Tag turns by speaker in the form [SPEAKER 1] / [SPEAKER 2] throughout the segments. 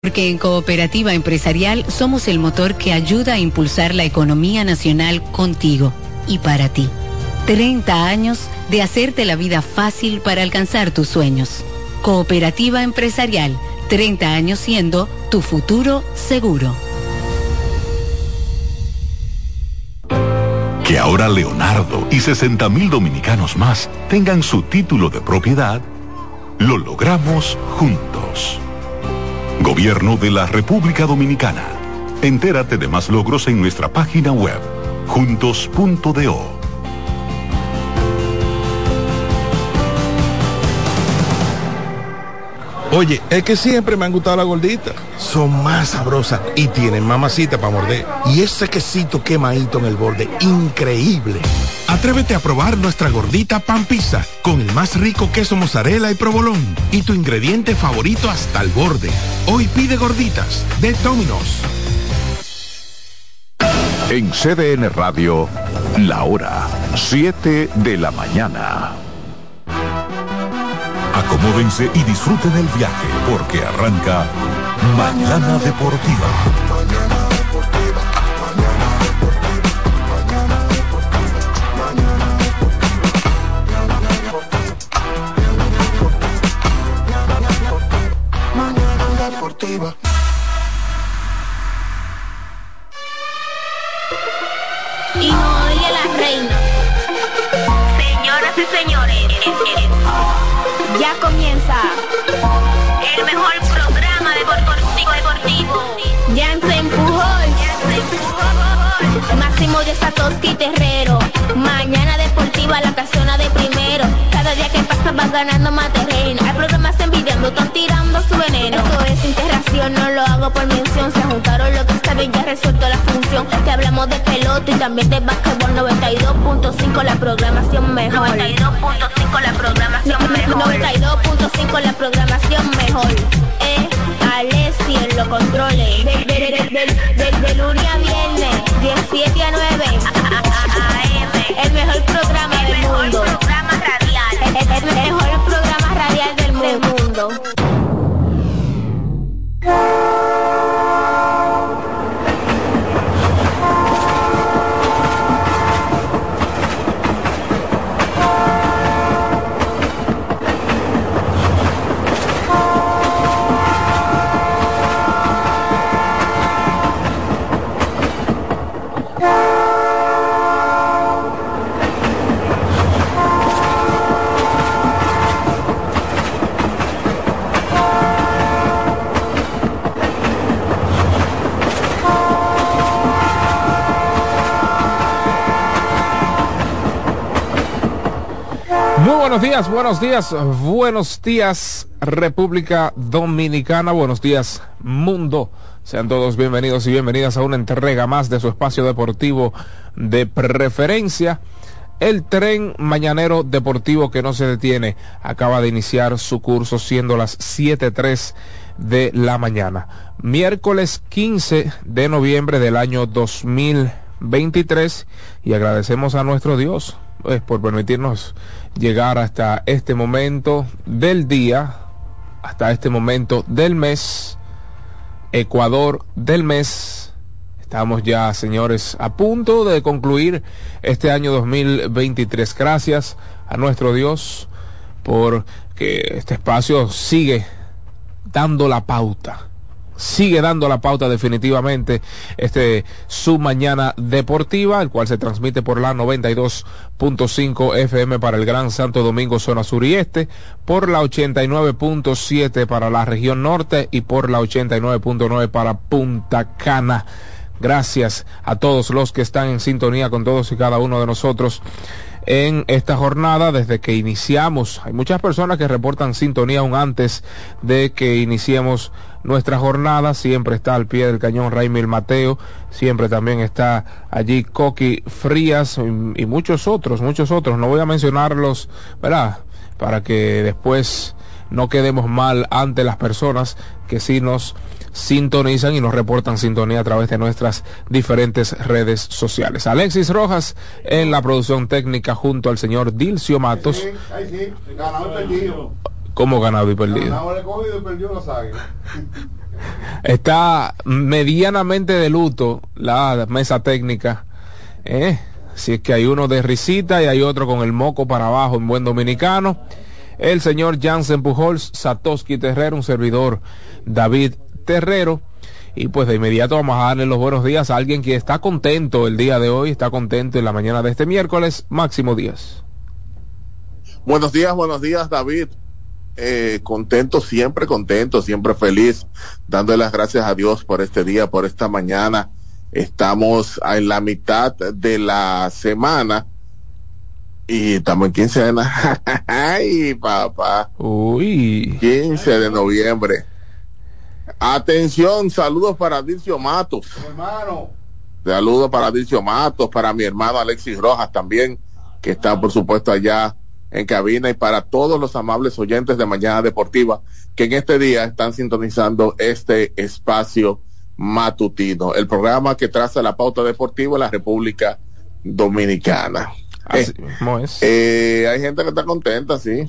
[SPEAKER 1] Porque en Cooperativa Empresarial somos el motor que ayuda a impulsar la economía nacional contigo y para ti. 30 años de hacerte la vida fácil para alcanzar tus sueños. Cooperativa Empresarial, 30 años siendo tu futuro seguro.
[SPEAKER 2] Que ahora Leonardo y 60,000 dominicanos más tengan su título de propiedad, lo logramos juntos. Gobierno de la República Dominicana. Entérate de más logros en nuestra página web, juntos.do.
[SPEAKER 3] Oye, es que siempre me han gustado las gorditas. Son más sabrosas y tienen mamacita para morder. Y ese quesito quemadito en el borde, increíble. Atrévete a probar nuestra gordita pan pizza con el más rico queso mozzarella y provolón y tu ingrediente favorito hasta el borde. Hoy pide gorditas de Domino's.
[SPEAKER 2] En CDN Radio, la hora 7 de la mañana. Acomódense y disfruten el viaje porque arranca Mañana Deportiva.
[SPEAKER 4] Y no oye la reina. Señoras y señores, ya comienza el mejor programa deportivo. Jansen Pujol, Máximo de Satoshi Terrero. Mañana Deportiva, la casona de primero. Cada día que pasa vas ganando más terreno. Hay programas envidiando, están tirando su veneno. Esto es interacción, no lo hago por mención. Se juntaron lo que está bien, ya resuelto la función. Te hablamos de pelota y también de básquetbol. 92.5 la programación mejor. 92.5 la programación mejor. 92.5 la programación mejor. Alessi en los controles. De lunes a viernes, 17 a 9 AM. El mejor programa del mundo. El mejor programa radial del mundo.
[SPEAKER 5] Buenos días República Dominicana, buenos días mundo, sean todos bienvenidos y bienvenidas a una entrega más de su espacio deportivo de preferencia. El tren mañanero deportivo que no se detiene acaba de iniciar su curso siendo las 7:03 de la mañana, miércoles 15 de noviembre del año 2023, y agradecemos a nuestro Dios por permitirnos llegar hasta este momento del día, hasta este momento del mes, Ecuador del mes. Estamos ya, señores, a punto de concluir este año 2023. Gracias a nuestro Dios por que este espacio sigue dando la pauta definitivamente, su mañana deportiva, el cual se transmite por la 92.5 FM para el Gran Santo Domingo, zona sur y este, por la 89.7 para la región norte y por la 89.9 para Punta Cana. Gracias a todos los que están en sintonía con todos y cada uno de nosotros en esta jornada desde que iniciamos. Hay muchas personas que reportan sintonía aún antes de que iniciemos nuestra jornada. Siempre está al pie del cañón Raimil Mateo, siempre también está allí Coqui Frías y muchos otros. No voy a mencionarlos, ¿verdad?, para que después no quedemos mal ante las personas que sí nos sintonizan y nos reportan sintonía a través de nuestras diferentes redes sociales. Alexis Rojas en la producción técnica junto al señor Dilcio Matos. como ganado y perdido. Está medianamente de luto la mesa técnica. Si es que hay uno de risita y hay otro con el moco para abajo en buen dominicano. El señor Jansen Pujols, Satoshi Terrero, un servidor David Terrero. Y pues de inmediato vamos a darle los buenos días a alguien que está contento el día de hoy, está contento en la mañana de este miércoles, Máximo Díaz.
[SPEAKER 6] Buenos días David. Contento, siempre feliz, dándole las gracias a Dios por este día, por esta mañana. Estamos en la mitad de la semana y estamos en quincena. Ay, papá.
[SPEAKER 5] Uy.
[SPEAKER 6] 15 de noviembre. Atención, saludos para Dilcio Matos.
[SPEAKER 3] Hermano.
[SPEAKER 6] Saludos para Dilcio Matos, para mi hermano Alexis Rojas también, que está por supuesto allá en cabina, y para todos los amables oyentes de Mañana Deportiva que en este día están sintonizando este espacio matutino, el programa que traza la pauta deportiva en la República Dominicana.
[SPEAKER 5] Así mismo es.
[SPEAKER 6] Hay gente que está contenta, sí.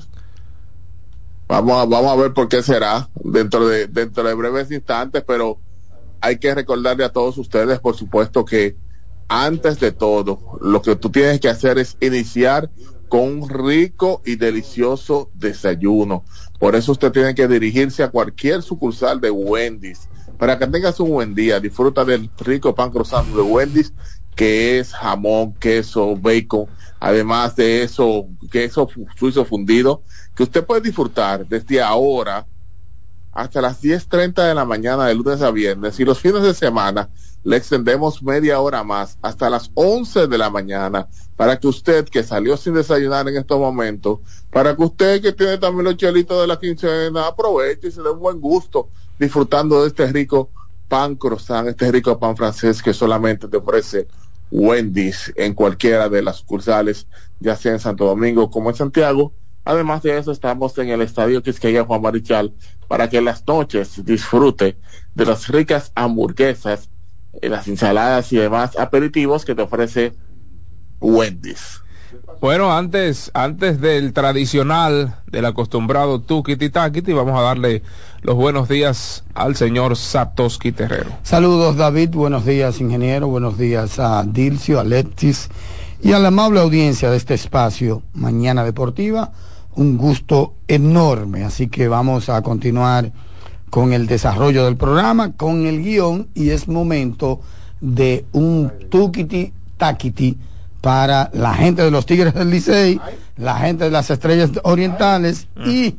[SPEAKER 6] Vamos a ver por qué será dentro de breves instantes, pero hay que recordarle a todos ustedes, por supuesto, que antes de todo, lo que tú tienes que hacer es iniciar con un rico y delicioso desayuno. Por eso usted tiene que dirigirse a cualquier sucursal de Wendy's para que tengas un buen día. Disfruta del rico pan cruzado de Wendy's, que es jamón, queso, bacon, además de eso, queso suizo fundido, que usted puede disfrutar desde ahora hasta las 10:30 de la mañana de lunes a viernes, y los fines de semana le extendemos media hora más hasta las 11 de la mañana, para que usted que salió sin desayunar en estos momentos, para que usted que tiene también los chelitos de la quincena, aproveche y se dé un buen gusto disfrutando de este rico pan croissant, este rico pan francés que solamente te ofrece Wendy's en cualquiera de las sucursales, ya sea en Santo Domingo como en Santiago. Además de eso, estamos en el Estadio Quisqueya Juan Marichal para que en las noches disfrute de las ricas hamburguesas, las ensaladas y demás aperitivos que te ofrece Wendy's.
[SPEAKER 5] Bueno, antes del tradicional, del acostumbrado tuquiti taquiti, vamos a darle los buenos días al señor Satoshi Terrero.
[SPEAKER 7] Saludos, David, buenos días, ingeniero, buenos días a Dilcio, a Alexis y a la amable audiencia de este espacio Mañana Deportiva. Un gusto enorme, así que vamos a continuar con el desarrollo del programa, con el guión, y es momento de un tuquiti taquiti para la gente de los Tigres del Licey, la gente de las Estrellas Orientales y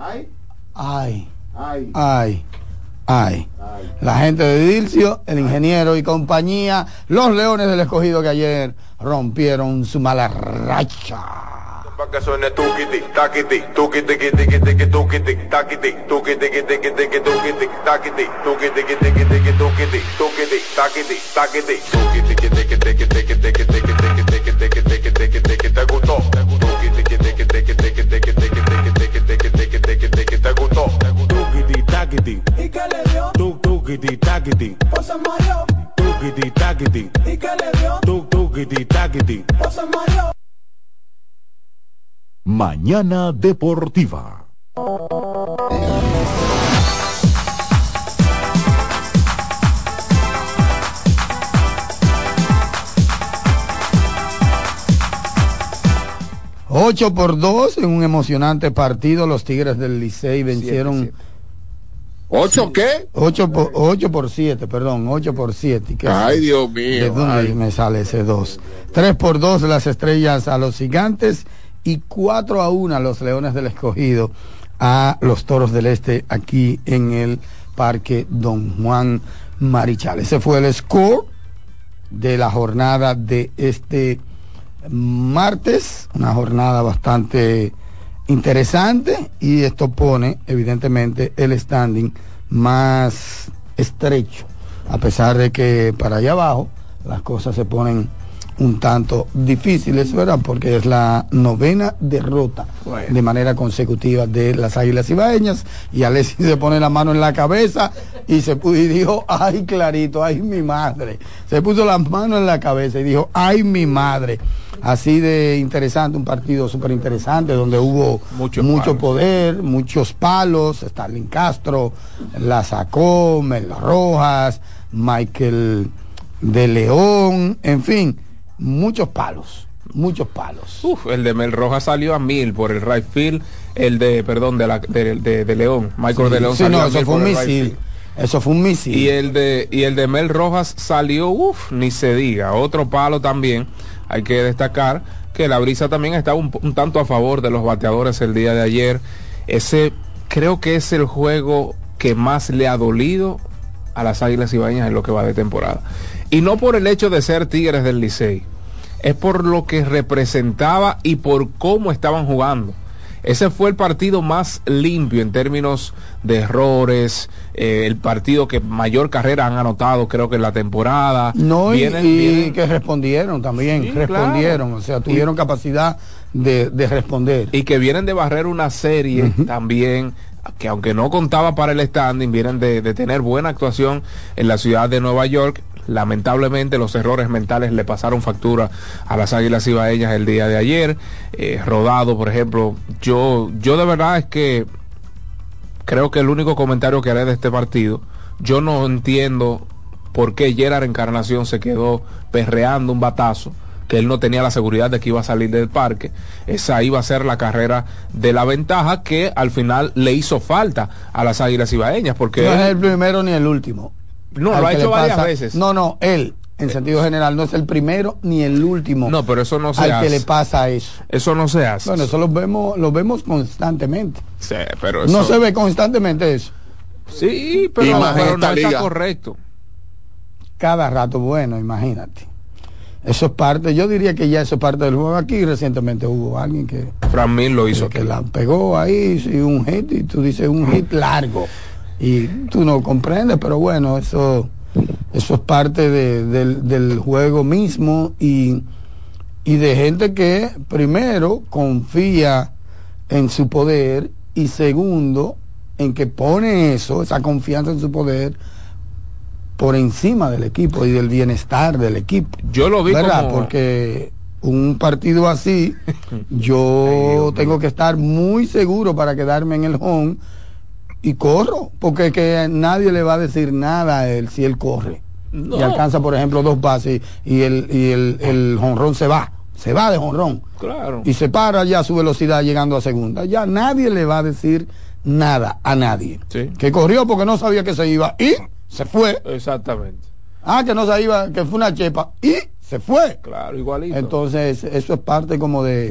[SPEAKER 7] la gente de Dilcio, el ingeniero y compañía, los Leones del Escogido, que ayer rompieron su mala racha.
[SPEAKER 8] Pa' que suene tuquiti, taquiti, tuquiti, tiquiti, tiquiti, tuquiti, taquiti, tuquiti, tiquiti, tiquiti, tuquiti, taquiti, tuquiti, tiquiti, tiquiti, tuquiti, tuquiti, taquiti, taquiti, tuquiti, tiquiti, tiquiti, tiquiti, tiquiti, tiquiti, tiquiti, tiquiti, te gustó, tuquiti, tiquiti, tiquiti, tiquiti, tiquiti, tiquiti, tiquiti, tiquiti, te gustó, tuquiti, taquiti, ¿y qué le dio? Tuquiti, taquiti, o se mareó, tuquiti, taquiti, ¿y qué le dio? Tuquiti, taquiti, o se mareó.
[SPEAKER 2] Mañana Deportiva.
[SPEAKER 7] Ocho por 2 en un emocionante partido. Los Tigres del Licey vencieron.
[SPEAKER 6] ¿8 qué?
[SPEAKER 7] 8 por 7, perdón, 8 por 7.
[SPEAKER 6] Ay, Dios mío.
[SPEAKER 7] ¿De dónde me sale ese 2? 3 por 2 las Estrellas a los Gigantes y 4-1 a los Leones del Escogido a los Toros del Este aquí en el Parque Don Juan Marichal. Ese fue el score de la jornada de este martes, una jornada bastante interesante, y esto pone evidentemente el standing más estrecho, a pesar de que para allá abajo las cosas se ponen un tanto difíciles, ¿verdad? Porque es la 9ª derrota de manera consecutiva de las Águilas Ibaeñas, y Alexis se pone la mano en la cabeza y dijo, ay Clarito, ay mi madre. Se puso las manos en la cabeza y dijo, ay mi madre. Así de interesante, un partido súper interesante donde hubo mucho poder, muchos palos. Stalin Castro la sacó, Mel Rojas, Michael de León, en fin, muchos palos.
[SPEAKER 5] El de Mel Rojas salió a 1000 por el right field, el de León, Michael de León salió a 1000 por el right field.
[SPEAKER 7] Eso fue un misil.
[SPEAKER 5] Y el de Mel Rojas salió, ni se diga, otro palo también. Hay que destacar que la brisa también está un tanto a favor de los bateadores el día de ayer. Ese creo que es el juego que más le ha dolido a las Águilas Ibaeñas en lo que va de temporada. Y no por el hecho de ser Tigres del Licey, es por lo que representaba y por cómo estaban jugando. Ese fue el partido más limpio en términos de errores, el partido que mayor carrera han anotado creo que en la temporada.
[SPEAKER 7] Vienen que respondieron también, sí, respondieron, claro. O sea, tuvieron capacidad de responder.
[SPEAKER 5] Y que vienen de barrer una serie también, que aunque no contaba para el standing, vienen de tener buena actuación en la ciudad de Nueva York. Lamentablemente los errores mentales le pasaron factura a las Águilas Ibaeñas el día de ayer. Rodado, por ejemplo, yo de verdad es que creo que el único comentario que haré de este partido, yo no entiendo por qué Gerard Encarnación se quedó perreando un batazo, que él no tenía la seguridad de que iba a salir del parque. Esa iba a ser la carrera de la ventaja que al final le hizo falta a las Águilas Ibaeñas, porque
[SPEAKER 7] no es el primero ni el último.
[SPEAKER 5] No, lo ha hecho varias veces.
[SPEAKER 7] No, él, en sentido general, no es el primero ni el último.
[SPEAKER 5] No, pero eso no se hace.
[SPEAKER 7] Al que le pasa eso.
[SPEAKER 5] Eso no se hace.
[SPEAKER 7] Bueno, eso lo vemos constantemente.
[SPEAKER 5] Sí, pero eso...
[SPEAKER 7] No se ve constantemente eso.
[SPEAKER 5] Sí, pero no está correcto.
[SPEAKER 7] Cada rato, bueno, imagínate. Eso es parte, yo diría que ya eso es parte del juego. Aquí recientemente hubo alguien que...
[SPEAKER 5] Fran Mil lo hizo.
[SPEAKER 7] Que la pegó ahí, sí, un hit, y tú dices un hit largo. Y tú no comprendes, pero bueno, eso es parte del juego mismo y de gente que primero confía en su poder y segundo en que pone esa confianza en su poder por encima del equipo y del bienestar del equipo.
[SPEAKER 5] Yo lo vi,
[SPEAKER 7] ¿verdad? Porque un partido así yo tengo que estar muy seguro para quedarme en el home y corro, porque que nadie le va a decir nada a él si él corre y alcanza, por ejemplo, 2 bases y el jonrón se va de jonrón,
[SPEAKER 5] claro,
[SPEAKER 7] y se para ya a su velocidad llegando a segunda. Ya nadie le va a decir nada a nadie.
[SPEAKER 5] Sí. Que
[SPEAKER 7] corrió porque no sabía que se iba y se fue.
[SPEAKER 5] Exactamente.
[SPEAKER 7] Que no se iba, que fue una chepa y se fue.
[SPEAKER 5] Claro, igualito.
[SPEAKER 7] Entonces eso es parte como del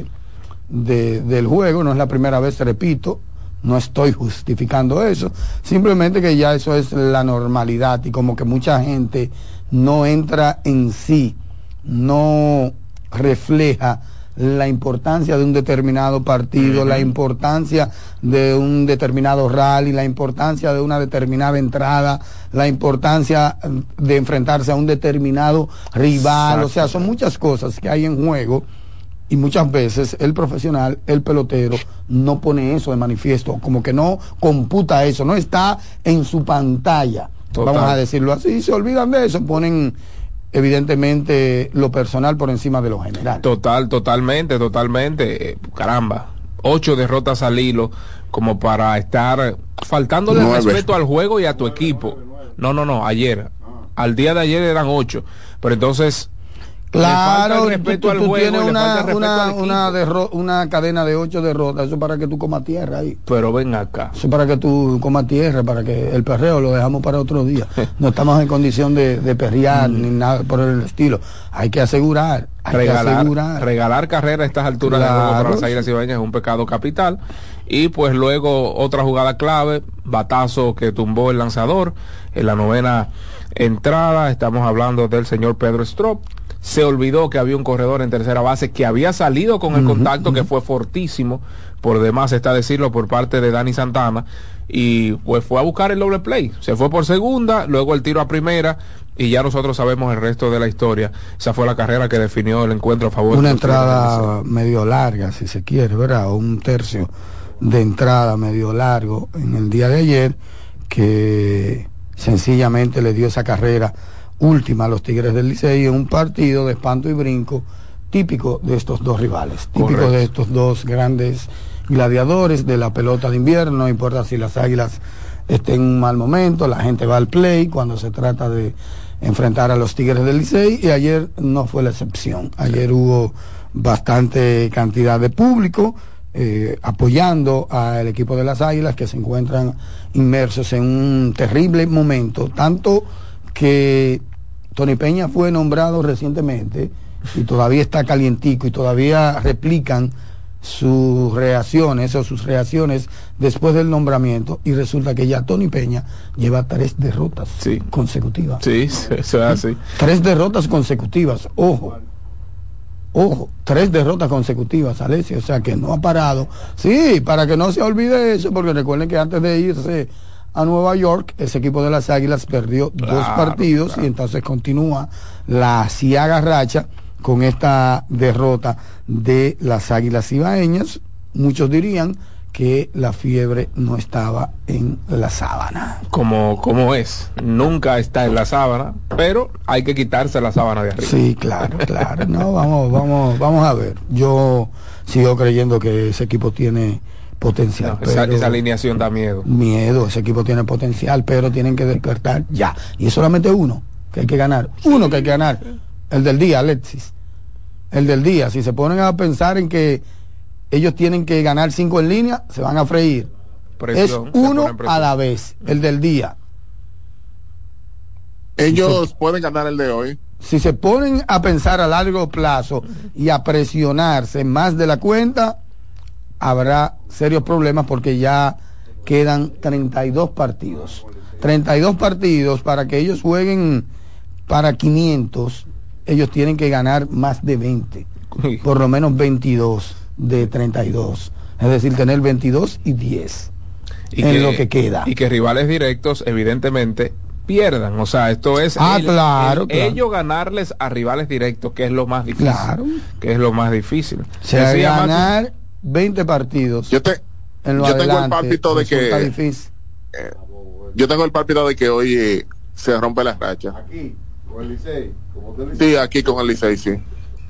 [SPEAKER 7] juego. No es la primera vez, repito. No estoy justificando eso, simplemente que ya eso es la normalidad y como que mucha gente no entra en sí, no refleja la importancia de un determinado partido, la importancia de un determinado rally, la importancia de una determinada entrada, la importancia de enfrentarse a un determinado rival. O sea, son muchas cosas que hay en juego. Y muchas veces el profesional, el pelotero, no pone eso de manifiesto, como que no computa eso, no está en su pantalla. Total. Vamos a decirlo así, se olvidan de eso, ponen evidentemente lo personal por encima de lo general.
[SPEAKER 5] Totalmente. Caramba, 8 derrotas al hilo, como para estar faltándole el respeto al juego y a tu equipo. No, ayer. Al día de ayer eran 8, pero entonces...
[SPEAKER 7] Claro, tú tienes una cadena de 8 derrotas, eso para que tú comas tierra ahí.
[SPEAKER 5] Pero ven acá.
[SPEAKER 7] Eso para que tú comas tierra, para que el perreo lo dejamos para otro día. No estamos en condición de perrear ni nada por el estilo. Hay que asegurar.
[SPEAKER 5] Regalar carrera a estas alturas de juego para las Águilas Ibaeñas es un pecado capital. Y pues luego otra jugada clave, batazo que tumbó el lanzador en la 9ª entrada. Estamos hablando del señor Pedro Strop. Se olvidó que había un corredor en tercera base que había salido con el contacto que fue fortísimo, por demás está decirlo, por parte de Dani Santana, y pues fue a buscar el doble play, se fue por segunda, luego el tiro a primera, y ya nosotros sabemos el resto de la historia. Esa fue la carrera que definió el encuentro a favor.
[SPEAKER 7] Una entrada medio larga, si se quiere, ¿verdad? O un tercio de entrada medio largo en el día de ayer, que sencillamente le dio esa carrera última a los Tigres del Licey en un partido de espanto y brinco típico de estos dos rivales, típico
[SPEAKER 5] Correcto.
[SPEAKER 7] de estos dos grandes gladiadores de la pelota de invierno. No importa si las Águilas estén en un mal momento, la gente va al play cuando se trata de enfrentar a los Tigres del Licey, y ayer no fue la excepción. Ayer hubo bastante cantidad de público apoyando al equipo de las Águilas, que se encuentran inmersos en un terrible momento, tanto que Tony Peña fue nombrado recientemente y todavía está calientico, y todavía replican sus reacciones después del nombramiento, y resulta que ya Tony Peña lleva 3 derrotas consecutivas.
[SPEAKER 5] Sí, eso es así.
[SPEAKER 7] 3 derrotas consecutivas, ojo, 3 derrotas consecutivas, Alessio, o sea que no ha parado. Sí, para que no se olvide eso, porque recuerden que antes de irse a Nueva York, ese equipo de las Águilas perdió 2 partidos, y entonces continúa la aciaga racha con esta derrota de las Águilas Ibaeñas. Muchos dirían que la fiebre no estaba en la sábana.
[SPEAKER 5] Como es, nunca está en la sábana, pero hay que quitarse la sábana de arriba.
[SPEAKER 7] Sí, claro. No, vamos a ver. Yo sigo creyendo que ese equipo tiene potencial.
[SPEAKER 5] No, esa alineación da miedo.
[SPEAKER 7] Ese equipo tiene potencial, pero tienen que despertar ya. Y es solamente uno que hay que ganar. Uno que hay que ganar. El del día, Alexis. El del día. Si se ponen a pensar en que ellos tienen que ganar 5 en línea, se van a freír. Presión, es uno a la vez. El del día.
[SPEAKER 6] Ellos pueden ganar el de hoy.
[SPEAKER 7] Si se ponen a pensar a largo plazo y a presionarse más de la cuenta, habrá serios problemas, porque ya quedan 32 partidos. 32 partidos para que ellos jueguen para 500. Ellos tienen que ganar más de 20, por lo menos 22 de 32, es decir, tener 22 y 10 en lo que queda.
[SPEAKER 5] Y que rivales directos evidentemente pierdan, o sea, esto es
[SPEAKER 7] claro.
[SPEAKER 5] Ellos ganarles a rivales directos, que es lo más difícil.
[SPEAKER 7] Claro.
[SPEAKER 5] Que es lo más difícil.
[SPEAKER 7] O sea, ganar 20 partidos.
[SPEAKER 6] Yo tengo el pálpito de que
[SPEAKER 7] difícil.
[SPEAKER 6] Yo tengo el pálpito de que hoy se rompe la racha.
[SPEAKER 9] Aquí, con el Licey, como tú dices.
[SPEAKER 6] Sí, aquí con el Licey, sí.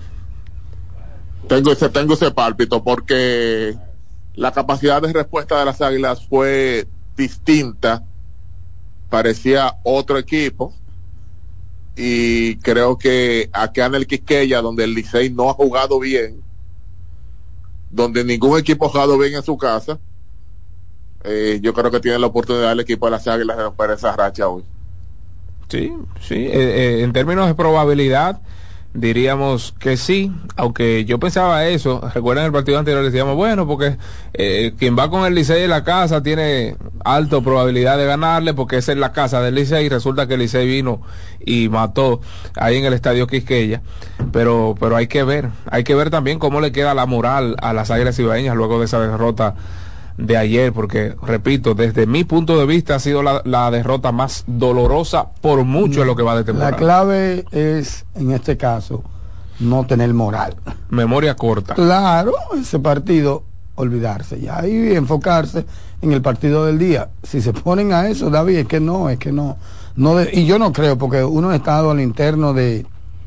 [SPEAKER 6] Tengo ese pálpito, porque la capacidad de respuesta de las Águilas fue distinta, parecía otro equipo, y creo que acá en el Quisqueya, donde el Licey no ha jugado bien, donde ningún equipo ha jugado bien en su casa, yo creo que tiene la oportunidad el equipo de las Águilas de romper esa racha hoy.
[SPEAKER 5] Sí, en términos de probabilidad diríamos que sí, aunque yo pensaba eso. Recuerden el partido anterior, decíamos, bueno, porque quien va con el Licey en la casa tiene alta probabilidad de ganarle, porque esa es la casa del Licey, y resulta que el Licey vino y mató ahí en el estadio Quisqueya. Pero hay que ver también cómo le queda la moral a las Águilas Ibaeñas luego de esa derrota de ayer, porque repito, desde mi punto de vista ha sido la derrota más dolorosa por mucho en lo que va de temporada.
[SPEAKER 7] La clave es, en este caso, no tener moral.
[SPEAKER 5] Memoria corta.
[SPEAKER 7] Claro, ese partido, olvidarse ya y enfocarse en el partido del día. Si se ponen a eso, David, es que no, y yo no creo, porque uno ha estado al interno de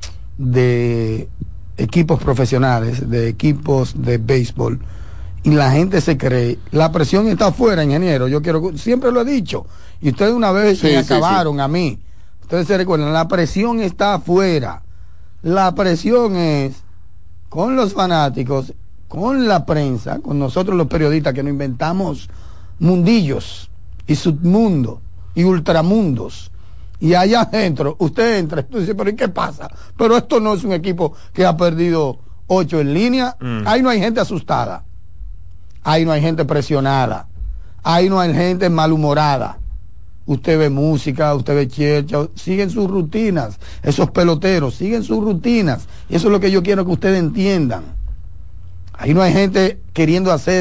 [SPEAKER 7] equipos profesionales, de equipos de béisbol, y la gente se cree, la presión está afuera, ingeniero, siempre lo he dicho, y ustedes una vez me acabaron a mí, ustedes se recuerdan, la presión está afuera, la presión es con los fanáticos, con la prensa, con nosotros los periodistas que nos inventamos mundillos y submundos y ultramundos, y allá adentro, usted entra, usted dice, pero ¿y qué pasa? Pero esto no es un equipo que ha perdido 8 en línea, ahí no hay gente asustada. Ahí no hay gente presionada, ahí no hay gente malhumorada. Usted ve música, usted ve chercha, siguen sus rutinas, esos peloteros siguen sus rutinas, y eso es lo que yo quiero que ustedes entiendan. Ahí no hay gente queriendo hacer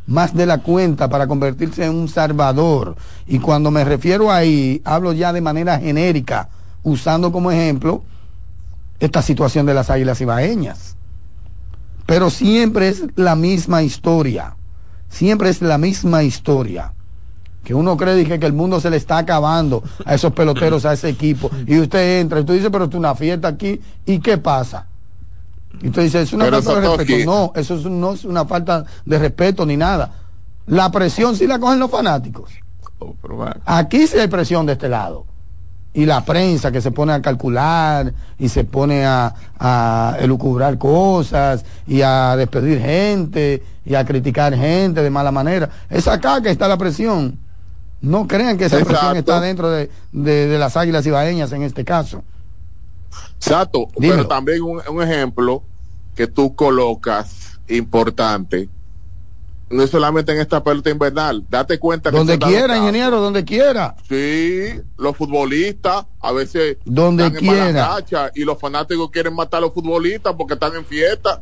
[SPEAKER 7] más de la cuenta para convertirse en un salvador. Y cuando me refiero ahí, hablo ya de manera genérica, usando como ejemplo esta situación de las Águilas Ibaeñas. Pero siempre es la misma historia, siempre es la misma historia. Que uno cree que el mundo se le está acabando a esos peloteros, a ese equipo, y usted entra y tú dices, pero es una fiesta aquí, ¿y qué pasa? Y usted dice, es una falta de respeto. No, no es una falta de respeto ni nada. La presión sí la cogen los fanáticos. Aquí sí hay presión de este lado. Y la prensa que se pone a calcular y se pone a elucubrar cosas y a despedir gente y a criticar gente de mala manera. Es acá que está la presión. No crean que esa presión está dentro de las Águilas Ibaeñas en este caso.
[SPEAKER 6] Exacto, dímelo. Pero también un ejemplo que tú colocas importante, no es solamente en esta pelota invernal, date cuenta que
[SPEAKER 7] donde quiera, ingeniero, donde quiera.
[SPEAKER 6] Sí, los futbolistas a veces
[SPEAKER 7] donde
[SPEAKER 6] están
[SPEAKER 7] quiera
[SPEAKER 6] en mala racha y los fanáticos quieren matar a los futbolistas porque están en fiesta.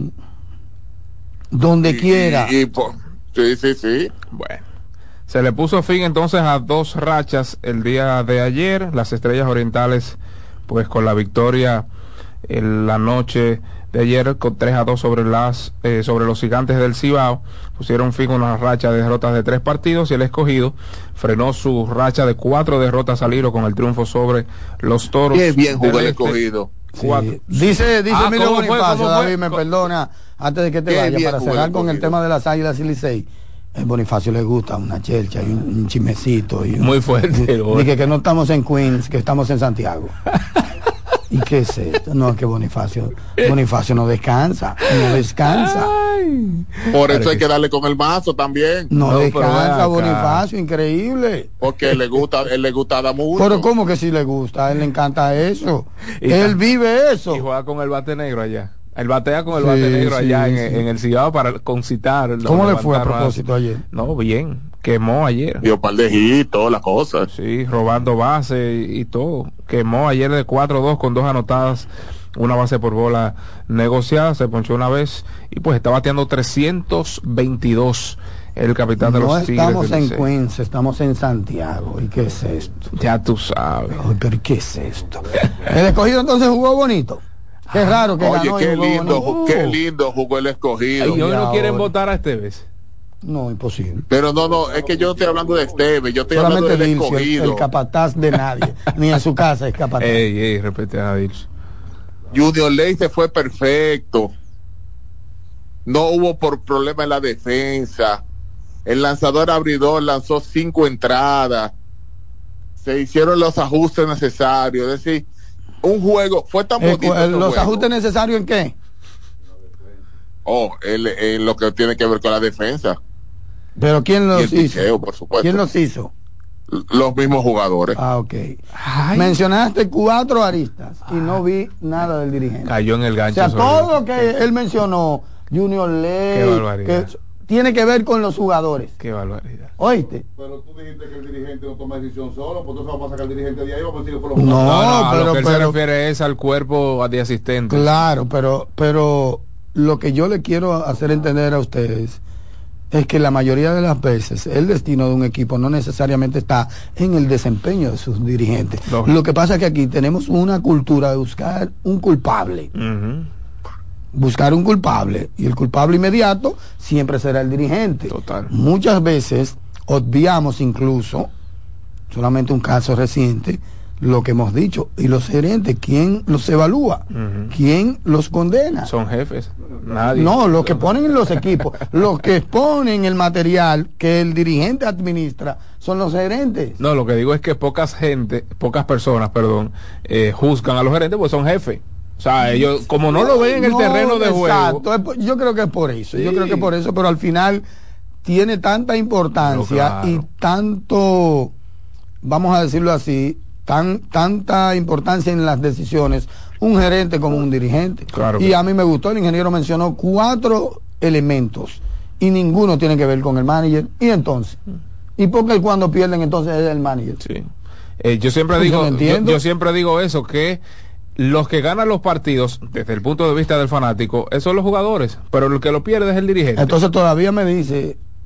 [SPEAKER 7] Donde quiera.
[SPEAKER 6] Sí.
[SPEAKER 5] Bueno, se le puso fin entonces a 2 rachas el día de ayer. Las Estrellas Orientales, pues con la victoria en la noche de ayer con 3-2 sobre los Gigantes del Cibao, pusieron fin a una racha de derrotas de 3 partidos, y el Escogido frenó su racha de 4 derrotas al hilo con el triunfo sobre los Toros.
[SPEAKER 6] Qué bien jugó el Escogido.
[SPEAKER 7] Sí. Dice Emilio Bonifacio, David, me perdona, antes de que te vaya, para cerrar con el tema de las Águilas y Licey. El Bonifacio le gusta una chelcha y un chismecito. Y
[SPEAKER 5] muy fuerte.
[SPEAKER 7] Dije que no estamos en Queens, que estamos en Santiago. ¿Y qué es esto? No, es que Bonifacio no descansa.
[SPEAKER 6] Por eso hay que darle con el mazo también.
[SPEAKER 7] No descansa Bonifacio, increíble.
[SPEAKER 6] Porque él le gusta dar mucho.
[SPEAKER 7] Pero ¿cómo que sí le gusta? A él le encanta eso. Él vive eso.
[SPEAKER 5] Y juega con el bate negro allá. Él batea con el bate negro allá en el Cibao para concitar.
[SPEAKER 7] ¿Cómo le fue a propósito ayer?
[SPEAKER 5] No, bien. Quemó ayer.
[SPEAKER 6] Dio par de hits, todas las cosas.
[SPEAKER 5] Sí, robando base y todo. Quemó ayer de 4-2 con 2 anotadas, una base por bola negociada. Se ponchó una vez y pues está bateando 322 el capitán de los Tigres.
[SPEAKER 7] No estamos en Queens, estamos en Santiago. ¿Y qué es esto?
[SPEAKER 5] Ya tú sabes.
[SPEAKER 7] Ay, pero ¿qué es esto? El Escogido entonces jugó bonito. Qué raro que ganó.
[SPEAKER 6] Oye, qué lindo jugó el Escogido.
[SPEAKER 5] Y hoy no quieren votar a Esteves.
[SPEAKER 7] No, imposible.
[SPEAKER 6] Pero no, es que yo no estoy hablando de Esteves, yo estoy hablando del Escogido.
[SPEAKER 7] El capataz de nadie, ni en su casa es capataz.
[SPEAKER 5] Respete a Dilcio.
[SPEAKER 6] Junior Ley se fue perfecto. No hubo problema en la defensa. El lanzador abridor lanzó 5 entradas. Se hicieron los ajustes necesarios. Es decir, un juego fue tan bonito.
[SPEAKER 7] ¿Los ajustes necesarios en qué?
[SPEAKER 6] En lo que tiene que ver con la defensa.
[SPEAKER 7] ¿Pero quién los hizo?
[SPEAKER 6] Picheo, por supuesto.
[SPEAKER 7] ¿Quién los hizo?
[SPEAKER 6] Los mismos jugadores.
[SPEAKER 7] Ok. Mencionaste 4 aristas y no vi nada del dirigente.
[SPEAKER 5] Cayó en el gancho.
[SPEAKER 7] O sea, todo lo que él mencionó, Junior Ley,
[SPEAKER 5] qué barbaridad,
[SPEAKER 7] que tiene que ver con los jugadores.
[SPEAKER 5] Qué barbaridad.
[SPEAKER 7] ¿Oíste?
[SPEAKER 9] Pero tú dijiste que el dirigente no toma decisión solo, pues entonces vamos a sacar el dirigente de ahí, vamos a decir que por
[SPEAKER 5] No, pero lo que él se refiere es al cuerpo de asistentes.
[SPEAKER 7] Claro, pero lo que yo le quiero hacer entender a ustedes es que la mayoría de las veces el destino de un equipo no necesariamente está en el desempeño de sus dirigentes. Lo que pasa es que aquí tenemos una cultura de buscar un culpable. Buscar un culpable, y el culpable inmediato siempre será el dirigente.
[SPEAKER 5] Total.
[SPEAKER 7] Muchas veces obviamos incluso, solamente un caso reciente, lo que hemos dicho, y los gerentes, ¿quién los evalúa? ¿Quién los condena?
[SPEAKER 5] Son jefes, nadie.
[SPEAKER 7] No, los que ponen en los equipos, los que exponen el material que el dirigente administra, son los gerentes.
[SPEAKER 5] No, lo que digo es que pocas personas, juzgan a los gerentes porque son jefes. O sea, ellos, como no lo ven en el terreno de juego.
[SPEAKER 7] Exacto, yo creo que es por eso, pero al final tiene tanta importancia y tanto, vamos a decirlo así, tanta importancia en las decisiones un gerente como un dirigente.
[SPEAKER 5] Claro.
[SPEAKER 7] Y a mí me gustó, el ingeniero mencionó 4 elementos y ninguno tiene que ver con el manager. Y entonces, ¿y por qué cuando pierden entonces es el manager?
[SPEAKER 5] Sí. Yo siempre digo eso, que los que ganan los partidos desde el punto de vista del fanático, esos son los jugadores, pero el que lo pierde es el dirigente.
[SPEAKER 7] Entonces todavía me dice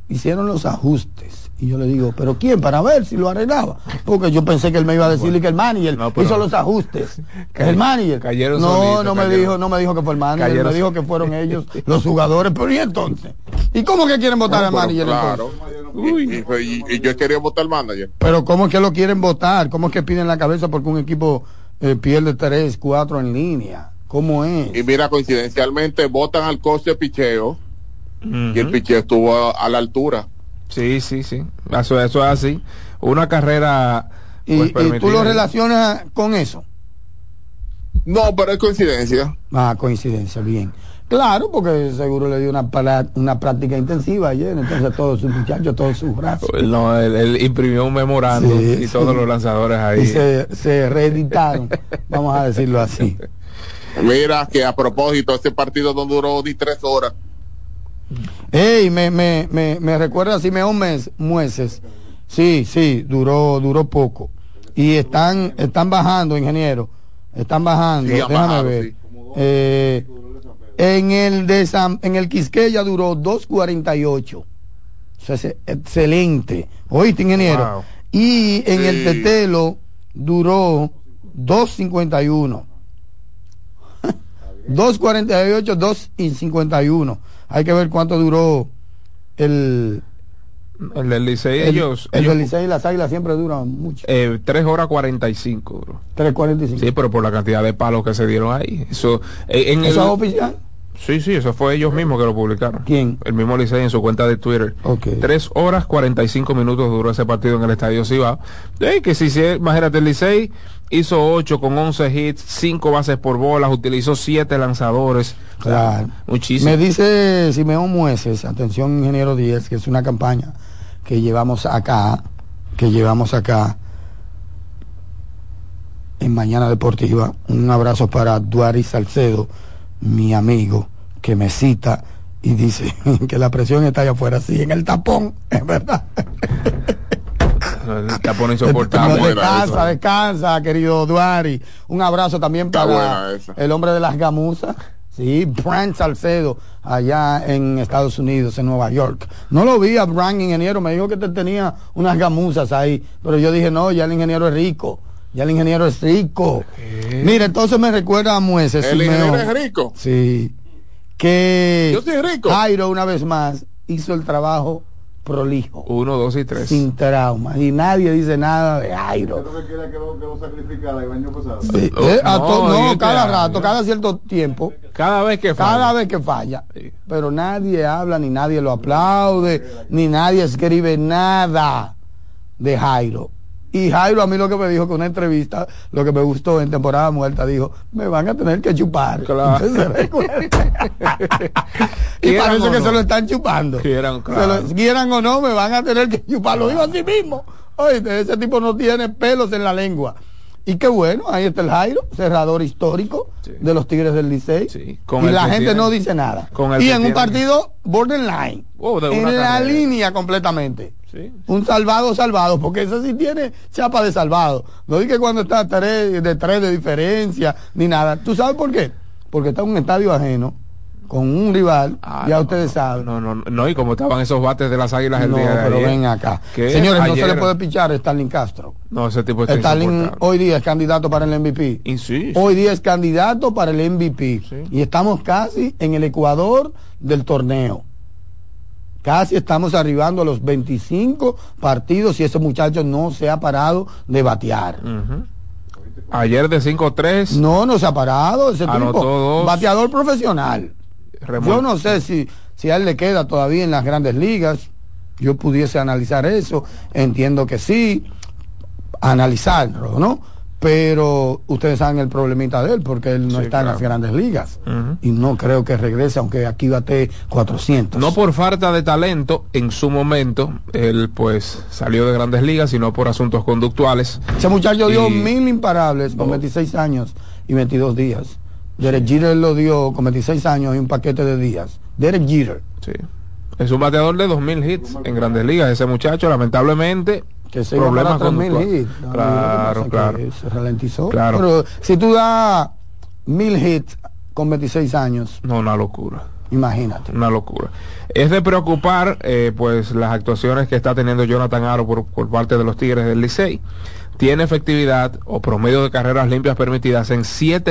[SPEAKER 7] hicieron los ajustes. Y yo le digo, ¿pero quién? Para ver si lo arreglaba. Porque yo pensé que él me iba a decirle que el manager hizo los ajustes. Que es el manager. No me dijo que fue el manager, me dijo que fueron ellos, los jugadores. Pero ¿y entonces? ¿Y cómo que quieren votar al manager?
[SPEAKER 6] Claro. Y yo quería votar al manager.
[SPEAKER 7] Pero ¿cómo es que lo quieren votar? ¿Cómo es que piden la cabeza porque un equipo pierde 3, 4 en línea? ¿Cómo es?
[SPEAKER 6] Y mira, coincidencialmente votan al coach de picheo y el picheo estuvo a la altura.
[SPEAKER 5] Sí. Eso es así. Una carrera.
[SPEAKER 7] ¿Y tú lo relacionas con eso?
[SPEAKER 6] No, pero es coincidencia.
[SPEAKER 7] Coincidencia, bien. Claro, porque seguro le dio una práctica intensiva ayer, entonces todos sus muchachos, todos sus brazos.
[SPEAKER 5] No, él imprimió un memorando y todos los lanzadores ahí.
[SPEAKER 7] Y se reeditaron, vamos a decirlo así.
[SPEAKER 6] Mira que a propósito, ese partido no duró ni 3 horas.
[SPEAKER 7] Ey, me recuerda a Simeón Mueces. Sí, duró poco. Y están bajando, ingeniero. Están bajando, sí, déjame ver. Sí. En el Quisqueya duró 2:48. O sea, es excelente. ¿Oíste, ingeniero? Wow. Y en el Tetelo duró 2:51. 2:48, 2:51. Hay que ver cuánto duró el
[SPEAKER 5] del Licey.
[SPEAKER 7] El del Licey y las Águilas siempre duran mucho.
[SPEAKER 5] 3 horas 45 duró.
[SPEAKER 7] 3:45.
[SPEAKER 5] Sí, pero por la cantidad de palos que se dieron ahí. ¿Eso
[SPEAKER 7] es oficial?
[SPEAKER 5] Sí, eso fue ellos mismos que lo publicaron.
[SPEAKER 7] ¿Quién?
[SPEAKER 5] El mismo Licey en su cuenta de Twitter.
[SPEAKER 7] Okay.
[SPEAKER 5] 3 horas 45 minutos duró ese partido en el Estadio Cibao. Que si imagínate, el Licey hizo 8 con 11 hits, 5 bases por bolas, utilizó 7 lanzadores.
[SPEAKER 7] Claro.
[SPEAKER 5] Muchísimo.
[SPEAKER 7] Me dice Simeón Mueces, atención ingeniero Díaz, que es una campaña que llevamos acá en Mañana Deportiva. Un abrazo para Duari Salcedo, mi amigo, que me cita y dice que la presión está allá afuera, sí, en el tapón, es verdad.
[SPEAKER 5] El tapón insoportable.
[SPEAKER 7] Descansa, querido Duari. Un abrazo también para el hombre de las gamuzas, sí, Brand Salcedo, allá en Estados Unidos, en Nueva York. No lo vi a Brand, ingeniero, me dijo que te tenía unas gamuzas ahí, pero yo dije, no, ya el ingeniero es rico. Mira, entonces me recuerda a Mueces.
[SPEAKER 6] ¿El ingeniero es rico?
[SPEAKER 7] Sí. Que
[SPEAKER 6] yo soy rico.
[SPEAKER 7] Jairo, una vez más, hizo el trabajo prolijo.
[SPEAKER 5] 1, 2 y 3.
[SPEAKER 7] Sin trauma. Y nadie dice nada de Jairo.
[SPEAKER 9] ¿Usted quiere que lo sacrificara el año pasado?
[SPEAKER 7] Sí. Cada rato, cada cierto tiempo.
[SPEAKER 5] Cada vez que
[SPEAKER 7] falla. Sí. Pero nadie habla, ni nadie lo aplaude, ni nadie escribe nada de Jairo. Y Jairo a mí lo que me dijo con una entrevista, lo que me gustó en temporada muerta, dijo, me van a tener que chupar.
[SPEAKER 5] Claro.
[SPEAKER 7] Y parece que se lo están chupando. Quieran o no, me van a tener que chupar. Lo digo así mismo. Oye, ese tipo no tiene pelos en la lengua. Y qué bueno, ahí está el Jairo, cerrador histórico de los Tigres del Licey.
[SPEAKER 5] Sí,
[SPEAKER 7] y la gente no dice nada. Y en un partido borderline, en la línea completamente. Sí. Un salvado, porque ese sí tiene chapa de salvado. No dice que cuando está de 3 de diferencia, ni nada. ¿Tú sabes por qué? Porque está en un estadio ajeno, con un rival, ustedes saben.
[SPEAKER 5] No, y como estaban esos bates de las Águilas el día de ayer.
[SPEAKER 7] Pero ven acá. Señores, no se le puede pichar a Starlin Castro.
[SPEAKER 5] No, ese tipo está
[SPEAKER 7] Starlin hoy día es candidato para el MVP.
[SPEAKER 5] Sí.
[SPEAKER 7] Hoy día es candidato para el MVP. Sí. Y estamos casi en el ecuador del torneo. Casi estamos arribando a los 25 partidos y ese muchacho no se ha parado de batear.
[SPEAKER 5] Ayer de 5-3.
[SPEAKER 7] No se ha parado ese tipo. Bateador profesional. Yo no sé si a él le queda todavía en las grandes ligas. Yo pudiese analizar eso. Entiendo que sí. Analizarlo, ¿no? Pero ustedes saben el problemita de él, porque él no está en las grandes ligas. Y no creo que regrese, aunque aquí bate 400.
[SPEAKER 5] No por falta de talento, en su momento, él pues salió de grandes ligas, sino por asuntos conductuales.
[SPEAKER 7] Ese muchacho dio 1000 imparables con 26 años y 22 días. Derek Jeter lo dio con 26 años y un paquete de días. Derek Jeter.
[SPEAKER 5] Sí. Es un bateador de 2000 hits en grandes ligas. Ese muchacho, lamentablemente,
[SPEAKER 7] que se problemas con 1000 hits.
[SPEAKER 5] Claro.
[SPEAKER 7] Se ralentizó.
[SPEAKER 5] Claro.
[SPEAKER 7] Pero si tú das 1000 hits con 26 años.
[SPEAKER 5] No, una locura.
[SPEAKER 7] Imagínate.
[SPEAKER 5] Una locura. Es de preocupar, pues, las actuaciones que está teniendo Jonathan Aro por parte de los Tigres del Licey. Tiene efectividad o promedio de carreras limpias permitidas en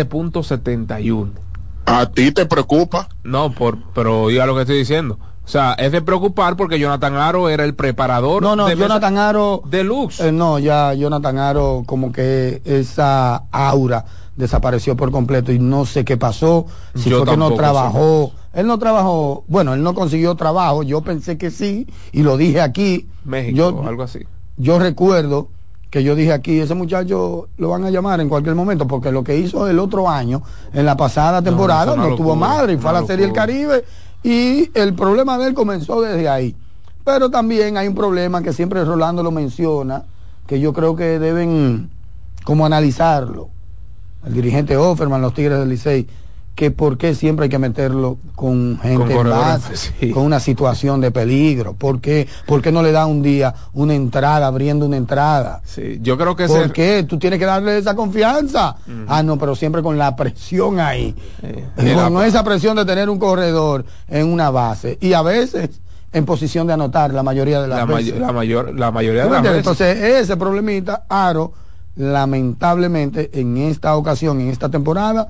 [SPEAKER 5] 7.71.
[SPEAKER 6] ¿A ti te preocupa?
[SPEAKER 5] No, pero oiga lo que estoy diciendo. O sea, es de preocupar porque Jonathan Aro era el preparador.
[SPEAKER 7] No, Jonathan Aro
[SPEAKER 5] deluxe.
[SPEAKER 7] No, ya Jonathan Aro, como que esa aura desapareció por completo y no sé qué pasó. Si fue que no trabajó. Él no trabajó, bueno, él no consiguió trabajo. Yo pensé que sí y lo dije aquí.
[SPEAKER 5] México, algo así.
[SPEAKER 7] Yo recuerdo que yo dije aquí, ese muchacho lo van a llamar en cualquier momento, porque lo que hizo el otro año, en la pasada temporada, no tuvo madre, y fue a la Serie del Caribe, y el problema de él comenzó desde ahí. Pero también hay un problema que siempre Rolando lo menciona, que yo creo que deben como analizarlo, el dirigente Offerman, los Tigres del Licey, que por qué siempre hay que meterlo con gente en base, sí, con una situación de peligro. ¿Por qué no le da un día una entrada, abriendo una entrada?
[SPEAKER 5] Sí, yo creo que
[SPEAKER 7] ¿Por qué? Tú tienes que darle esa confianza. No, pero siempre con la presión ahí. Con esa presión de tener un corredor en una base. Y a veces en posición de anotar la mayoría de las veces.
[SPEAKER 5] La mayoría de las veces.
[SPEAKER 7] Entonces, ese problemita, Aro, lamentablemente, en esta ocasión, en esta temporada,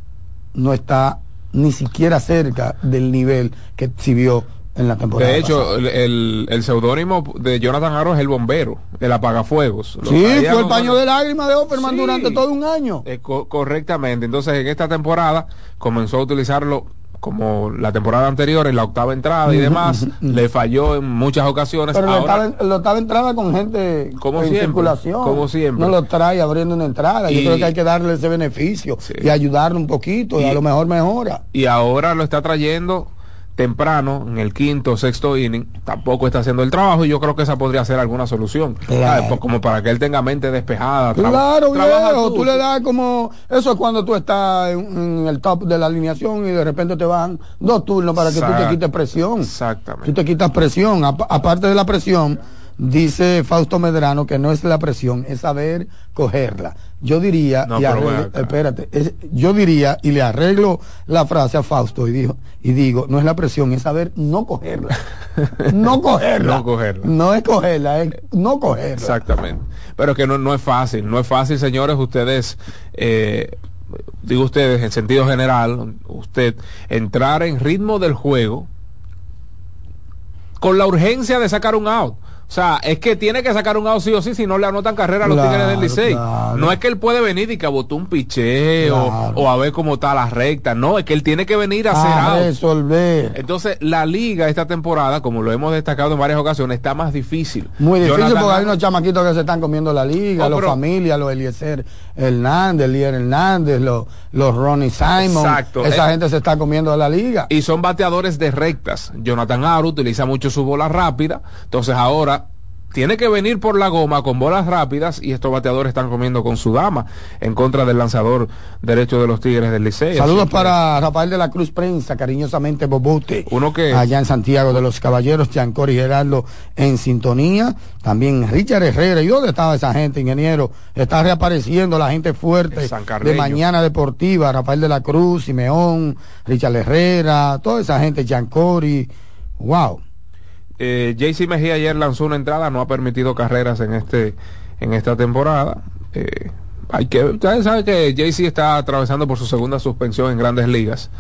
[SPEAKER 7] no está ni siquiera cerca del nivel que exhibió en la temporada.
[SPEAKER 5] De hecho,
[SPEAKER 7] pasada.
[SPEAKER 5] el seudónimo de Jonathan Aro es el bombero, el apagafuegos.
[SPEAKER 7] Sí, fue el paño de lágrimas de Offerman durante todo un año.
[SPEAKER 5] Correctamente. Entonces, en esta temporada comenzó a utilizarlo como la temporada anterior, en la octava entrada y demás. Le falló en muchas ocasiones.
[SPEAKER 7] Pero la octava entrada con gente
[SPEAKER 5] como
[SPEAKER 7] en
[SPEAKER 5] siempre,
[SPEAKER 7] circulación.
[SPEAKER 5] como siempre.
[SPEAKER 7] No lo trae abriendo una entrada. Yo creo que hay que darle ese beneficio y ayudarle un poquito, y a lo mejor mejora.
[SPEAKER 5] Y ahora lo está trayendo temprano, en el quinto, sexto inning, tampoco está haciendo el trabajo, y yo creo que esa podría ser alguna solución, claro, como para que él tenga mente despejada.
[SPEAKER 7] Claro, viejo, tú le das como, eso es cuando tú estás en el top de la alineación y de repente te van 2 turnos para que tú te quites presión.
[SPEAKER 5] Exactamente.
[SPEAKER 7] Tú te quitas presión, aparte de la presión, dice Fausto Medrano que no es la presión, es saber cogerla. Yo diría, yo diría y le arreglo la frase a Fausto y digo, no es la presión, es saber no cogerla. No cogerla.
[SPEAKER 5] No cogerla.
[SPEAKER 7] No es cogerla, es no cogerla.
[SPEAKER 5] Exactamente. Pero que no es fácil, señores, ustedes, digo ustedes en sentido general, usted entrar en ritmo del juego con la urgencia de sacar un out. O sea, es que tiene que sacar un out sí o sí, si no le anotan carrera a los Tigres del Licey. Claro. No es que él puede venir y que botó un picheo o a ver cómo está la recta. No, es que él tiene que venir a hacer out.
[SPEAKER 7] Resolver.
[SPEAKER 5] Entonces, la liga esta temporada, como lo hemos destacado en varias ocasiones, está más difícil.
[SPEAKER 7] Muy difícil porque hay unos chamaquitos que se están comiendo la liga, los familias, los Eliezer Hernández, Lier Hernández, los Ronnie Simon.
[SPEAKER 5] Exacto.
[SPEAKER 7] Esa gente se está comiendo a la liga.
[SPEAKER 5] Y son bateadores de rectas. Jonathan Aro utiliza mucho su bola rápida. Entonces ahora tiene que venir por la goma con bolas rápidas, y estos bateadores están comiendo con su dama en contra del lanzador derecho de los Tigres del Licey.
[SPEAKER 7] Saludos para Rafael de la Cruz Prensa, cariñosamente Bobote,
[SPEAKER 5] uno que
[SPEAKER 7] allá en Santiago de los Caballeros, Giancori Gerardo en sintonía, también Richard Herrera. ¿Y dónde estaba esa gente, ingeniero? Está reapareciendo la gente fuerte de Mañana Deportiva, Rafael de la Cruz, Simeón, Richard Herrera, toda esa gente, Giancori, wow.
[SPEAKER 5] JC Mejía ayer lanzó una entrada, no ha permitido carreras en esta temporada. Ustedes saben que JC está atravesando por su segunda suspensión en Grandes Ligas,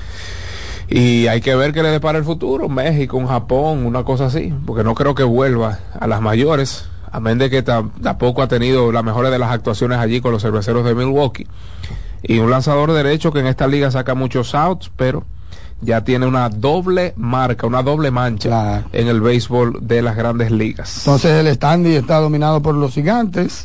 [SPEAKER 5] y hay que ver qué le depara el futuro, México, un Japón, una cosa así, porque no creo que vuelva a las mayores, a menos de que tampoco ha tenido las mejores de las actuaciones allí con los Cerveceros de Milwaukee, y un lanzador derecho que en esta liga saca muchos outs, pero ya tiene una doble marca, una doble mancha en el béisbol de las Grandes Ligas.
[SPEAKER 7] Entonces el standing está dominado por los Gigantes,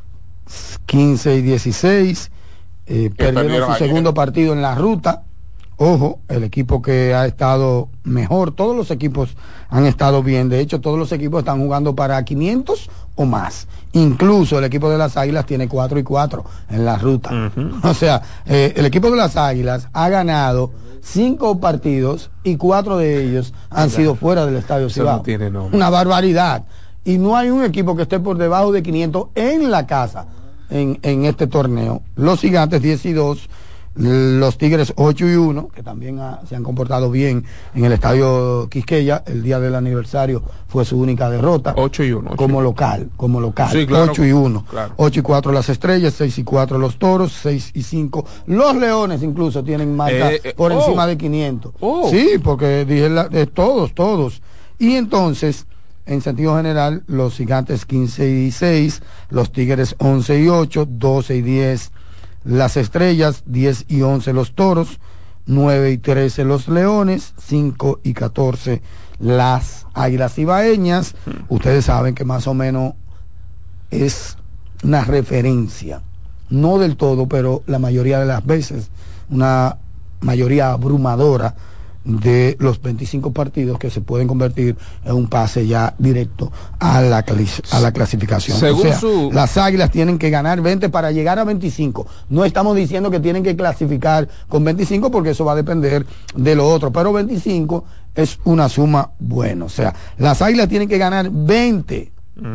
[SPEAKER 7] 15-16, perdieron su segundo partido en la ruta. Ojo, el equipo que ha estado mejor, todos los equipos han estado bien, de hecho todos los equipos están jugando para 500 o más, incluso el equipo de las Águilas tiene 4-4 en la ruta. O sea, el equipo de las Águilas ha ganado 5 partidos y 4 de ellos han sido fuera del Estadio Cibao.
[SPEAKER 5] No tiene nombre.
[SPEAKER 7] Una barbaridad. Y no hay un equipo que esté por debajo de 500 en la casa en este torneo. Los Gigantes 10-2, Los Tigres 8-1, que también se han comportado bien en el estadio Quisqueya. El día del aniversario fue su única derrota.
[SPEAKER 5] 8-1.
[SPEAKER 7] Como local.
[SPEAKER 5] Sí, claro,
[SPEAKER 7] 8-1.
[SPEAKER 5] Claro.
[SPEAKER 7] 8-4 las Estrellas, 6-4 los Toros, 6-5. Los Leones incluso tienen marca por encima de 500. Sí, porque dije todos. Y entonces, en sentido general, los Gigantes 15-6, los Tigres 11-8, 12-10 las Estrellas, 10-11 los Toros, 9-13 los Leones, 5-14 las Águilas Ibaeñas. Ustedes saben que más o menos es una referencia, no del todo, pero la mayoría de las veces, una mayoría abrumadora de los 25 partidos que se pueden convertir en un pase ya directo a la clasificación.
[SPEAKER 5] Según
[SPEAKER 7] o sea, las Águilas tienen que ganar 20 para llegar a 25. No estamos diciendo que tienen que clasificar con 25 porque eso va a depender de lo otro, pero 25 es una suma buena. O sea, las Águilas tienen que ganar 20.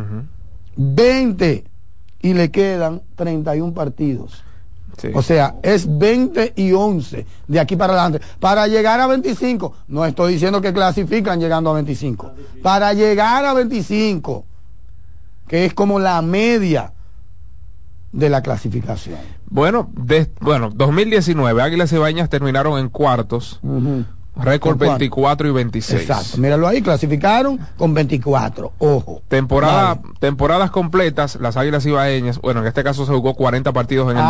[SPEAKER 7] 20 y le quedan 31 partidos. Sí. O sea, es 20-11 de aquí para adelante. Para llegar a 25, no estoy diciendo que clasifican llegando a 25. Para llegar a 25, que es como la media de la clasificación.
[SPEAKER 5] Bueno, 2019, Águilas Ibaeñas terminaron en cuartos. Récord 24 y 26.
[SPEAKER 7] Exacto, míralo ahí, clasificaron con 24, ojo.
[SPEAKER 5] Temporadas completas, las Águilas Ibaeñas, bueno, en este caso se jugó 40 partidos en el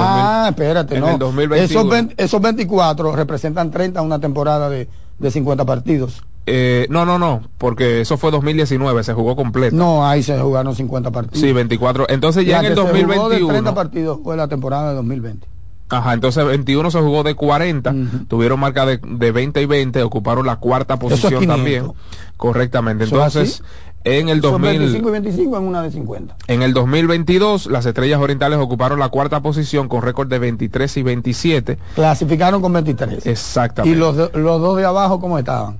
[SPEAKER 7] 2021. Esos 24 representan 30 una temporada de 50 partidos.
[SPEAKER 5] No, porque eso fue 2019, se jugó completo.
[SPEAKER 7] No, ahí se jugaron 50 partidos.
[SPEAKER 5] Sí, 24. Entonces ya en el 2021. Se jugó de
[SPEAKER 7] 30 partidos fue la temporada de 2020.
[SPEAKER 5] Ajá, entonces 21 se jugó de 40, tuvieron marca de 20 y 20, ocuparon la cuarta posición también. Correctamente. Entonces, en el
[SPEAKER 7] 25 y 25 en una de 50.
[SPEAKER 5] En el 2022, las Estrellas Orientales ocuparon la cuarta posición con récord de 23 y 27.
[SPEAKER 7] Clasificaron con 23.
[SPEAKER 5] Exactamente.
[SPEAKER 7] ¿Y los dos de abajo cómo estaban?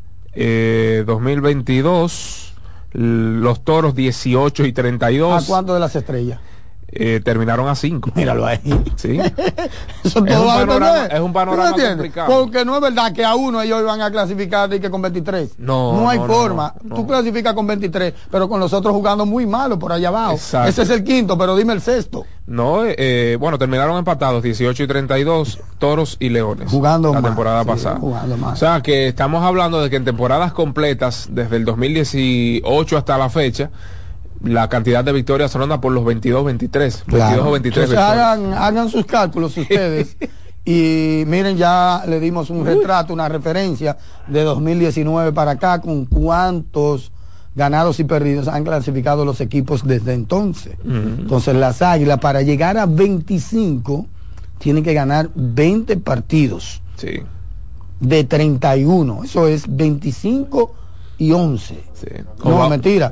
[SPEAKER 5] 2022, los Toros 18 y 32.
[SPEAKER 7] ¿A cuánto de las Estrellas?
[SPEAKER 5] Terminaron a 5.
[SPEAKER 7] Míralo ahí.
[SPEAKER 5] Sí.
[SPEAKER 7] Eso todo
[SPEAKER 5] es un panorama complicado.
[SPEAKER 7] Porque no es verdad que a uno ellos iban a clasificar y que con 23. No hay forma. No. Tú clasificas con 23, pero con los otros jugando muy malo por allá abajo. Exacto. Ese es el quinto, pero dime el sexto.
[SPEAKER 5] No, terminaron empatados 18 y 32 Toros y Leones.
[SPEAKER 7] Jugando
[SPEAKER 5] la temporada pasada.
[SPEAKER 7] Jugando más.
[SPEAKER 5] O sea, que estamos hablando de que en temporadas completas, desde el 2018 hasta la fecha, la cantidad de victorias ronda por los 22-23.
[SPEAKER 7] Claro.
[SPEAKER 5] 22 o 23
[SPEAKER 7] Entonces, hagan sus cálculos ustedes. Y miren, ya le dimos un retrato, una referencia de 2019 para acá, con cuántos ganados y perdidos han clasificado los equipos desde entonces. Entonces, las Águilas, para llegar a 25, tienen que ganar 20 partidos.
[SPEAKER 5] Sí.
[SPEAKER 7] De 31. Eso es 25 y 11.
[SPEAKER 5] Sí.
[SPEAKER 7] No, mentira.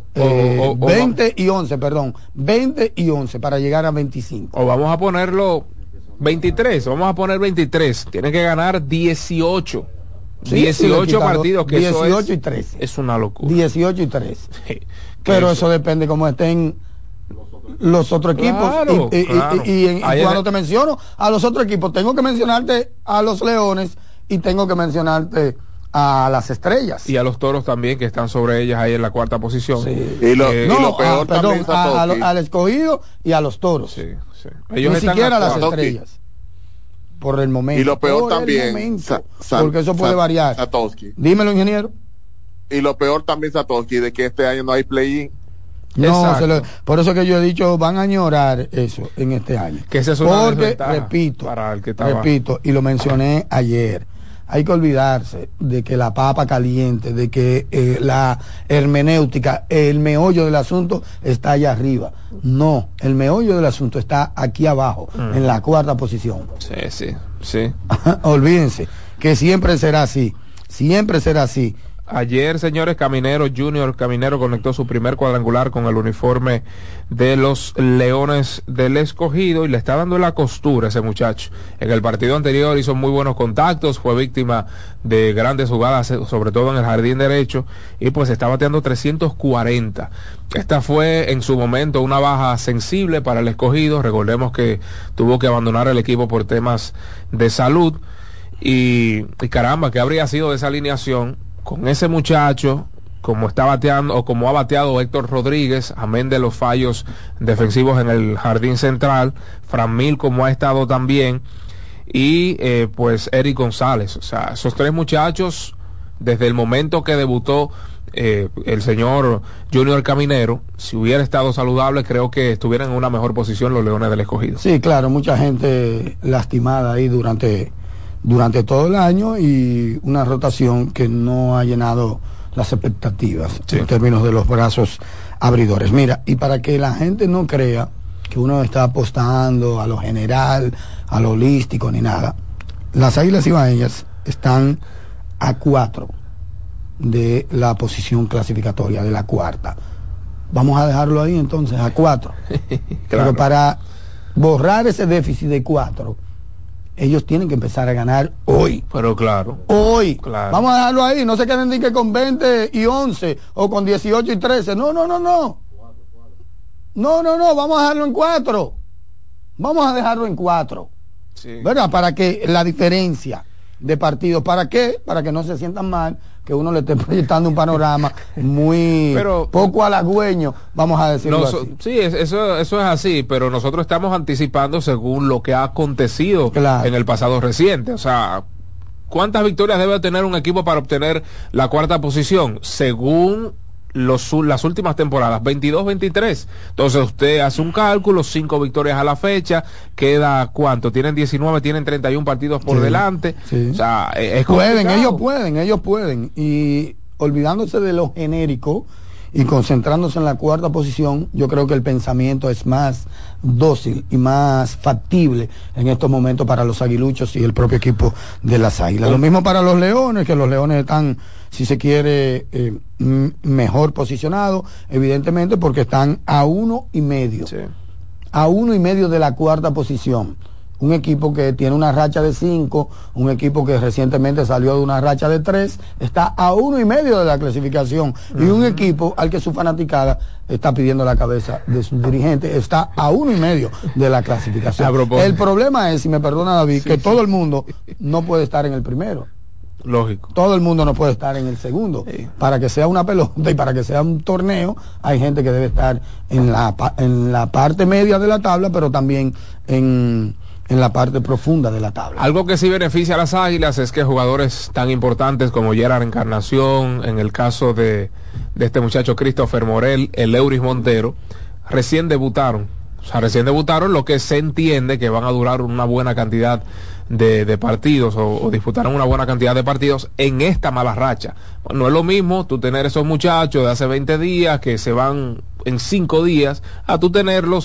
[SPEAKER 7] 20 y 11, perdón. 20 y 11 para llegar a 25.
[SPEAKER 5] O vamos a ponerlo 23, vamos a poner 23. Tienen que ganar 18. Sí, 18 partidos, que
[SPEAKER 7] 18
[SPEAKER 5] eso
[SPEAKER 7] y 13.
[SPEAKER 5] Es una locura.
[SPEAKER 7] 18 y 13. Sí, pero eso depende cómo estén los otros equipos. Y cuando te menciono a los otros equipos, tengo que mencionarte a los Leones y tengo que mencionarte a las Estrellas
[SPEAKER 5] y a los Toros también, que están sobre ellas ahí en la cuarta posición.
[SPEAKER 7] Sí.
[SPEAKER 6] Y lo peor
[SPEAKER 7] también al Escogido y a los Toros.
[SPEAKER 5] Sí.
[SPEAKER 7] Ellos ni siquiera a las Estrellas por el momento.
[SPEAKER 6] Y lo peor también
[SPEAKER 7] porque eso puede variar.
[SPEAKER 6] Satoshi.
[SPEAKER 7] Dímelo, ingeniero.
[SPEAKER 6] Y lo peor también, Satoshi, de que este año no hay play-in.
[SPEAKER 7] No, por eso que yo he dicho, van a añorar eso en este año.
[SPEAKER 5] Que esa es una
[SPEAKER 7] porque, repito, y lo mencioné ayer, hay que olvidarse de que la papa caliente, de que la hermenéutica, el meollo del asunto está allá arriba. No, el meollo del asunto está aquí abajo, en la cuarta posición.
[SPEAKER 5] Sí.
[SPEAKER 7] Olvídense que siempre será así.
[SPEAKER 5] Ayer, señores, Junior Caminero conectó su primer cuadrangular con el uniforme de los Leones del Escogido y le está dando la costura a ese muchacho. En el partido anterior hizo muy buenos contactos, fue víctima de grandes jugadas, sobre todo en el jardín derecho, y pues está bateando 340. Esta fue en su momento una baja sensible para el Escogido. Recordemos que tuvo que abandonar el equipo por temas de salud y caramba, ¿qué habría sido de esa alineación con ese muchacho, como está bateando o como ha bateado Héctor Rodríguez, amén de los fallos defensivos en el jardín central, Fran Mil como ha estado también, y pues Eric González? O sea, esos tres muchachos, desde el momento que debutó el señor Junior Caminero, si hubiera estado saludable, creo que estuvieran en una mejor posición los Leones del Escogido.
[SPEAKER 7] Sí, claro, mucha gente lastimada ahí durante todo el año y una rotación que no ha llenado las expectativas en términos de los brazos abridores. Mira, y para que la gente no crea que uno está apostando a lo general, a lo holístico ni nada, las Águilas Ibaeñas están a 4 de la posición clasificatoria, de la cuarta. Vamos a dejarlo ahí entonces, a 4. Claro. Pero para borrar ese déficit de 4, ellos tienen que empezar a ganar hoy.
[SPEAKER 5] Pero claro.
[SPEAKER 7] Hoy.
[SPEAKER 5] Claro.
[SPEAKER 7] Vamos a dejarlo ahí. No se queden ni que con 20 y 11 o con 18 y 13. No. No. Vamos a dejarlo en 4. Vamos a dejarlo en 4. Sí. ¿Verdad? Para que la diferencia de partidos, ¿para qué? Para que no se sientan mal, que uno le esté proyectando un panorama muy poco halagüeño, vamos a decirlo así.
[SPEAKER 5] Sí, eso es así, pero nosotros estamos anticipando según lo que ha acontecido en el pasado reciente. O sea, ¿cuántas victorias debe tener un equipo para obtener la cuarta posición? Según las últimas temporadas, 22-23. Entonces usted hace un cálculo, 5 victorias a la fecha, queda ¿cuánto? Tienen 19, tienen 31 partidos por delante. Sí. O sea, es
[SPEAKER 7] ellos pueden. Y olvidándose de lo genérico y concentrándose en la cuarta posición, yo creo que el pensamiento es más dócil y más factible en estos momentos para los aguiluchos y el propio equipo de las Águilas. Lo mismo para los Leones, que los Leones están, si se quiere, mejor posicionados, evidentemente porque están a 1.5. Sí. A 1.5 de la cuarta posición. Un equipo que tiene una racha de 5, un equipo que recientemente salió de una racha de 3, está a 1.5 de la clasificación. Y un equipo al que su fanaticada está pidiendo la cabeza de su dirigente, está a 1.5 de la clasificación. El problema es, si me perdona David, que todo el mundo no puede estar en el primero.
[SPEAKER 5] Lógico.
[SPEAKER 7] Todo el mundo no puede estar en el segundo. Sí. Para que sea una pelota y para que sea un torneo, hay gente que debe estar en la parte media de la tabla, pero también en la parte profunda de la tabla.
[SPEAKER 5] Algo que sí beneficia a las Águilas es que jugadores tan importantes como Gerard Encarnación, en el caso de este muchacho Christopher Morel, el Euris Montero, recién debutaron, lo que se entiende que van a durar una buena cantidad de partidos o disputarán una buena cantidad de partidos en esta mala racha. Bueno, no es lo mismo tú tener esos muchachos de hace 20 días que se van en 5 días a tú tenerlos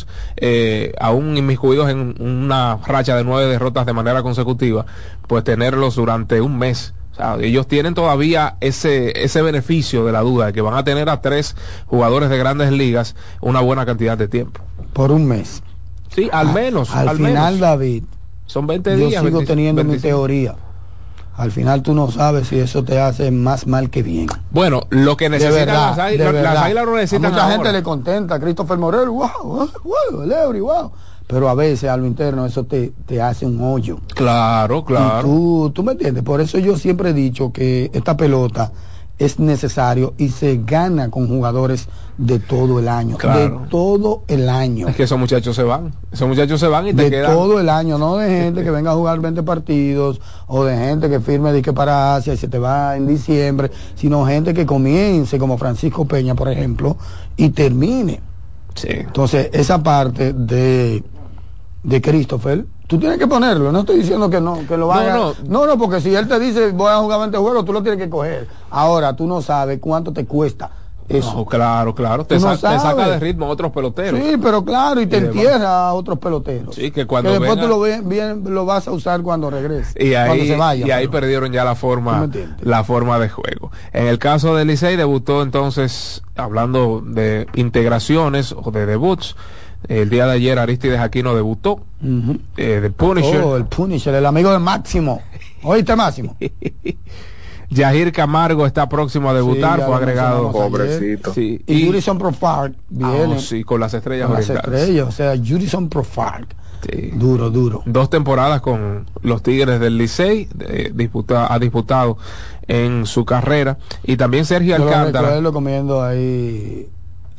[SPEAKER 5] aún inmiscuidos en una racha de 9 derrotas de manera consecutiva, pues tenerlos durante un mes. O sea, ellos tienen todavía ese beneficio de la duda de que van a tener a 3 jugadores de grandes ligas una buena cantidad de tiempo.
[SPEAKER 7] Por un mes.
[SPEAKER 5] Sí, al menos.
[SPEAKER 7] Al final, menos. David,
[SPEAKER 5] son 20 días.
[SPEAKER 7] Yo sigo teniendo 25. Mi teoría. Al final tú no sabes si eso te hace más mal que bien.
[SPEAKER 5] Bueno, lo que necesitan las Águilas no necesitan
[SPEAKER 7] a mucha gente le contenta a Christopher Morel, wow, el Eury, wow. Pero a veces a lo interno eso te hace un hoyo.
[SPEAKER 5] Claro.
[SPEAKER 7] Y tú me entiendes. Por eso yo siempre he dicho que esta pelota es necesario y se gana con jugadores de todo el año. Claro. De todo el año.
[SPEAKER 5] Es que esos muchachos se van y te quedan.
[SPEAKER 7] De todo el año, no de gente que venga a jugar 20 partidos o de gente que firme disque para Asia y se te va en diciembre, sino gente que comience como Francisco Peña, por ejemplo, y termine.
[SPEAKER 5] Sí.
[SPEAKER 7] Entonces, esa parte de Christopher, tú tienes que ponerlo, no estoy diciendo que lo vaya. No, porque si él te dice voy a jugar 20 juegos, tú lo tienes que coger. Ahora, tú no sabes cuánto te cuesta eso.
[SPEAKER 5] No, claro, te saca de ritmo a otros peloteros.
[SPEAKER 7] Sí, pero claro, y te entierra a otros peloteros.
[SPEAKER 5] Sí, que cuando
[SPEAKER 7] después tú lo vas a usar cuando regrese,
[SPEAKER 5] cuando
[SPEAKER 7] se vaya.
[SPEAKER 5] Y ahí perdieron ya la forma de juego. En el caso de Licey debutó entonces, hablando de integraciones o de debuts, el día de ayer Aristides Aquino debutó, de Punisher.
[SPEAKER 7] El Punisher, el amigo de Máximo. ¿Oíste, Máximo?
[SPEAKER 5] Yahir Camargo está próximo a debutar, fue agregado.
[SPEAKER 6] Pobrecito.
[SPEAKER 7] Sí. Y Judison Profar viene.
[SPEAKER 5] Sí, con las estrellas orientales.
[SPEAKER 7] O sea, Judison Profar.
[SPEAKER 5] Sí.
[SPEAKER 7] Duro.
[SPEAKER 5] 2 temporadas con los Tigres del Licey, ha disputado en su carrera. Y también Sergio Alcántara.
[SPEAKER 7] Recuerdo comiendo ahí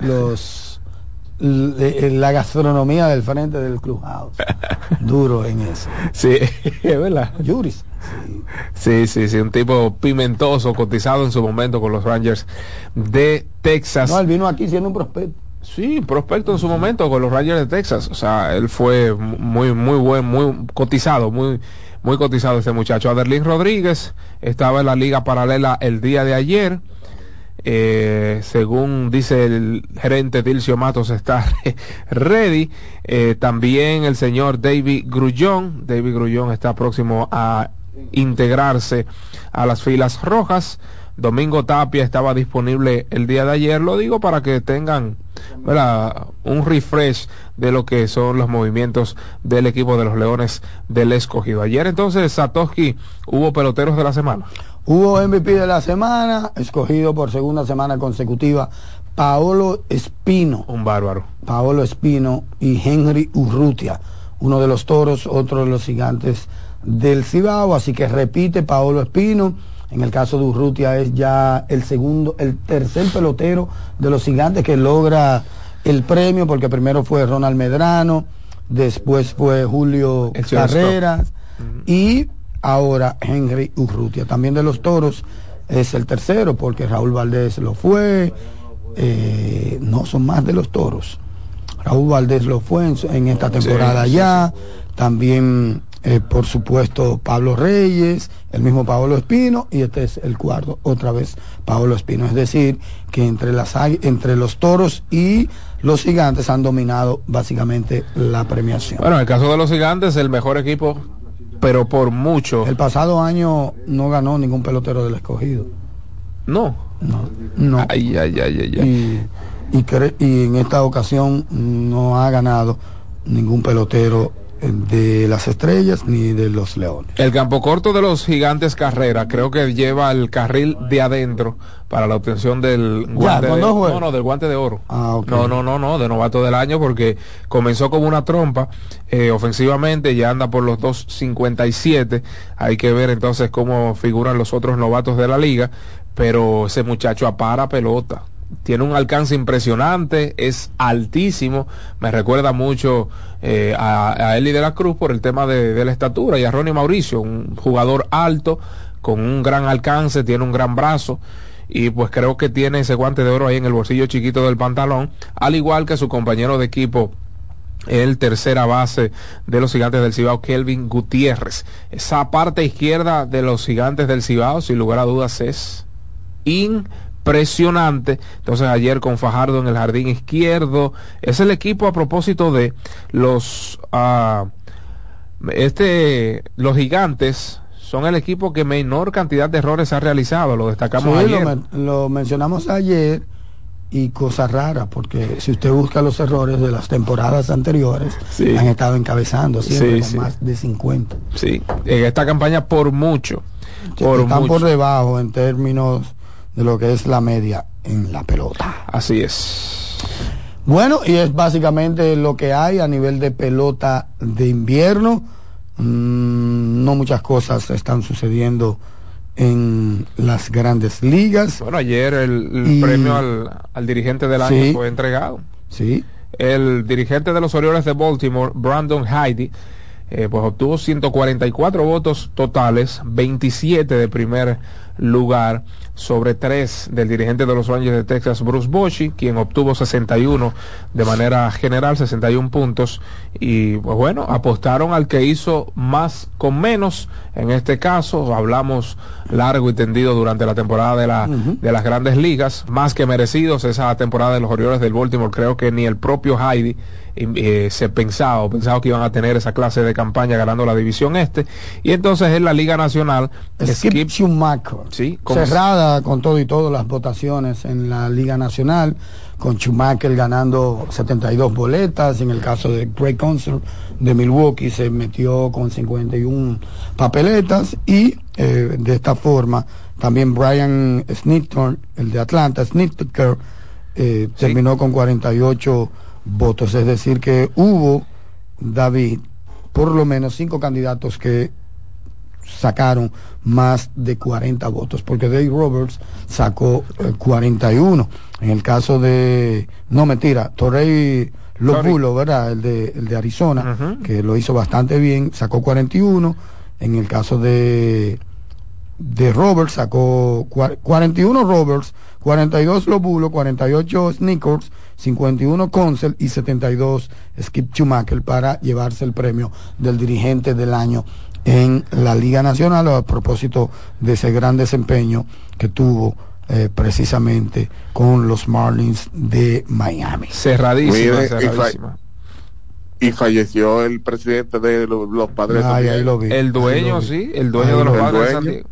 [SPEAKER 7] la gastronomía del frente del Clubhouse. Duro en eso.
[SPEAKER 5] Sí, es verdad.
[SPEAKER 7] Juris.
[SPEAKER 5] Sí, un tipo pimentoso, cotizado en su momento con los Rangers de Texas.
[SPEAKER 7] No, él vino aquí siendo un prospecto.
[SPEAKER 5] Sí, prospecto en su momento con los Rangers de Texas. O sea, él fue muy buen, muy cotizado, muy cotizado este muchacho. Aderlín Rodríguez estaba en la liga paralela el día de ayer. Según dice el gerente Dilcio Matos, está ready. También el señor David Grullón está próximo a integrarse a las filas rojas. Domingo Tapia estaba disponible el día de ayer, lo digo para que tengan, ¿verdad?, un refresh de lo que son los movimientos del equipo de los Leones del Escogido. Ayer entonces, Satoshi, hubo peloteros de la semana.
[SPEAKER 7] Hubo MVP de la semana, escogido por segunda semana consecutiva, Paolo Espino.
[SPEAKER 5] Un bárbaro.
[SPEAKER 7] Paolo Espino y Henry Urrutia, uno de los Toros, otro de los Gigantes del Cibao, así que repite Paolo Espino. En el caso de Urrutia es ya el tercer pelotero de los Gigantes que logra el premio, porque primero fue Ronald Medrano, después fue Julio Carreras y ahora Henry Urrutia. También de los Toros es el tercero, porque Raúl Valdés lo fue. No, son más de los Toros. Raúl Valdés lo fue en esta temporada ya. También por supuesto Pablo Reyes, el mismo Paolo Espino, y este es el cuarto, otra vez Paolo Espino. Es decir, que entre los Toros y los Gigantes han dominado básicamente la premiación.
[SPEAKER 5] Bueno, en el caso de los Gigantes, el mejor equipo, pero por mucho.
[SPEAKER 7] El pasado año no ganó ningún pelotero del Escogido.
[SPEAKER 5] No.
[SPEAKER 7] Ay. Y en esta ocasión no ha ganado ningún pelotero de las Estrellas ni de los Leones.
[SPEAKER 5] El campo corto de los Gigantes Carrera creo que lleva el carril de adentro para la obtención del guante del guante de oro.
[SPEAKER 7] Okay.
[SPEAKER 5] No, de novato del año, porque comenzó como una trompa ofensivamente, ya anda por los 2.57. Hay que ver entonces cómo figuran los otros novatos de la liga, pero ese muchacho apara pelota. Tiene un alcance impresionante, es altísimo, me recuerda mucho a Eli de la Cruz por el tema de la estatura, y a Ronnie Mauricio, un jugador alto, con un gran alcance, tiene un gran brazo, y pues creo que tiene ese guante de oro ahí en el bolsillo chiquito del pantalón, al igual que su compañero de equipo, el tercera base de los Gigantes del Cibao, Kelvin Gutiérrez. Esa parte izquierda de los Gigantes del Cibao, sin lugar a dudas, es impresionante. Entonces ayer con Fajardo en el jardín izquierdo, es el equipo, a propósito de los los Gigantes son el equipo que menor cantidad de errores ha realizado, lo destacamos ayer.
[SPEAKER 7] Lo mencionamos ayer, y cosa rara, porque si usted busca los errores de las temporadas anteriores, han estado encabezando siempre con más de 50.
[SPEAKER 5] Sí, en esta campaña por mucho.
[SPEAKER 7] Están por debajo en términos de lo que es la media en la pelota.
[SPEAKER 5] Así es.
[SPEAKER 7] Bueno, y es básicamente lo que hay a nivel de pelota de invierno. No muchas cosas están sucediendo en las grandes ligas.
[SPEAKER 5] Bueno, ayer el premio al dirigente del año fue entregado.
[SPEAKER 7] Sí.
[SPEAKER 5] El dirigente de los Orioles de Baltimore, Brandon Heidi, pues obtuvo 144 votos totales, 27 de primer lugar, sobre 3 del dirigente de los Rangers de Texas, Bruce Bochy, quien obtuvo 61 de manera general, 61 puntos, y pues bueno, apostaron al que hizo más con menos. En este caso hablamos largo y tendido durante la temporada de las Grandes Ligas, más que merecidos esa temporada de los Orioles del Baltimore. Creo que ni el propio Heidi se pensaba que iban a tener esa clase de campaña ganando la división este. Y entonces en la Liga Nacional,
[SPEAKER 7] Skip Schumacher,
[SPEAKER 5] sí,
[SPEAKER 7] cerrada con todo y todo las votaciones en la Liga Nacional, con Schumacher ganando 72 boletas. En el caso de Greg Counsell de Milwaukee se metió con 51 papeletas, y de esta forma también Brian Snitker, el de Atlanta, terminó con 48 votos. Es decir que hubo, David, por lo menos 5 candidatos que sacaron más de 40 votos, porque Dave Roberts sacó 41. En el caso de, no mentira, Torrey Lobulo, ¿verdad? El de Arizona, que lo hizo bastante bien, sacó 41. En el caso de Roberts sacó 41 Roberts, 42 Lobulo, 48 Snickers, 51 Counsell y 72 Skip Schumacher para llevarse el premio del dirigente del año en la Liga Nacional, a propósito de ese gran desempeño que tuvo precisamente con los Marlins de Miami.
[SPEAKER 5] Cerradísima.
[SPEAKER 6] Y falleció el presidente de los Padres de San Diego.
[SPEAKER 7] Ahí lo vi.
[SPEAKER 5] El dueño, sí, el dueño de los Padres de San Diego.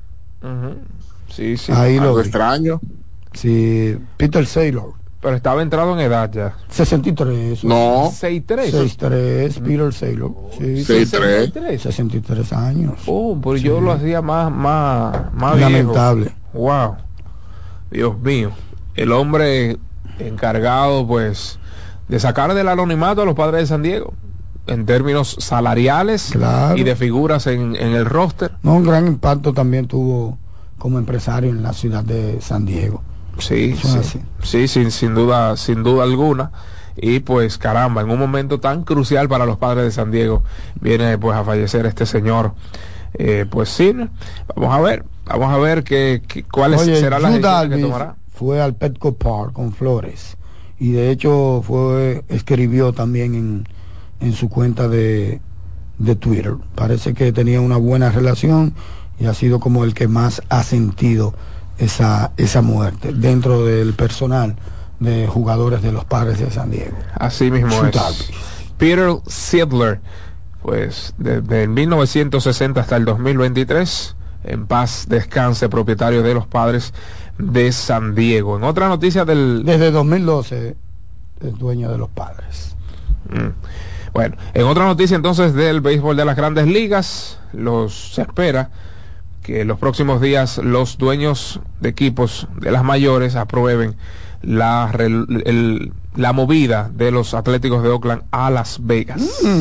[SPEAKER 5] Sí, sí.
[SPEAKER 7] Ahí lo vi.
[SPEAKER 6] Extraño.
[SPEAKER 7] Sí, Peter Saylor.
[SPEAKER 5] Pero estaba entrado en edad ya.
[SPEAKER 7] 63.
[SPEAKER 6] No.
[SPEAKER 7] 63, Peter Saylor. Sí,
[SPEAKER 6] 63.
[SPEAKER 7] 63 años.
[SPEAKER 5] Oh, pues yo lo hacía más
[SPEAKER 7] lamentable.
[SPEAKER 5] Viejo. Wow. Dios mío. El hombre encargado, pues, de sacar del anonimato a los Padres de San Diego en términos salariales, claro, y de figuras en el roster.
[SPEAKER 7] No, un gran impacto también tuvo como empresario en la ciudad de San Diego.
[SPEAKER 5] Sí, sin duda alguna. Y pues caramba, en un momento tan crucial para los Padres de San Diego viene pues a fallecer este señor. Pues sí, vamos a ver cuáles serán las decisiones que tomará.
[SPEAKER 7] Fue al Petco Park con flores, y de hecho escribió también en su cuenta de Twitter. Parece que tenía una buena relación y ha sido como el que más ha sentido esa muerte dentro del personal de jugadores de los Padres de San Diego.
[SPEAKER 5] Así mismo es. Peter Seidler, pues desde 1960 hasta el 2023, en paz descanse, propietario de los Padres de San Diego. En otra noticia
[SPEAKER 7] desde 2012 es dueño de los Padres.
[SPEAKER 5] Bueno, en otra noticia entonces del béisbol de las Grandes Ligas, se espera que en los próximos días los dueños de equipos de las mayores aprueben la movida de los Atléticos de Oakland a Las Vegas.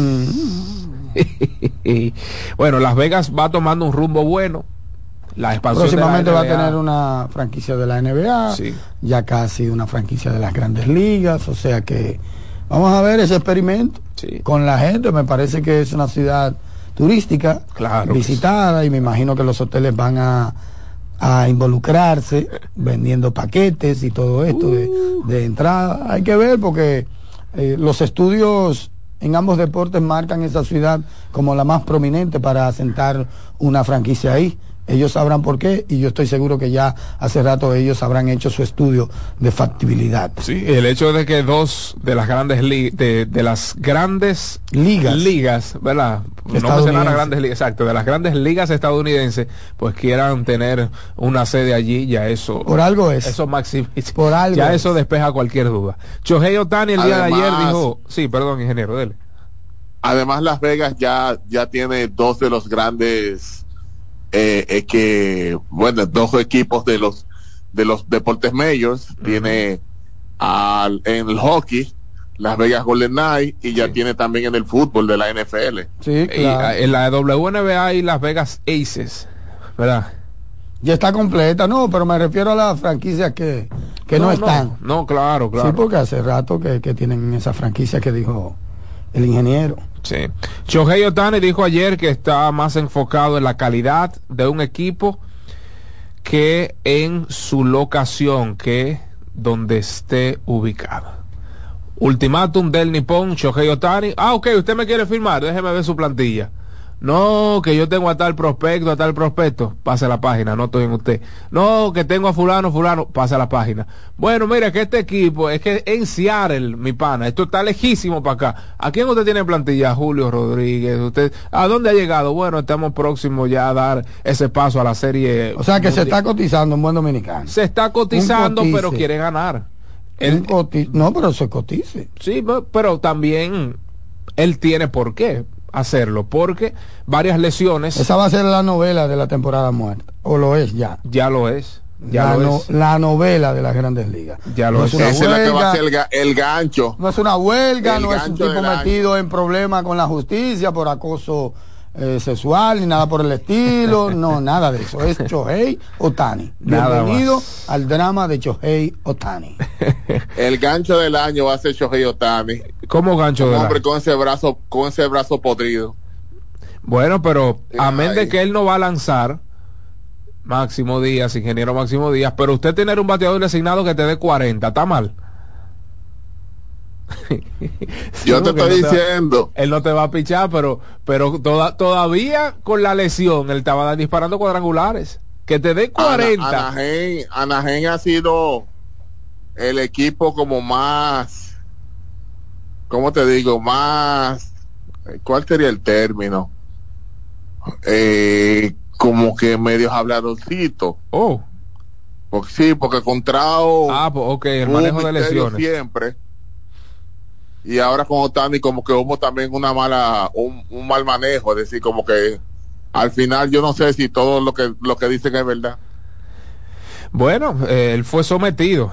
[SPEAKER 5] Bueno, Las Vegas va tomando un rumbo bueno. La expansión
[SPEAKER 7] próximamente va a tener una franquicia de la NBA, sí, ya casi una franquicia de las Grandes Ligas, o sea que vamos a ver ese experimento, sí, con la gente. Me parece que es una ciudad turística, claro, visitada, y me imagino que los hoteles van a involucrarse vendiendo paquetes y todo esto de entrada. Hay que ver, porque los estudios en ambos deportes marcan esa ciudad como la más prominente para asentar una franquicia ahí. Ellos sabrán por qué, y yo estoy seguro que ya hace rato ellos habrán hecho su estudio de factibilidad.
[SPEAKER 5] Sí, el hecho de que dos de las grandes de las grandes ligas, ¿verdad? No mencionar las grandes ligas, exacto, de las grandes ligas estadounidenses, pues quieran tener una sede allí, ya eso.
[SPEAKER 7] Por algo es.
[SPEAKER 5] Eso maximiza.
[SPEAKER 7] Por algo.
[SPEAKER 5] Ya eso despeja cualquier duda. Shohei Ohtani el día de ayer dijo, sí, perdón, ingeniero, dele.
[SPEAKER 6] Además, Las Vegas ya tiene dos de los grandes dos equipos de los deportes majors. Tiene en el hockey Las Vegas Golden Knights, y ya tiene también en el fútbol de la NFL.
[SPEAKER 7] Sí, claro.
[SPEAKER 5] Y en la WNBA y Las Vegas Aces, ¿verdad?
[SPEAKER 7] Ya está completa, no, pero me refiero a las franquicias que no están.
[SPEAKER 5] No, claro.
[SPEAKER 7] Sí, porque hace rato que tienen esa franquicia que dijo el ingeniero.
[SPEAKER 5] Sí. Shohei Ohtani dijo ayer que está más enfocado en la calidad de un equipo que en su locación, que donde esté ubicado. Ultimátum del Nippon, Shohei Ohtani. Ok, usted me quiere firmar, déjeme ver su plantilla. No, que yo tengo a tal prospecto, pase la página, no estoy en usted. No, que tengo a fulano, pase la página. Bueno, mira, que este equipo, es que en Seattle, mi pana, esto está lejísimo para acá. ¿A quién usted tiene en plantilla? Julio Rodríguez, usted, ¿a dónde ha llegado? Bueno, estamos próximos ya a dar ese paso a la serie.
[SPEAKER 7] O sea que mundial. Se está cotizando un buen dominicano.
[SPEAKER 5] Se está cotizando, pero quiere ganar.
[SPEAKER 7] No, pero se cotice.
[SPEAKER 5] Sí, pero también él tiene por qué hacerlo, porque varias lesiones.
[SPEAKER 7] Esa va a ser la novela de la temporada muerta, o lo es ya.
[SPEAKER 5] Ya lo es.
[SPEAKER 7] La novela de las Grandes Ligas.
[SPEAKER 5] Ya lo es.
[SPEAKER 6] Esa es la que va a ser el gancho.
[SPEAKER 7] No es una huelga, no es un tipo metido en problemas con la justicia por acoso sexual ni nada por el estilo. No, nada de eso. Es Shohei Ohtani. Bienvenido al drama de Shohei Ohtani.
[SPEAKER 6] El gancho del año va a ser Shohei Ohtani.
[SPEAKER 5] ¿Cómo gancho del año?
[SPEAKER 6] Hombre, con ese brazo podrido.
[SPEAKER 5] Bueno, pero amén de que él no va a lanzar, Máximo Díaz, ingeniero Máximo Díaz, pero usted tener un bateador designado que te dé 40, ¿está mal?
[SPEAKER 6] Yo te estoy diciendo.
[SPEAKER 5] Él no te va a pichar, pero todavía con la lesión, él estaba disparando cuadrangulares. Que te dé 40.
[SPEAKER 6] Anaheim ha sido el equipo como más, ¿cómo te digo? Más, ¿cuál sería el término? Como que medio habladoncito. Porque sí, porque Contrao.
[SPEAKER 5] El manejo de lesiones
[SPEAKER 6] siempre. Y ahora con Ohtani como que hubo también un mal manejo, es decir, como que al final yo no sé si todo lo que dicen es verdad.
[SPEAKER 5] Bueno, él fue sometido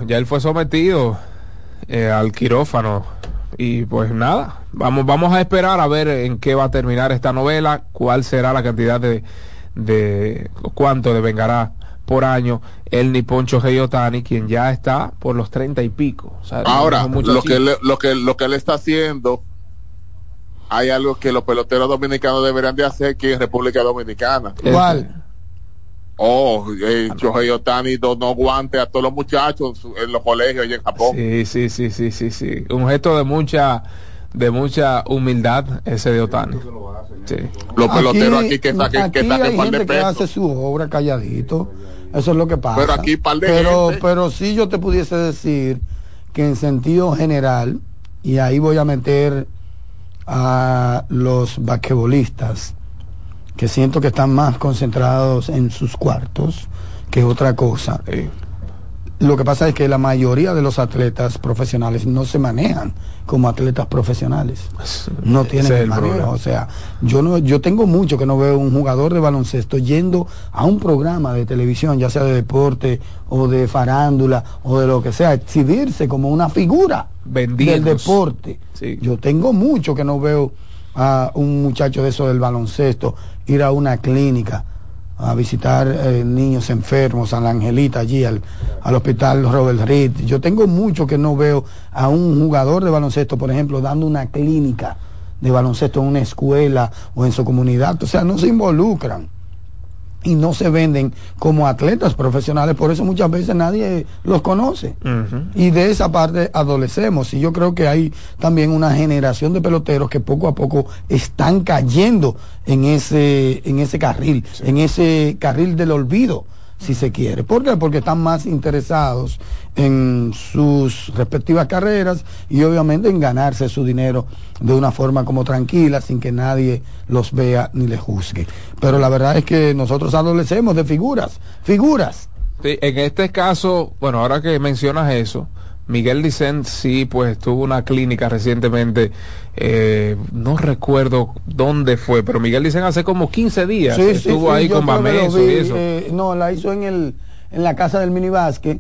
[SPEAKER 5] al quirófano y pues nada, vamos a esperar a ver en qué va a terminar esta novela, cuál será la cantidad de cuánto devengará por año el Nippon Shohei Ohtani, quien ya está por los 30 y pico. O sea,
[SPEAKER 6] ahora, lo que él está haciendo, hay algo que los peloteros dominicanos deberían de hacer aquí en República Dominicana.
[SPEAKER 7] ¿Cuál?
[SPEAKER 6] Shohei Ohtani no guante a todos los muchachos en los colegios y en Japón.
[SPEAKER 5] Sí. Un gesto de mucha humildad ese de Ohtani. Sí.
[SPEAKER 6] Los peloteros aquí que saquen
[SPEAKER 7] hay gente que hace su obra calladito. Eso es lo que pasa.
[SPEAKER 6] Pero aquí gente.
[SPEAKER 7] Pero sí yo te pudiese decir que en sentido general, y ahí voy a meter a los basquetbolistas, que siento que están más concentrados en sus cuartos que otra cosa.
[SPEAKER 5] Sí.
[SPEAKER 7] Lo que pasa es que la mayoría de los atletas profesionales no se manejan como atletas profesionales. No tienen el manejo. O sea, yo tengo mucho que no veo un jugador de baloncesto yendo a un programa de televisión, ya sea de deporte o de farándula o de lo que sea, exhibirse como una figura del deporte.
[SPEAKER 5] Sí.
[SPEAKER 7] Yo tengo mucho que no veo a un muchacho de eso del baloncesto ir a una clínica a visitar niños enfermos, a la Angelita allí, al hospital Robert Reed. Yo tengo mucho que no veo a un jugador de baloncesto, por ejemplo, dando una clínica de baloncesto en una escuela o en su comunidad. O sea, no se involucran y no se venden como atletas profesionales, por eso muchas veces nadie los conoce. Y de esa parte adolecemos, y yo creo que hay también una generación de peloteros que poco a poco están cayendo en ese carril, en ese carril del olvido, si se quiere. ¿Por qué? Porque están más interesados en sus respectivas carreras y obviamente en ganarse su dinero de una forma como tranquila, sin que nadie los vea ni les juzgue. Pero la verdad es que nosotros adolecemos de figuras.
[SPEAKER 5] Sí, en este caso, bueno, ahora que mencionas eso, Miguel Dicen sí, pues tuvo una clínica recientemente, no recuerdo dónde fue, pero Miguel Dicen hace como 15 días estuvo ahí con Bameso y eso.
[SPEAKER 7] No, la hizo en la casa del minibásquet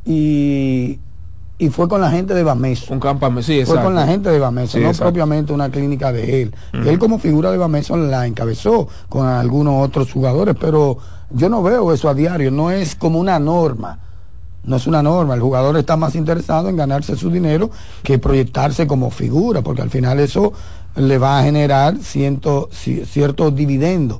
[SPEAKER 7] y fue con la gente de Bameso.
[SPEAKER 5] Un campamento, sí, exacto.
[SPEAKER 7] Fue con la gente de Bameso,
[SPEAKER 5] sí,
[SPEAKER 7] no
[SPEAKER 5] exacto.
[SPEAKER 7] Propiamente una clínica de él. Él como figura de Bameso la encabezó con algunos otros jugadores, pero yo no veo eso a diario, no es como una norma. no es una norma. El jugador está más interesado en ganarse su dinero que proyectarse como figura, porque al final eso le va a generar cierto dividendo.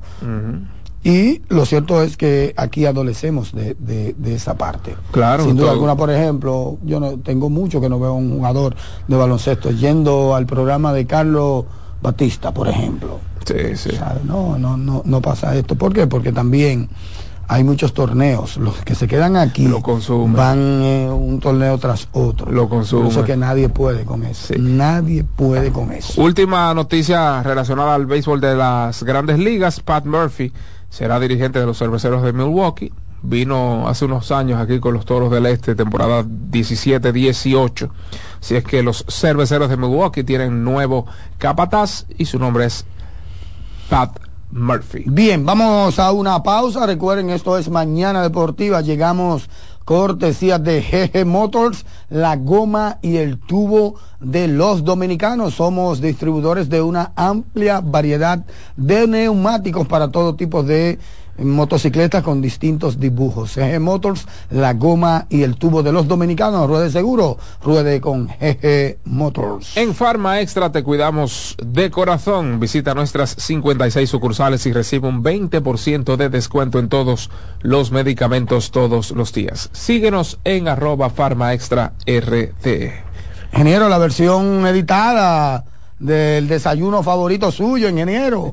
[SPEAKER 7] Y lo cierto es que aquí adolecemos de esa parte.
[SPEAKER 5] Claro.
[SPEAKER 7] Sin duda alguna, por ejemplo, yo no tengo mucho que no veo a un jugador de baloncesto yendo al programa de Carlos Batista, por ejemplo.
[SPEAKER 5] Sí, sí.
[SPEAKER 7] ¿Sabe? No pasa esto. ¿Por qué? Porque también hay muchos torneos. Los que se quedan aquí
[SPEAKER 5] lo consumen.
[SPEAKER 7] Van un torneo tras otro.
[SPEAKER 5] Lo consumen.
[SPEAKER 7] Por eso que nadie puede con eso. Sí. Nadie puede con eso.
[SPEAKER 5] Última noticia relacionada al béisbol de las Grandes Ligas. Pat Murphy será dirigente de los Cerveceros de Milwaukee. Vino hace unos años aquí con los Toros del Este, temporada 17-18. Si es que los Cerveceros de Milwaukee tienen nuevo capataz y su nombre es Pat Murphy.
[SPEAKER 7] Bien, vamos a una pausa. Recuerden, esto es Mañana Deportiva. Llegamos cortesía de GG Motors, la goma y el tubo de los dominicanos. Somos distribuidores de una amplia variedad de neumáticos para todo tipo de motocicletas con distintos dibujos. GG Motors, la goma y el tubo de los dominicanos. Ruede seguro, ruede con GG Motors.
[SPEAKER 5] En Farma Extra te cuidamos de corazón. Visita nuestras 56 sucursales y recibe un 20% de descuento en todos los medicamentos todos los días. Síguenos en @FarmaExtraRT.
[SPEAKER 7] Ingeniero, la versión editada del desayuno favorito suyo, ingeniero.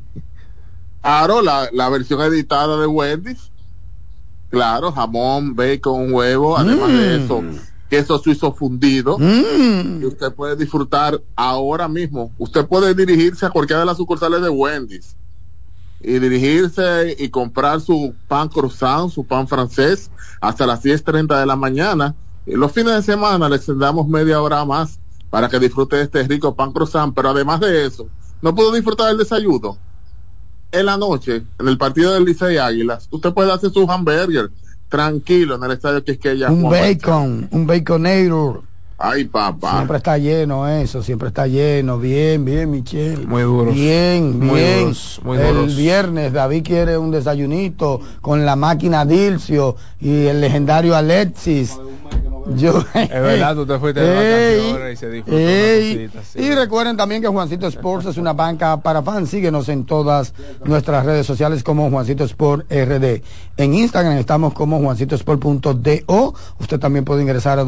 [SPEAKER 6] Claro, la versión editada de Wendy's. Claro, jamón, bacon, huevo, además de eso, queso suizo fundido, que usted puede disfrutar ahora mismo. Usted puede dirigirse a cualquiera de las sucursales de Wendy's y dirigirse y comprar su pan croissant, su pan francés, hasta las 10:30 de la mañana. Y los fines de semana les damos media hora más para que disfrute de este rico pan croissant. Pero además de eso, no puedo disfrutar del desayuno. En la noche, en el partido del Licey Águilas, usted puede hacer su hamburger tranquilo en el estadio Quisqueya.
[SPEAKER 7] Un baconator.
[SPEAKER 6] Ay, papá.
[SPEAKER 7] Siempre está lleno eso, siempre está lleno. Bien, Michelle.
[SPEAKER 5] Muy duro.
[SPEAKER 7] Bien.
[SPEAKER 5] Muy duros.
[SPEAKER 7] El viernes David quiere un desayunito con la máquina Dilcio y el legendario Alexis.
[SPEAKER 5] Es verdad, tú te fuiste de vacaciones y se disfrutó una cosita, sí.
[SPEAKER 7] Y recuerden también que Juancito Sports es una banca para fans. Síguenos en todas nuestras redes sociales como Juancito Sport RD. En Instagram estamos como juancitosport.do. Usted también puede ingresar a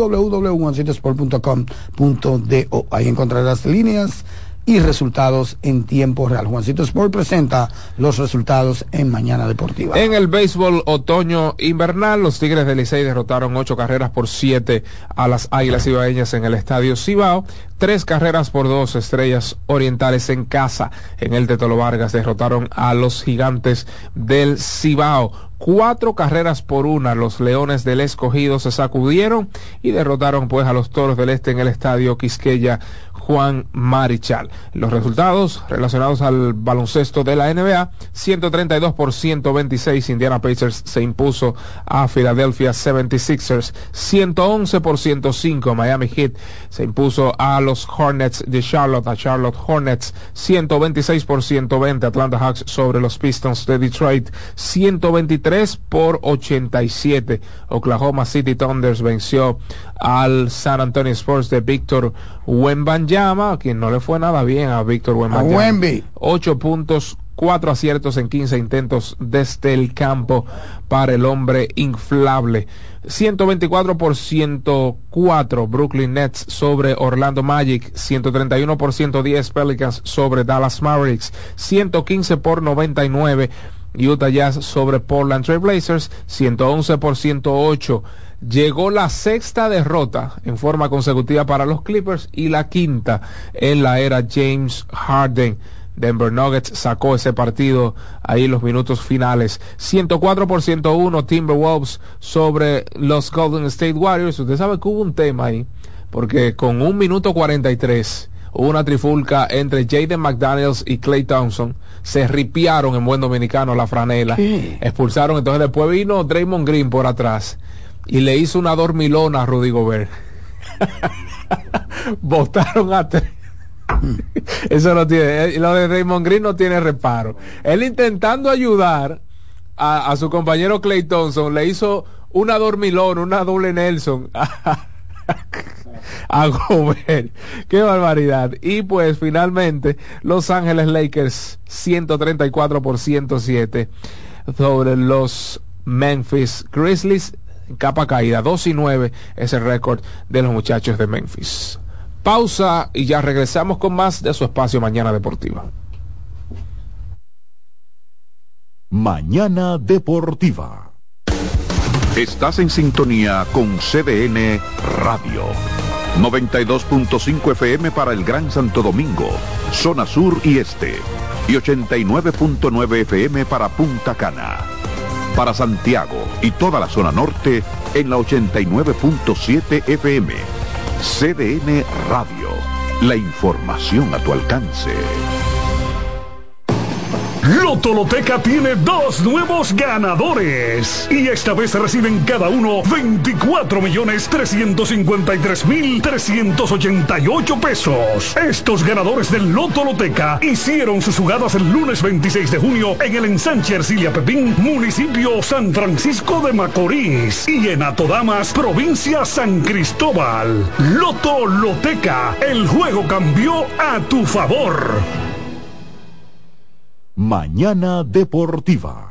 [SPEAKER 7] www.juancitosport.com.do. Ahí encontrarás líneas y resultados en tiempo real. Juancito Sport presenta los resultados en Mañana Deportiva.
[SPEAKER 5] En el béisbol otoño invernal, los Tigres del Licey derrotaron 8-7 a las Águilas Cibaeñas en el Estadio Cibao. 3-2 Estrellas Orientales en casa en el Tetelo Vargas derrotaron a los Gigantes del Cibao. 4-1 los Leones del Escogido se sacudieron y derrotaron pues a los Toros del Este en el Estadio Quisqueya Juan Marichal. Los resultados relacionados al baloncesto de la NBA: 132-126 Indiana Pacers se impuso a Philadelphia 76ers. 111-105 Miami Heat se impuso a los Hornets de Charlotte Hornets. 126-120 Atlanta Hawks sobre los Pistons de Detroit. 123-87 Oklahoma City Thunders venció al San Antonio Spurs de Víctor Wembanyama, a quien no le fue nada bien a Víctor Wembanyama. 8 puntos, 4 aciertos en 15 intentos desde el campo para el hombre inflable. 124-104 Brooklyn Nets sobre Orlando Magic. 131-110 Pelicans sobre Dallas Mavericks. 115-99 Utah Jazz sobre Portland Trail Blazers. 111-108. Llegó la sexta derrota en forma consecutiva para los Clippers y la quinta en la era James Harden. Denver Nuggets sacó ese partido ahí en los minutos finales. 104-101 Timberwolves sobre los Golden State Warriors. Usted sabe que hubo un tema ahí, porque con 1 minuto 43 hubo una trifulca entre Jaden McDaniels y Klay Thompson. Se ripiaron en buen dominicano la franela. ¿Qué? Expulsaron. Entonces después vino Draymond Green por atrás y le hizo una dormilona a Rudy Gobert. Botaron a 3. Eso no tiene, lo de Draymond Green no tiene reparo. Él intentando ayudar a su compañero Klay Thompson, le hizo una dormilón, una doble Nelson a Gobert. Qué barbaridad. Y pues finalmente Los Ángeles Lakers 134-107 sobre los Memphis Grizzlies. Capa caída, 2-9 es el récord de los muchachos de Memphis. Pausa y ya regresamos con más de su espacio Mañana Deportiva.
[SPEAKER 2] Mañana Deportiva. Estás en sintonía con CDN Radio. 92.5 FM para el Gran Santo Domingo, zona sur y este. Y 89.9 FM para Punta Cana. Para Santiago y toda la zona norte en la 89.7 FM. CDN Radio. La información a tu alcance.
[SPEAKER 10] Loto Loteca tiene 2 nuevos ganadores y esta vez reciben cada uno 24.353.388 pesos. Estos ganadores del Loto Loteca hicieron sus jugadas el lunes 26 de junio en el ensanche Ercilia Pepín, municipio San Francisco de Macorís, y en Atodamas, provincia San Cristóbal. Loto Loteca, el juego cambió a tu favor.
[SPEAKER 2] Mañana Deportiva.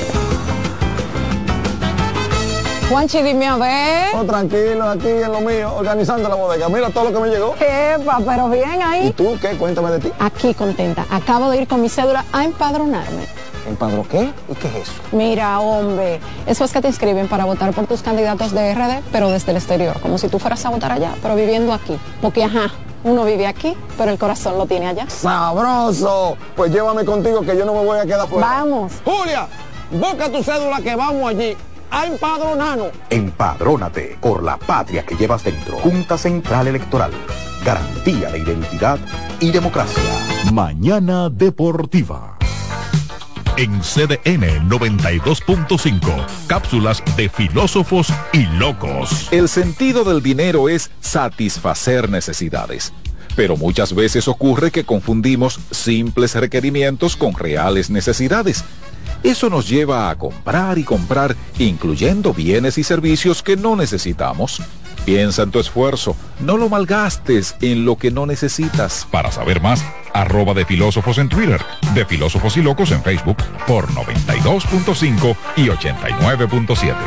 [SPEAKER 11] Juanchi, dime a ver.
[SPEAKER 12] Oh, tranquilo, aquí en lo mío, organizando la bodega. Mira todo lo que me llegó.
[SPEAKER 11] Epa, pero bien ahí.
[SPEAKER 12] ¿Y tú qué? Cuéntame de ti.
[SPEAKER 11] Aquí contenta. Acabo de ir con mi cédula a empadronarme.
[SPEAKER 12] ¿Empadro qué? ¿Y qué es eso?
[SPEAKER 11] Mira, hombre, eso es que te inscriben para votar por tus candidatos de RD, pero desde el exterior, como si tú fueras a votar allá, pero viviendo aquí. Porque, ajá, uno vive aquí, pero el corazón lo tiene allá.
[SPEAKER 12] ¡Sabroso! Pues llévame contigo que yo no me voy a quedar fuera.
[SPEAKER 11] Vamos.
[SPEAKER 12] Julia, busca tu cédula que vamos allí a empadronarnos.
[SPEAKER 13] Empadrónate por la patria que llevas dentro. Junta Central Electoral. Garantía de identidad y democracia.
[SPEAKER 2] Mañana Deportiva. En CDN 92.5, cápsulas de filósofos y locos.
[SPEAKER 14] El sentido del dinero es satisfacer necesidades, pero muchas veces ocurre que confundimos simples requerimientos con reales necesidades. Eso nos lleva a comprar y comprar, incluyendo bienes y servicios que no necesitamos. Piensa en tu esfuerzo, no lo malgastes en lo que no necesitas.
[SPEAKER 2] Para saber más, @de filósofos en Twitter, de Filósofos y Locos en Facebook, por 92.5 y 89.7.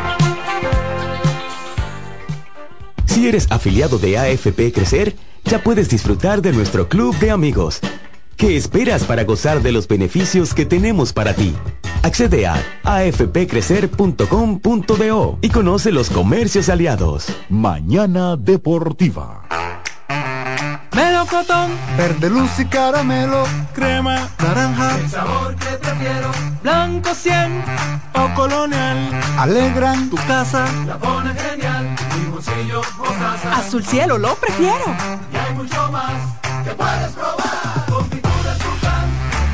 [SPEAKER 15] Si eres afiliado de AFP Crecer, ya puedes disfrutar de nuestro club de amigos. ¿Qué esperas para gozar de los beneficios que tenemos para ti? Accede a afpcrecer.com.do y conoce los comercios aliados.
[SPEAKER 2] Mañana Deportiva.
[SPEAKER 16] Melocotón, verde luz y caramelo, crema, naranja, el sabor que prefiero, blanco 100 o colonial, alegran tu casa, la ponen genial, mi bolsillo o taza, azul cielo lo prefiero, y hay mucho más que puedes probar, con pinturas Tucán,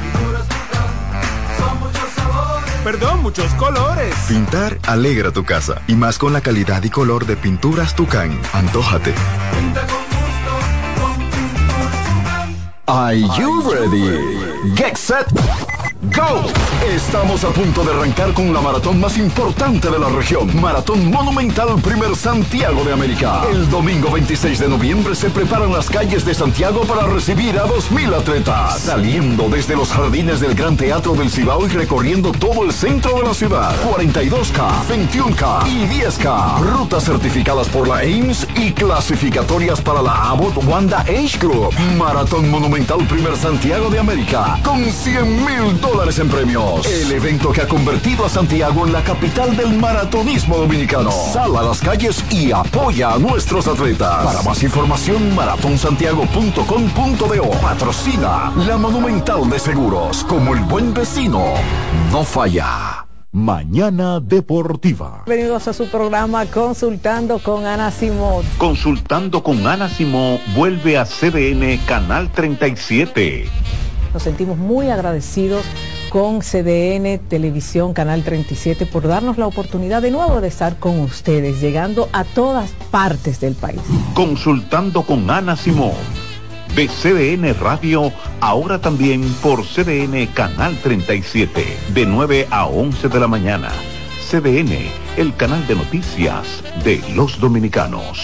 [SPEAKER 16] son muchos sabores,
[SPEAKER 17] perdón, muchos colores.
[SPEAKER 18] Pintar alegra tu casa, y más con la calidad y color de Pinturas Tucán. Antójate.
[SPEAKER 16] Pinta con gusto, con Pinturas Tucán.
[SPEAKER 19] Are you ready? Get set, go. Estamos a punto de arrancar con la maratón más importante de la región. Maratón Monumental Primer Santiago de América. El domingo 26 de noviembre se preparan las calles de Santiago para recibir a 2,000 atletas. Saliendo desde los jardines del Gran Teatro del Cibao y recorriendo todo el centro de la ciudad. 42K, 21K y 10K. Rutas certificadas por la AIMS y clasificatorias para la Abbott Wanda Age Group. Maratón Monumental Primer Santiago de América. Con $100,000 en premios. El evento que ha convertido a Santiago en la capital del maratonismo dominicano. Sal a las calles y apoya a nuestros atletas. Para más información, maratonsantiago.com.do. Patrocina la Monumental de Seguros. Como el buen vecino, no falla.
[SPEAKER 2] Mañana Deportiva.
[SPEAKER 20] Bienvenidos a su programa Consultando con Ana Simón.
[SPEAKER 2] Consultando con Ana Simón vuelve a CDN Canal 37.
[SPEAKER 20] Nos sentimos muy agradecidos con CDN Televisión Canal 37 por darnos la oportunidad de nuevo de estar con ustedes, llegando a todas partes del país.
[SPEAKER 2] Consultando con Ana Simón, de CDN Radio, ahora también por CDN Canal 37, de 9 a 11 de la mañana. CDN, el canal de noticias de los dominicanos.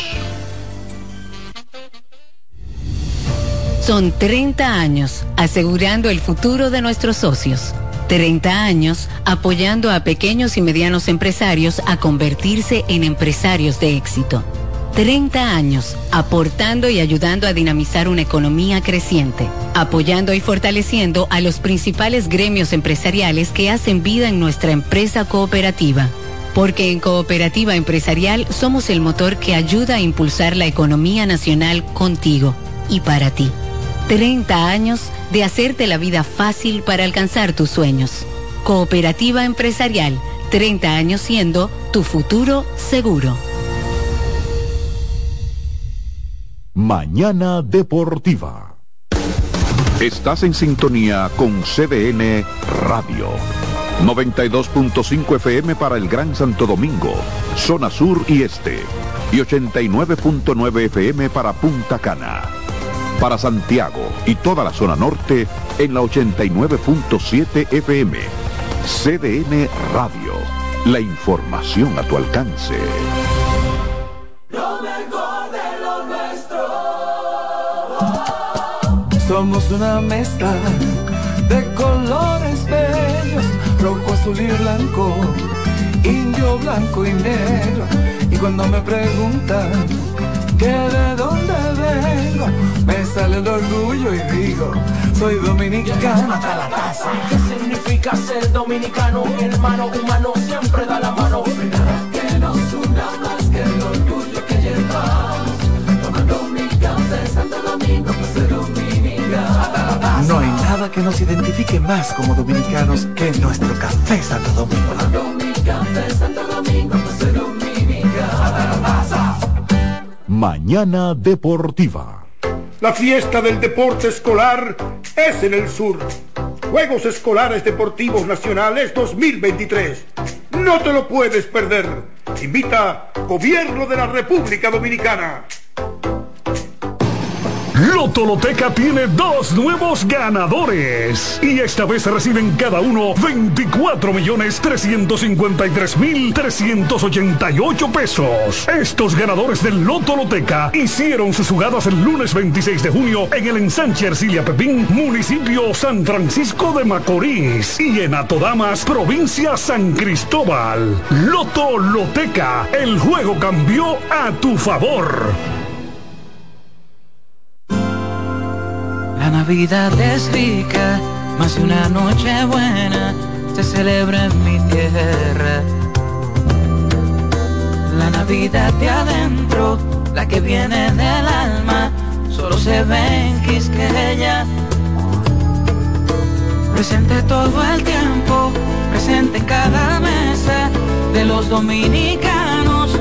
[SPEAKER 1] Son 30 años asegurando el futuro de nuestros socios. 30 años apoyando a pequeños y medianos empresarios a convertirse en empresarios de éxito. 30 años aportando y ayudando a dinamizar una economía creciente, apoyando y fortaleciendo a los principales gremios empresariales que hacen vida en nuestra empresa cooperativa. Porque en Cooperativa Empresarial somos el motor que ayuda a impulsar la economía nacional contigo y para ti. 30 años de hacerte la vida fácil para alcanzar tus sueños. Cooperativa Empresarial, 30 años siendo tu futuro seguro.
[SPEAKER 2] Mañana Deportiva. Estás en sintonía con CDN Radio. 92.5 FM para el Gran Santo Domingo, zona sur y este. Y 89.9 FM para Punta Cana. Para Santiago y toda la zona norte en la 89.7 FM. CDN Radio. La información a tu alcance.
[SPEAKER 16] Lo mejor de lo nuestro. Somos una mezcla de colores bellos, rojo, azul y blanco, indio, blanco y negro. Y cuando me preguntan que de dónde vengo, me sale el orgullo y digo, soy dominicano hasta la taza.
[SPEAKER 21] ¿Qué significa ser dominicano? Hermano humano siempre da la mano.
[SPEAKER 16] Que nos una más que el orgullo que llevamos, tomando mi café Santo Domingo para ser dominicano.
[SPEAKER 22] No hay nada que nos identifique más como dominicanos que nuestro café Santo Domingo.
[SPEAKER 16] Tomando mi café Santo Domingo para ser dominicano.
[SPEAKER 2] Mañana Deportiva.
[SPEAKER 23] La fiesta del deporte escolar es en el sur. Juegos Escolares Deportivos Nacionales 2023. No te lo puedes perder. Invita Gobierno de la República Dominicana.
[SPEAKER 10] Lotoloteca tiene 2 nuevos ganadores y esta vez reciben cada uno 24.353.388 pesos. Estos ganadores del Lotoloteca hicieron sus jugadas el lunes 26 de junio en el ensanche Ercilia Pepín, municipio San Francisco de Macorís, y en Atodamas, provincia San Cristóbal. Lotoloteca, el juego cambió a tu favor.
[SPEAKER 24] La Navidad es rica, más de una noche buena se celebra en mi tierra. La Navidad de adentro, la que viene del alma, solo se ve en Quisqueya. Presente todo el tiempo, presente en cada mesa de los dominicanos.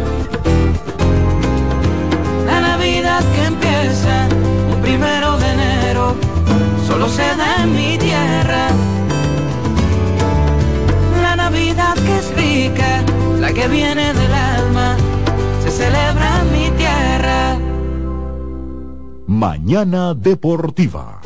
[SPEAKER 24] La Navidad que empieza un 1 de enero, solo se da en mi tierra. La Navidad que es rica, la que viene del alma, se celebra en mi tierra.
[SPEAKER 2] Mañana Deportiva.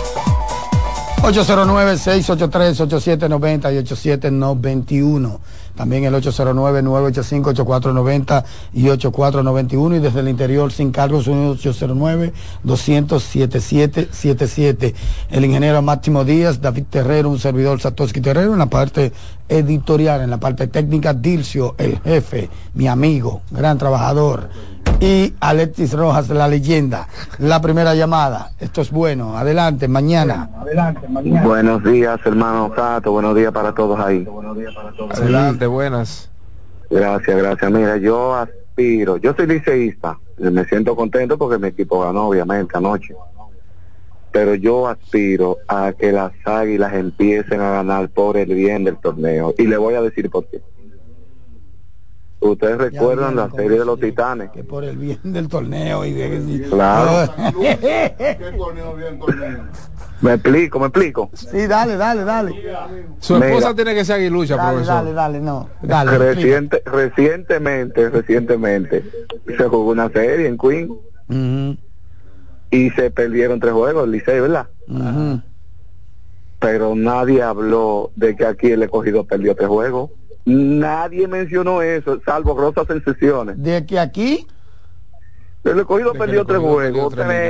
[SPEAKER 2] ...809-683-8790 y 8791.
[SPEAKER 7] también el 809-985-8490 y 8491, y desde el interior sin cargos 809-200-7777. El ingeniero Máximo Díaz, David Terrero, un servidor Satoshi Terrero, en la parte editorial, en la parte técnica Dilcio, el jefe, mi amigo, gran trabajador, y Alexis Rojas, la leyenda. La primera llamada, esto es bueno, adelante, mañana.
[SPEAKER 3] Buenos días, hermano Cato, buenos días para todos ahí.
[SPEAKER 5] Adelante, buenas.
[SPEAKER 3] Gracias. Mira, yo aspiro, yo soy liceísta, me siento contento porque mi equipo ganó, obviamente, anoche. Pero yo aspiro a que las Águilas empiecen a ganar por el bien del torneo. Y le voy a decir por qué. Ustedes recuerdan la serie de los Titanes.
[SPEAKER 7] Que por el bien del torneo.
[SPEAKER 3] Claro. ¿Me explico?
[SPEAKER 7] Sí, dale.
[SPEAKER 5] Su esposa tiene que ser aguilucha, profesor.
[SPEAKER 3] Recientemente se jugó una serie en Queen. Y se perdieron 3 juegos, el Licey, ¿verdad? Pero nadie habló de que aquí el Escogido perdió 3 juegos. Nadie mencionó eso, salvo grosas sensaciones.
[SPEAKER 7] ¿De que aquí?
[SPEAKER 3] El Escogido perdió 3 juegos.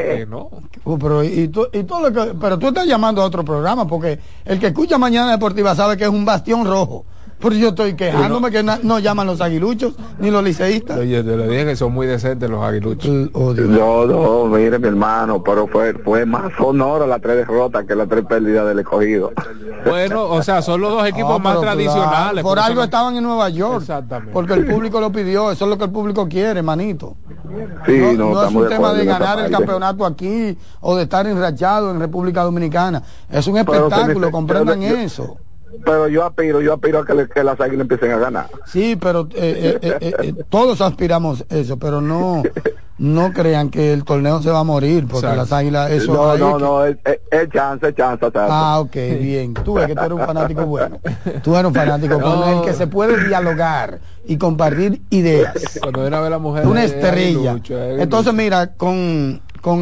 [SPEAKER 7] Pero tú estás llamando a otro programa, porque el que escucha Mañana Deportiva sabe que es un bastión rojo. Porque yo estoy quejándome que no llaman los aguiluchos ni los liceístas.
[SPEAKER 5] Oye, te lo dije que son muy decentes los aguiluchos.
[SPEAKER 3] No, mire mi hermano, pero fue más sonora las 3 derrotas que las 3 pérdidas del Escogido.
[SPEAKER 5] Bueno, o sea, son los 2 equipos más tradicionales.
[SPEAKER 7] Por algo estaban en Nueva York.
[SPEAKER 5] Exactamente.
[SPEAKER 7] Porque el público lo pidió, eso es lo que el público quiere, manito.
[SPEAKER 3] Sí,
[SPEAKER 7] no es un tema de ganar el campeonato aquí o de estar enrachado en República Dominicana. Es un espectáculo, comprendan eso.
[SPEAKER 3] Pero yo aspiro a que las Águilas empiecen a ganar.
[SPEAKER 7] Sí, pero todos aspiramos eso, pero no crean que el torneo se va a morir, porque las Águilas es
[SPEAKER 3] chance.
[SPEAKER 7] Ok, bien. Tú ves que tú eres un fanático bueno. Tú eres un fanático con el que se puede dialogar y compartir ideas.
[SPEAKER 5] Cuando viene a ver a la mujer,
[SPEAKER 7] una estrella. Entonces, mira, con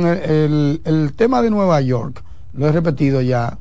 [SPEAKER 7] el tema de Nueva York, lo he repetido ya,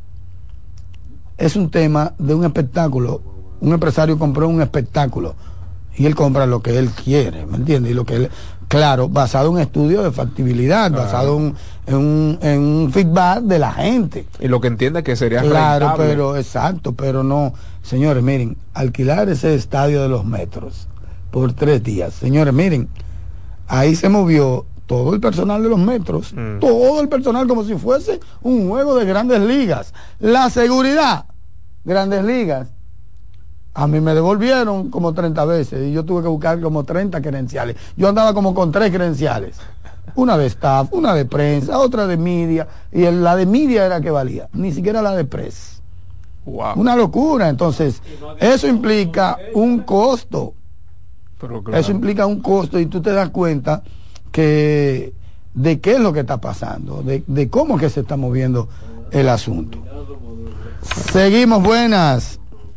[SPEAKER 7] es un tema de un espectáculo. Un empresario compró un espectáculo y él compra lo que él quiere, ¿me entiendes? Y lo que él, claro, basado en un estudio de factibilidad, basado en un feedback de la gente.
[SPEAKER 5] Y lo que entiende que sería
[SPEAKER 7] claro,
[SPEAKER 5] rentable.
[SPEAKER 7] pero no. Señores, miren, alquilar ese estadio de los Metros por 3 días. Señores, miren, ahí se movió todo el personal de los Metros, todo el personal, como si fuese un juego de Grandes Ligas. La seguridad, Grandes Ligas. A mí me devolvieron como 30 veces y yo tuve que buscar como 30 credenciales. Yo andaba como con 3 credenciales. Una de staff, una de prensa, otra de media, y la de media era que valía, ni siquiera la de press.
[SPEAKER 5] Wow.
[SPEAKER 7] Una locura. Entonces, eso implica un costo.
[SPEAKER 5] Pero claro.
[SPEAKER 7] Eso implica un costo y tú te das cuenta que de qué es lo que está pasando, de cómo que se está moviendo el asunto. Seguimos, buenas.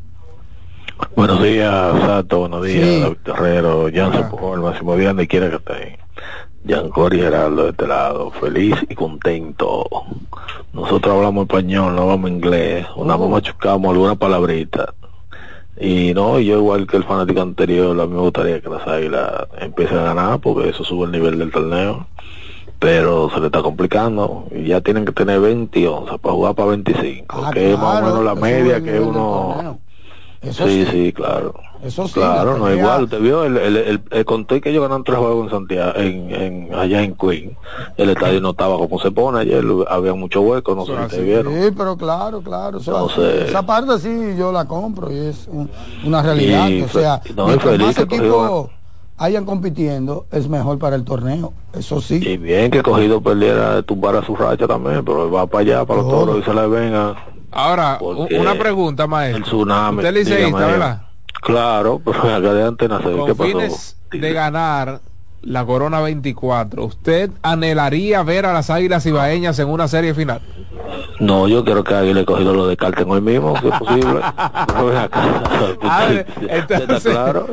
[SPEAKER 4] Buenos días, Sato, buenos días, David Terrero, Jansen Pujol, Máximo Díaz, donde quiera que esté. Giancori Geraldo de este lado, feliz y contento. Nosotros hablamos español, no hablamos inglés, nos machucamos alguna palabrita. Y no, yo igual que el fanático anterior, a mí me gustaría que las Águilas empiecen a ganar, porque eso sube el nivel del torneo, pero se le está complicando, y ya tienen que tener 20 y 11 para jugar para 25, que es más o menos la media que uno... Sí, claro.
[SPEAKER 7] Eso sí,
[SPEAKER 4] claro, no es igual. Usted vio el conté que ellos ganaron 3 juegos en Santiago, allá en Queen. El estadio no estaba como se pone ayer, había mucho hueco, no sé si ustedes vieron.
[SPEAKER 7] Sí, pero claro. Esa parte sí yo la compro y es una realidad. O sea, mientras más equipos hayan compitiendo, es mejor para el torneo. Eso sí.
[SPEAKER 4] Y bien que Cogido perdiera, tumbara su racha también, pero va para allá, para los Toros, y se le venga.
[SPEAKER 5] Ahora, una pregunta, maestro.
[SPEAKER 4] El tsunami.
[SPEAKER 5] Usted liceísta, ¿verdad?
[SPEAKER 4] Claro, pero acá de antes nacer.
[SPEAKER 5] Con fines de ganar la Corona 24, ¿usted anhelaría ver a las Águilas Ibaeñas en una serie final?
[SPEAKER 4] No, yo quiero que Águila Cogido lo descarten hoy mismo, si es posible. No ven acá.
[SPEAKER 5] Entonces... ¿Está claro?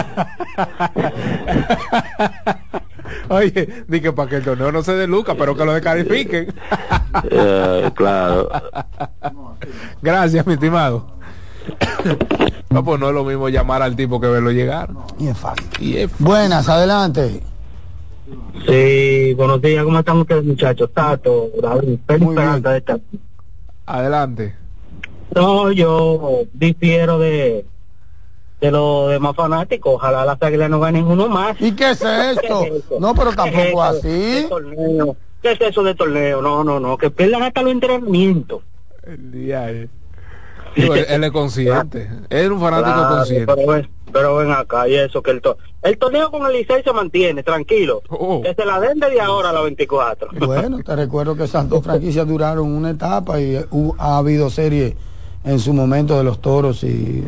[SPEAKER 5] Oye, di que para que el torneo no se dé lucas, pero que lo descalifiquen.
[SPEAKER 4] Claro.
[SPEAKER 5] Gracias, mi estimado. No, pues no es lo mismo llamar al tipo que verlo llegar.
[SPEAKER 7] Y es fácil. Buenas, adelante.
[SPEAKER 6] Sí, buenos días, ¿cómo están ustedes, muchachos? Tato, David, Félix Peralta de esta.
[SPEAKER 5] Adelante.
[SPEAKER 6] No, yo difiero de los demás fanáticos. Ojalá las Águilas no ganen uno más.
[SPEAKER 7] ¿Y qué es esto? No, pero tampoco así.
[SPEAKER 6] ¿Qué es eso de torneo? No, que pierdan hasta los entrenamientos.
[SPEAKER 5] El día es. Él es consciente. Él es un fanático consciente.
[SPEAKER 6] Pero ven acá, y eso que el torneo con el Licey se mantiene, tranquilo. Que se la den desde ahora a la 24.
[SPEAKER 7] Bueno, te recuerdo que esas dos franquicias duraron una etapa y ha habido serie en su momento de los Toros y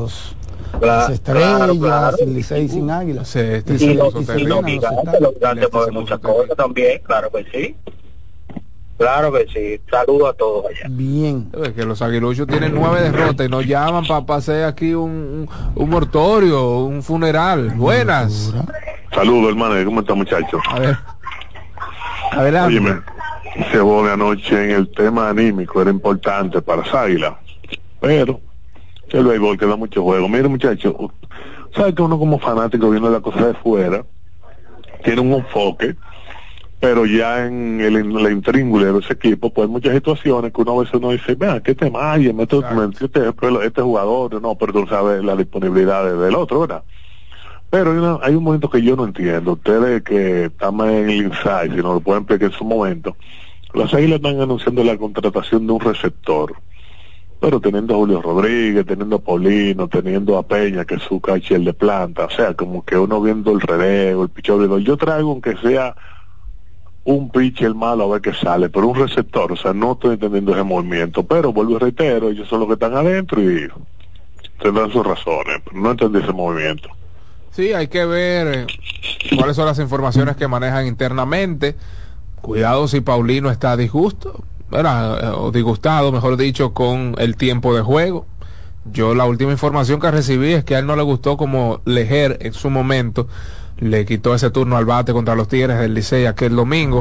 [SPEAKER 7] las Estrellas, el Licey sin Águilas.
[SPEAKER 6] Y los gigantes mueven muchas cosas también, claro que sí. Claro que sí, saludo a todos allá.
[SPEAKER 7] Bien.
[SPEAKER 5] Es que los aguiluchos tienen 9 derrotas y nos llaman para hacer aquí un mortorio, un funeral. Buenas.
[SPEAKER 8] Saludos, hermano, ¿cómo está, muchacho?
[SPEAKER 5] A ver. Adelante.
[SPEAKER 8] Óyeme, se de anoche en el tema anímico, era importante para las Águilas, pero el béisbol queda mucho juego. Mire, muchacho, ¿sabe que uno como fanático viendo la cosa de fuera tiene un enfoque? Pero ya en la intríngula de ese equipo, pues hay muchas situaciones que uno a veces dice, vea, ¿qué tema hay? Este jugador, no, pero tú sabes la disponibilidad del otro, ¿verdad? Pero hay un momento que yo no entiendo. Ustedes que están en el insight, si no lo pueden explicar en su momento, las Águilas están anunciando la contratación de un receptor, pero teniendo a Julio Rodríguez, teniendo a Paulino, teniendo a Peña, que es su catcher de planta, o sea, como que uno viendo el relevo, el picheo, yo traigo aunque sea un pitcher malo a ver qué sale, pero un receptor, o sea, no estoy entendiendo ese movimiento, pero vuelvo y reitero, ellos son los que están adentro y tendrán sus razones, pero no entendí ese movimiento.
[SPEAKER 5] Sí, hay que ver cuáles son las informaciones que manejan internamente. Cuidado si Paulino está disgusto, o disgustado, mejor dicho, con el tiempo de juego. Yo la última información que recibí es que a él no le gustó como Lejer en su momento le quitó ese turno al bate contra los Tigres del Licey aquel domingo.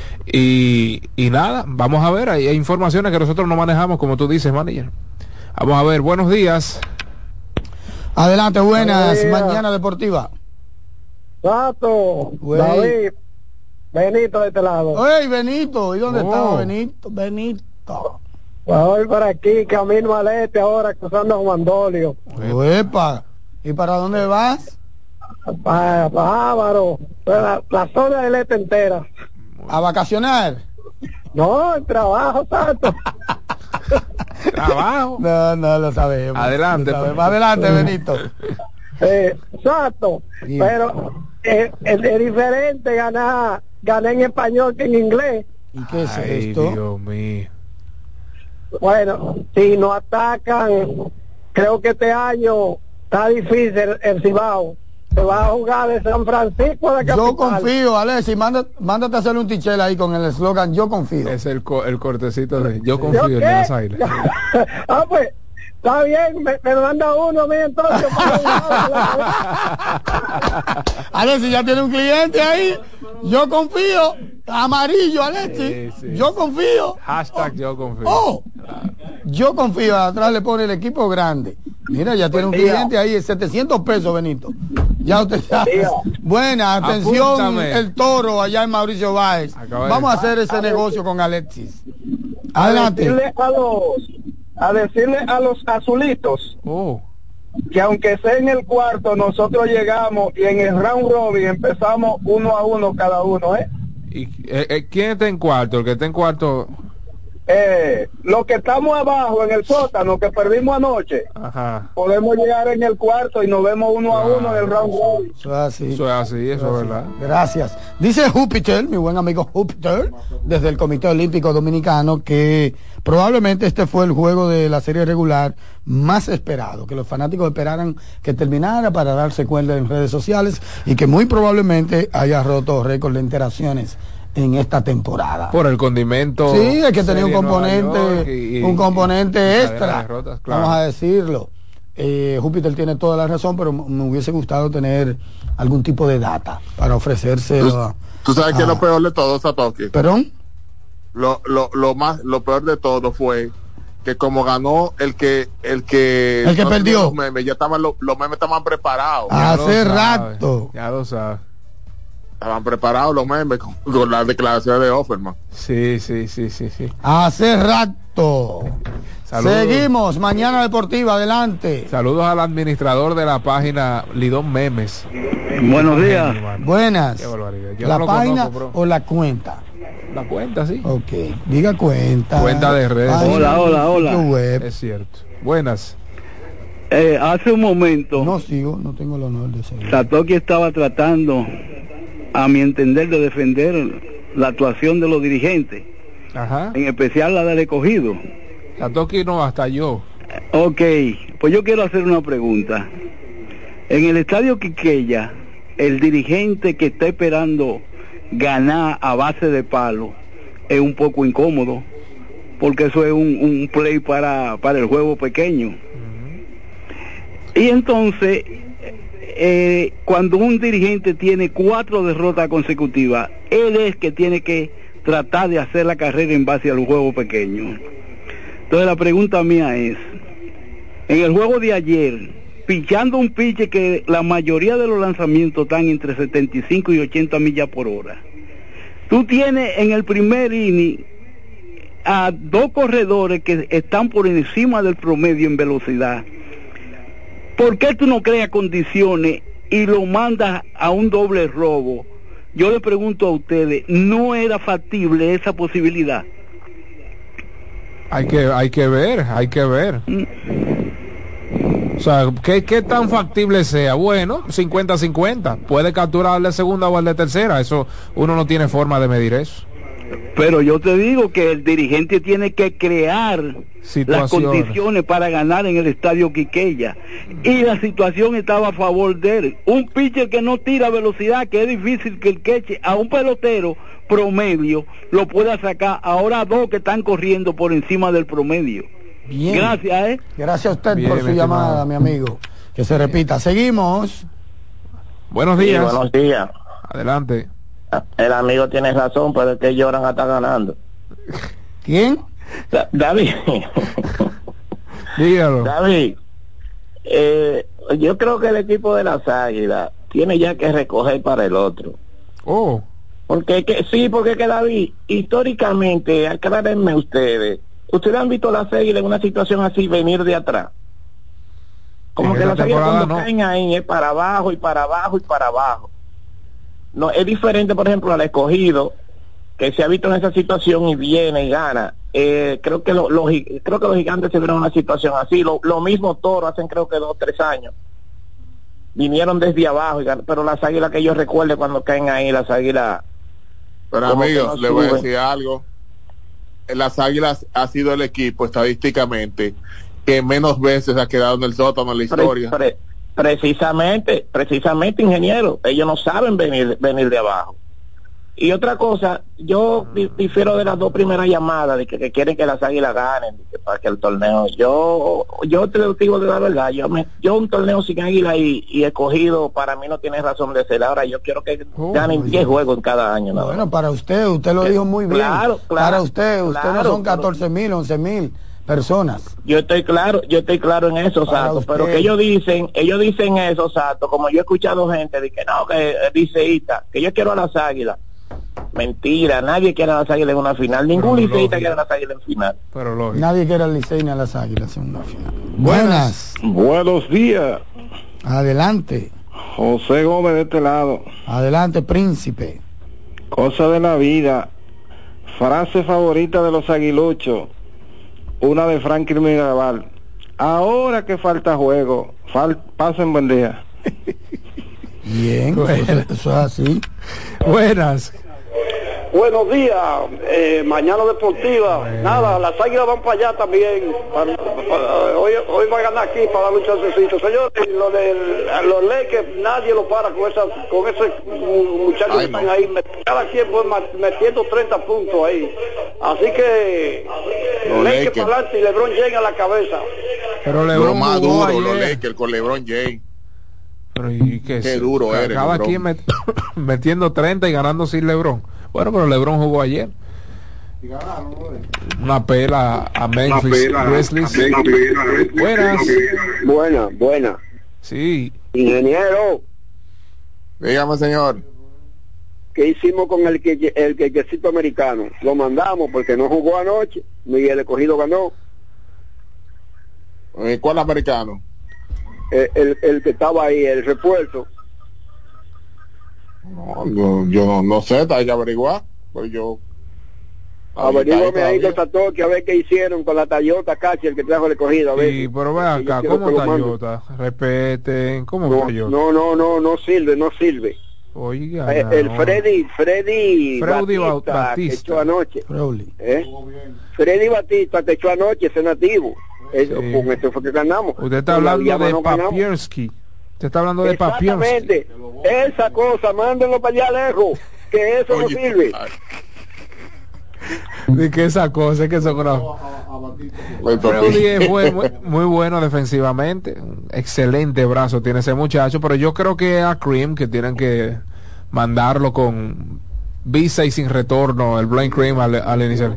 [SPEAKER 5] Y nada, vamos a ver, hay informaciones que nosotros no manejamos, como tú dices, manager. Vamos a ver, buenos días.
[SPEAKER 7] Adelante, buenas, Mañana Deportiva.
[SPEAKER 9] Sato, David, Benito de este lado.
[SPEAKER 7] ¡Ey, Benito! ¿Y dónde está Benito?
[SPEAKER 9] Voy por aquí, camino al este ahora, cruzando a Juan Dolio.
[SPEAKER 7] ¡Epa! ¿Y para dónde vas?
[SPEAKER 9] Para Bávaro, la zona del este entera.
[SPEAKER 7] ¿A vacacionar?
[SPEAKER 9] No, el trabajo, Sato.
[SPEAKER 5] ¿Trabajo?
[SPEAKER 7] No lo sabemos.
[SPEAKER 5] Adelante.
[SPEAKER 7] Adelante, Benito.
[SPEAKER 9] Sato, pero es diferente ganar en español que en inglés.
[SPEAKER 7] ¿Y qué es esto?
[SPEAKER 5] Dios mío.
[SPEAKER 9] Bueno, si nos atacan, creo que este año está difícil el Cibao. Se va a jugar de San Francisco de Capital.
[SPEAKER 7] Yo confío, Alexis, mándate a hacer un tichel ahí con el eslogan Yo confío.
[SPEAKER 5] Es el cortecito de Yo confío en las Águilas.
[SPEAKER 9] Pues está bien, me manda uno a mí entonces.
[SPEAKER 7] Alexis ya tiene un cliente ahí. Yo confío. Amarillo, Alexis. Sí. Yo confío.
[SPEAKER 5] Hashtag Yo confío.
[SPEAKER 7] Yo confío. Atrás le pone el equipo grande. Mira, ya tiene un cliente ahí, 700 pesos, Benito. Ya usted sabe. Buena, atención. Apúntame. El Toro allá en Mauricio Báez. Vamos a hacer ese negocio con Alexis. Adelante.
[SPEAKER 9] A decirle a los azulitos que aunque sea en el cuarto, nosotros llegamos y en el round robin empezamos 1-1 cada uno,
[SPEAKER 5] ¿Y quién está en cuarto? El que está en cuarto.
[SPEAKER 9] Los que estamos abajo en el sótano que perdimos anoche, podemos llegar en el cuarto y nos vemos 1-1 en el round robin.
[SPEAKER 7] Eso es así,
[SPEAKER 5] es verdad.
[SPEAKER 7] Gracias. Dice Júpiter, mi buen amigo Júpiter, desde el Comité Olímpico Dominicano, que probablemente este fue el juego de la serie regular más esperado, que los fanáticos esperaran que terminara para darse cuenta en redes sociales y que muy probablemente haya roto récord de interacciones en esta temporada.
[SPEAKER 5] Por el condimento.
[SPEAKER 7] Sí, es que tenía un componente extra. Derrotas, claro. Vamos a decirlo. Júpiter tiene toda la razón, pero me hubiese gustado tener algún tipo de data para ofrecerse.
[SPEAKER 11] ¿Tú sabes qué es lo peor de todo, Satoshi?
[SPEAKER 7] ¿Perdón?
[SPEAKER 11] Lo peor de todo fue que como ganó el que
[SPEAKER 7] perdió,
[SPEAKER 11] los memes, ya estaban los memes estaban preparados.
[SPEAKER 7] Hace rato.
[SPEAKER 5] Ya lo sabes.
[SPEAKER 11] Estaban preparados los memes con las declaraciones de Offerman.
[SPEAKER 5] Sí.
[SPEAKER 7] Hace rato.
[SPEAKER 5] Saludos.
[SPEAKER 7] Seguimos, Mañana Deportiva, adelante.
[SPEAKER 5] Saludos al administrador de la página Lidón Memes.
[SPEAKER 12] Buenos días.
[SPEAKER 7] Buenas.
[SPEAKER 5] Qué barbaridad. Yo
[SPEAKER 7] ¿La
[SPEAKER 5] no lo
[SPEAKER 7] página
[SPEAKER 5] conozco,
[SPEAKER 7] o la cuenta?
[SPEAKER 5] La cuenta, sí.
[SPEAKER 7] Ok, diga cuenta.
[SPEAKER 5] Cuenta de redes.
[SPEAKER 12] Hola.
[SPEAKER 7] Web.
[SPEAKER 5] Es cierto. Buenas.
[SPEAKER 12] Hace un momento.
[SPEAKER 7] No tengo el honor de seguir.
[SPEAKER 12] Satoki estaba tratando, a mi entender, de defender la actuación de los dirigentes.
[SPEAKER 5] Ajá.
[SPEAKER 12] En especial la del escogido.
[SPEAKER 5] Satoki no, hasta yo.
[SPEAKER 12] Ok, pues yo quiero hacer una pregunta. En el estadio Quiqueya, el dirigente que está esperando ganar a base de palo es un poco incómodo, porque eso es un play para el juego pequeño. Y entonces, cuando un dirigente tiene 4 derrotas consecutivas, él es que tiene que tratar de hacer la carrera en base al juego pequeño. Entonces la pregunta mía es, en el juego de ayer, pichando un piche que la mayoría de los lanzamientos están entre 75 y 80 millas por hora, tú tienes en el primer inning a 2 corredores que están por encima del promedio en velocidad. ¿Por qué tú no creas condiciones y lo mandas a un doble robo? Yo le pregunto a ustedes, ¿no era factible esa posibilidad?
[SPEAKER 5] Hay que ver. O sea, ¿qué tan factible sea? Bueno, 50-50. Puede capturar al de segunda o al de tercera. Eso, uno no tiene forma de medir eso.
[SPEAKER 12] Pero yo te digo que el dirigente tiene que crear las condiciones para ganar en el estadio Quiqueya. Y la situación estaba a favor de él. Un pitcher que no tira velocidad, que es difícil que el queche a un pelotero promedio lo pueda sacar. Ahora 2 que están corriendo por encima del promedio.
[SPEAKER 7] Bien.
[SPEAKER 12] Gracias,
[SPEAKER 7] Gracias a usted por su llamada, mi amigo. Que se repita. Seguimos.
[SPEAKER 5] Buenos días.
[SPEAKER 13] Sí, buenos días.
[SPEAKER 5] Adelante.
[SPEAKER 13] El amigo tiene razón, pero es que lloran hasta ganando.
[SPEAKER 7] ¿Quién?
[SPEAKER 13] David.
[SPEAKER 5] Dígalo.
[SPEAKER 13] David, yo creo que el equipo de las Águilas tiene ya que recoger para el otro.
[SPEAKER 5] Oh.
[SPEAKER 13] Porque que David, históricamente, aclárenme ustedes han visto las Águilas en una situación así venir de atrás. Como que las Águilas cuando caen ahí es para abajo y para abajo y para abajo. No, es diferente, por ejemplo, al escogido, que se ha visto en esa situación y viene y gana. Creo que los gigantes se vieron en una situación así. Lo mismo Toro, hacen creo que 2 o 3 años. Vinieron desde abajo, pero las Águilas que yo recuerde cuando caen ahí, las Águilas...
[SPEAKER 11] Pero amigos, les voy a decir algo. Las Águilas ha sido el equipo, estadísticamente, que menos veces ha quedado en el sótano en la historia.
[SPEAKER 13] Precisamente, ingeniero, ellos no saben venir de abajo. Y otra cosa, yo difiero de las 2 primeras llamadas de que quieren que las Águilas ganen para que el torneo, yo te lo digo de la verdad, yo un torneo sin Águila y escogido para mí no tiene razón de ser. Ahora yo quiero que ganen 10 juegos en cada año.
[SPEAKER 7] Bueno, para usted lo dijo muy bien. Claro, para usted no son 14,000, 11,000 personas.
[SPEAKER 13] Yo estoy claro en eso, Sato, pero que ellos dicen eso, Sato, como yo he escuchado gente de que no, que liceísta, que yo quiero a las Águilas. Mentira, nadie quiere a las Águilas en una final, ningún liceísta quiere a las Águilas en final.
[SPEAKER 5] Pero lógico.
[SPEAKER 7] Nadie quiere al Licey ni a las Águilas en una final.
[SPEAKER 14] Buenos días.
[SPEAKER 7] Adelante.
[SPEAKER 14] José Gómez de este lado.
[SPEAKER 7] Adelante, príncipe.
[SPEAKER 14] Cosa de la vida. Frase favorita de los aguiluchos. Una de Franklin Mirabal. Ahora que falta juego, pasen buen día.
[SPEAKER 7] Bien, eso es así.
[SPEAKER 5] Buenas.
[SPEAKER 25] Buenos días, Mañana Deportiva. Nada, las Águilas van para allá también. Hoy va a ganar aquí para darle un chancecito. Señores, los Lakers nadie lo para con ese muchacho que están ahí. Cada quien metiendo 30 puntos ahí. Así que Lakers para adelante y LeBron llega a la cabeza.
[SPEAKER 5] Pero LeBron
[SPEAKER 11] lo más duro, los Lakers con LeBron James.
[SPEAKER 5] Pero ¿y qué
[SPEAKER 11] duro eres,
[SPEAKER 5] cada
[SPEAKER 11] LeBron.
[SPEAKER 5] quien metiendo 30 y ganando sin LeBron. Bueno, pero LeBron jugó ayer. Una pela a Memphis Grizzlies.
[SPEAKER 15] Buena.
[SPEAKER 5] Sí.
[SPEAKER 15] Ingeniero.
[SPEAKER 11] Dígame, señor.
[SPEAKER 15] ¿Qué hicimos con el quesito americano? Lo mandamos porque no jugó anoche y el escogido ganó.
[SPEAKER 11] ¿Cuál americano?
[SPEAKER 15] El que estaba ahí, el refuerzo.
[SPEAKER 11] Yo no sé, hay que averiguar. Pues yo.
[SPEAKER 15] Averígame ahí los Satoki a ver qué hicieron con la Toyota Cachi, el que trajo el escogido. A ver.
[SPEAKER 5] Sí, pero ve acá, ¿cómo Toyota? Respeten, ¿cómo Toyota?
[SPEAKER 15] No sirve.
[SPEAKER 5] Oiga,
[SPEAKER 15] el Freddy Batista que echó anoche. Freddy Batista que echó anoche, ese nativo.
[SPEAKER 5] Sí.
[SPEAKER 15] Con este fue que ganamos.
[SPEAKER 5] Usted está hablando de Papierski. Usted está hablando de Papierski.
[SPEAKER 15] Exactamente. Esa cosa, mándenlo para allá lejos, que eso no sirve.
[SPEAKER 5] De que esa cosa, es que eso no. Freddy fue muy bueno defensivamente, un excelente brazo tiene ese muchacho, pero yo creo que a Cream que tienen que mandarlo con visa y sin retorno, el Blaine Cream al inicial.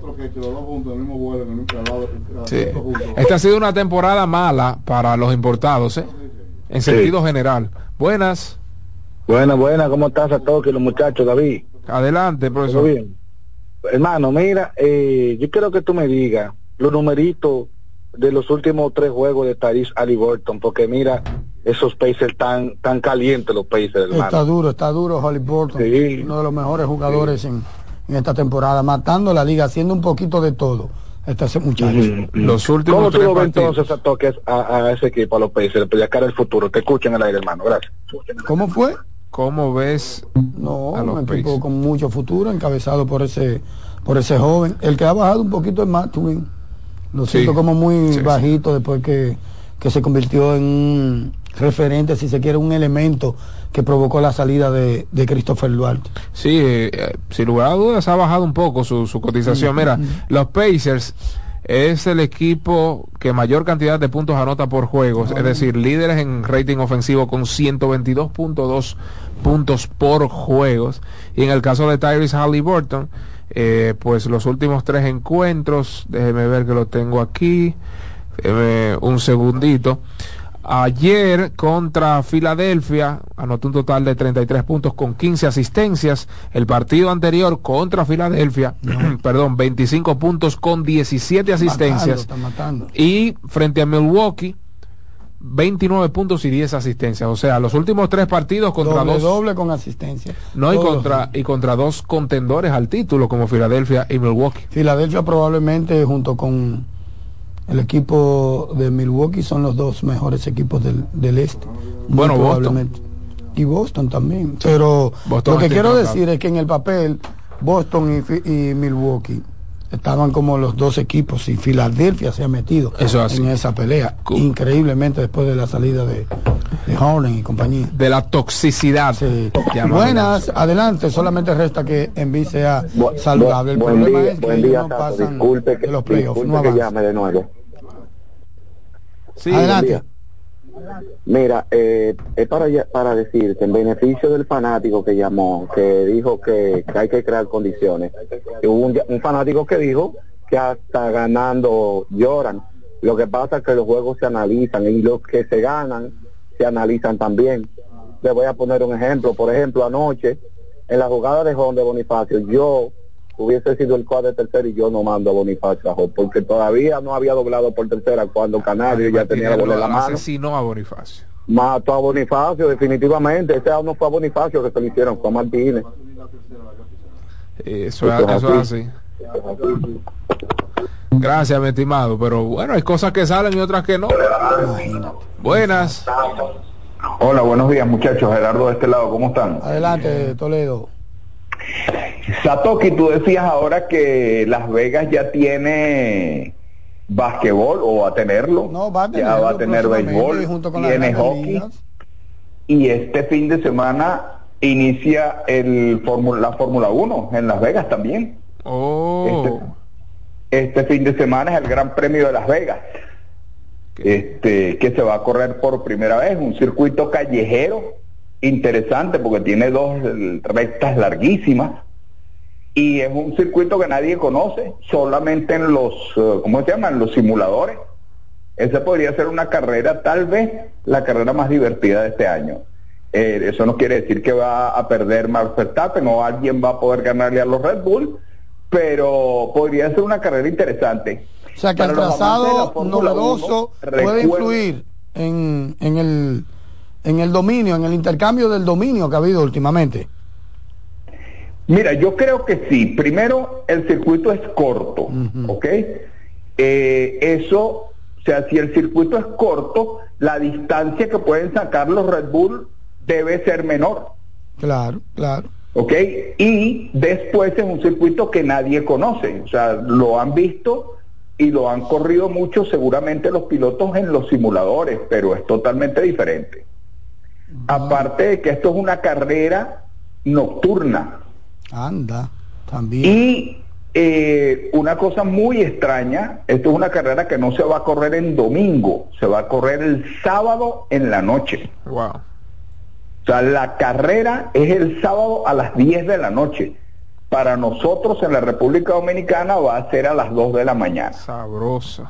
[SPEAKER 5] Sí. Esta ha sido una temporada mala para los importados, en sentido general. Buenas,
[SPEAKER 17] ¿cómo estás a todos los muchachos, David?
[SPEAKER 5] Adelante, profesor.
[SPEAKER 17] Bien. Hermano, mira, yo quiero que tú me digas los numeritos de los últimos 3 juegos de Tyrese Haliburton, porque mira, esos Pacers tan calientes, los Pacers, hermano.
[SPEAKER 7] Está duro Haliburton,
[SPEAKER 17] sí.
[SPEAKER 7] Uno de los mejores jugadores en esta temporada, matando la liga, haciendo un poquito de todo. Ese muchacho.
[SPEAKER 5] Los últimos
[SPEAKER 17] ¿Cómo tú lo ves
[SPEAKER 5] partidos?
[SPEAKER 17] entonces a toques a ese equipo, a los Pacers, de cara al futuro? Te escuchan al aire, hermano, gracias.
[SPEAKER 7] ¿Cómo fue?
[SPEAKER 5] ¿Cómo ves?
[SPEAKER 7] No, un equipo con mucho futuro, encabezado por ese joven. El que ha bajado un poquito es Mathurin. Lo siento como muy bajito después que se convirtió en un referente, si se quiere, un elemento que provocó la salida de Christopher Duarte.
[SPEAKER 5] Sí, sin lugar a dudas ha bajado un poco su cotización. Mira, los Pacers es el equipo que mayor cantidad de puntos anota por juegos, es decir, líderes en rating ofensivo con 122.2 puntos por juegos, y en el caso de Tyrese Haliburton, pues los últimos 3 encuentros, déjeme ver que lo tengo aquí, un segundito. Ayer contra Filadelfia anotó un total de 33 puntos con 15 asistencias. El partido anterior contra Filadelfia, 25 puntos con 17 asistencias.
[SPEAKER 7] Matando.
[SPEAKER 5] Y frente a Milwaukee, 29 puntos y 10 asistencias. O sea, los últimos 3 partidos contra
[SPEAKER 7] doble con asistencia.
[SPEAKER 5] No, y contra 2 contendores al título como Filadelfia y Milwaukee.
[SPEAKER 7] Filadelfia probablemente junto con el equipo de Milwaukee son los 2 mejores equipos del este.
[SPEAKER 5] Bueno, Boston.
[SPEAKER 7] Y Boston también. Pero Boston, lo que quiero decir es que en el papel Boston y Milwaukee estaban como los 2 equipos, y Filadelfia se ha metido en esa pelea increíblemente después de la salida de Harden y compañía,
[SPEAKER 5] de la toxicidad.
[SPEAKER 7] Buenas, adelante, solamente resta que Embiid sea saludable. El problema es que ellos no pasan de los playoffs, no avanzan.
[SPEAKER 15] Llame de nuevo.
[SPEAKER 5] Sí,
[SPEAKER 7] adelante.
[SPEAKER 15] Mira, es para decir que en beneficio del fanático que llamó, que dijo que hay que crear condiciones, que hubo un fanático que dijo que hasta ganando lloran. Lo que pasa es que los juegos se analizan y los que se ganan se analizan también. Le voy a poner un ejemplo. Por ejemplo, anoche en la jugada de home de Bonifacio, yo hubiese sido el cuadro de tercera y yo no mando a Bonifacio a home, porque todavía no había doblado por tercera cuando Canario ya tenía la bola en la mano.
[SPEAKER 5] Asesinó a Bonifacio.
[SPEAKER 15] Mató a Bonifacio, definitivamente. Ese no fue a Bonifacio que se lo hicieron, fue a Martínez.
[SPEAKER 5] Eso es así. Gracias, mi estimado. Pero bueno, hay cosas que salen y otras que no. Buenas.
[SPEAKER 18] Hola, buenos días, muchachos. Gerardo de este lado, ¿cómo están?
[SPEAKER 7] Adelante, Toledo.
[SPEAKER 18] Satoki, tú decías ahora que Las Vegas ya tiene basquetbol, o va a tenerlo.
[SPEAKER 7] No, va a tenerlo,
[SPEAKER 18] ya va a tener béisbol, tiene hockey. Y este fin de semana inicia la Fórmula 1 en Las Vegas también. Este fin de semana es el Gran Premio de Las Vegas, que se va a correr por primera vez, un circuito callejero interesante porque tiene 2 rectas larguísimas, y es un circuito que nadie conoce, solamente en los, ¿cómo se llaman? Los simuladores. Esa podría ser una carrera, tal vez la carrera más divertida de este año. Eso no quiere decir que va a perder Max Verstappen o alguien va a poder ganarle a los Red Bull, pero podría ser una carrera interesante.
[SPEAKER 7] O sea que el trazado novedoso puede influir en el dominio, en el intercambio del dominio que ha habido últimamente.
[SPEAKER 18] Mira, yo creo que sí. Primero, el circuito es corto, ¿ok? Eso, o sea, si el circuito es corto, la distancia que pueden sacar los Red Bull debe ser menor.
[SPEAKER 7] Claro, claro.
[SPEAKER 18] ¿Ok? Y después es un circuito que nadie conoce, o sea, lo han visto y lo han corrido mucho seguramente los pilotos en los simuladores, pero es totalmente diferente. Aparte de que esto es una carrera nocturna.
[SPEAKER 7] Anda, también.
[SPEAKER 18] Y una cosa muy extraña, esto es una carrera que no se va a correr en domingo, se va a correr el sábado en la noche.
[SPEAKER 5] Wow.
[SPEAKER 18] O sea, la carrera es el sábado a las 10 de la noche. Para nosotros en la República Dominicana va a ser a las 2 de la mañana.
[SPEAKER 5] Sabrosa.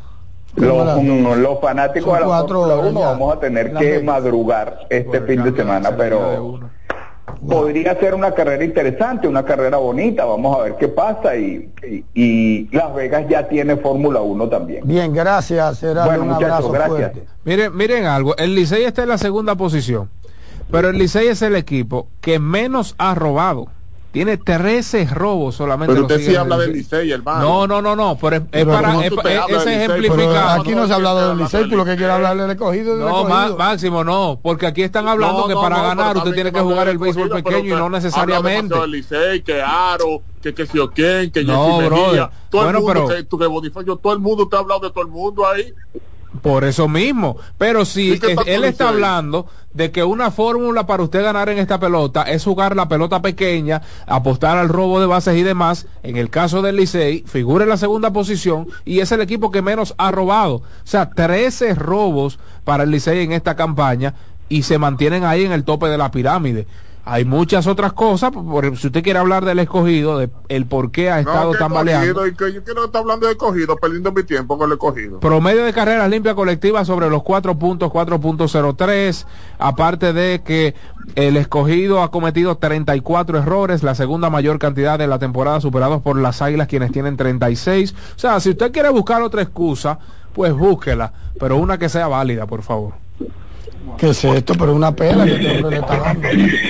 [SPEAKER 18] Los fanáticos de la Fórmula 1 vamos a tener que madrugar este fin de semana, pero podría ser una carrera interesante, una carrera bonita. Vamos a ver qué pasa, y Las Vegas ya tiene Fórmula 1 también.
[SPEAKER 7] Bien, gracias.
[SPEAKER 18] Bueno,
[SPEAKER 7] un
[SPEAKER 18] muchachos,
[SPEAKER 7] abrazo
[SPEAKER 18] gracias.
[SPEAKER 7] fuerte.
[SPEAKER 5] Miren algo, el Licey está en la segunda posición, pero el Licey es el equipo que menos ha robado. Tiene 13 robos solamente.
[SPEAKER 11] Pero usted sí habla del Licey, hermano.
[SPEAKER 5] No, pero es para ese ejemplificado.
[SPEAKER 7] Aquí no se ha hablado del Licey, tú lo que quieres hablar del escogido.
[SPEAKER 5] No, Máximo, no, porque aquí están hablando que para ganar usted tiene que jugar el béisbol pequeño y no necesariamente.
[SPEAKER 11] El Licey, que Aro, que si o quién, que
[SPEAKER 5] no, brother.
[SPEAKER 11] Todo el mundo, que Bonifacio, todo el mundo, usted ha hablado de todo el mundo ahí.
[SPEAKER 5] Por eso mismo, pero si él está hablando de que una fórmula para usted ganar en esta pelota es jugar la pelota pequeña, apostar al robo de bases y demás, en el caso del Licey figura en la segunda posición y es el equipo que menos ha robado. O sea, 13 robos para el Licey en esta campaña y se mantienen ahí en el tope de la pirámide. Hay muchas otras cosas, si usted quiere hablar del escogido, de el por qué ha estado tambaleando.
[SPEAKER 11] Yo quiero estar hablando de escogido, perdiendo mi tiempo con el escogido.
[SPEAKER 5] Promedio de carreras limpias colectivas sobre los 4 puntos, 4.03. Aparte de que el escogido ha cometido 34 errores, la segunda mayor cantidad de la temporada, superados por las Águilas, quienes tienen 36. O sea, si usted quiere buscar otra excusa, pues búsquela, pero una que sea válida, por favor.
[SPEAKER 7] ¿Qué es esto? Pero una pena que este hombre le está dando.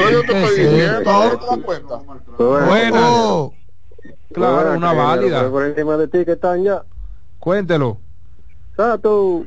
[SPEAKER 5] Buenas. Claro, una válida.
[SPEAKER 1] Por encima de ti que están ya.
[SPEAKER 5] Cuéntelo.
[SPEAKER 1] Sato.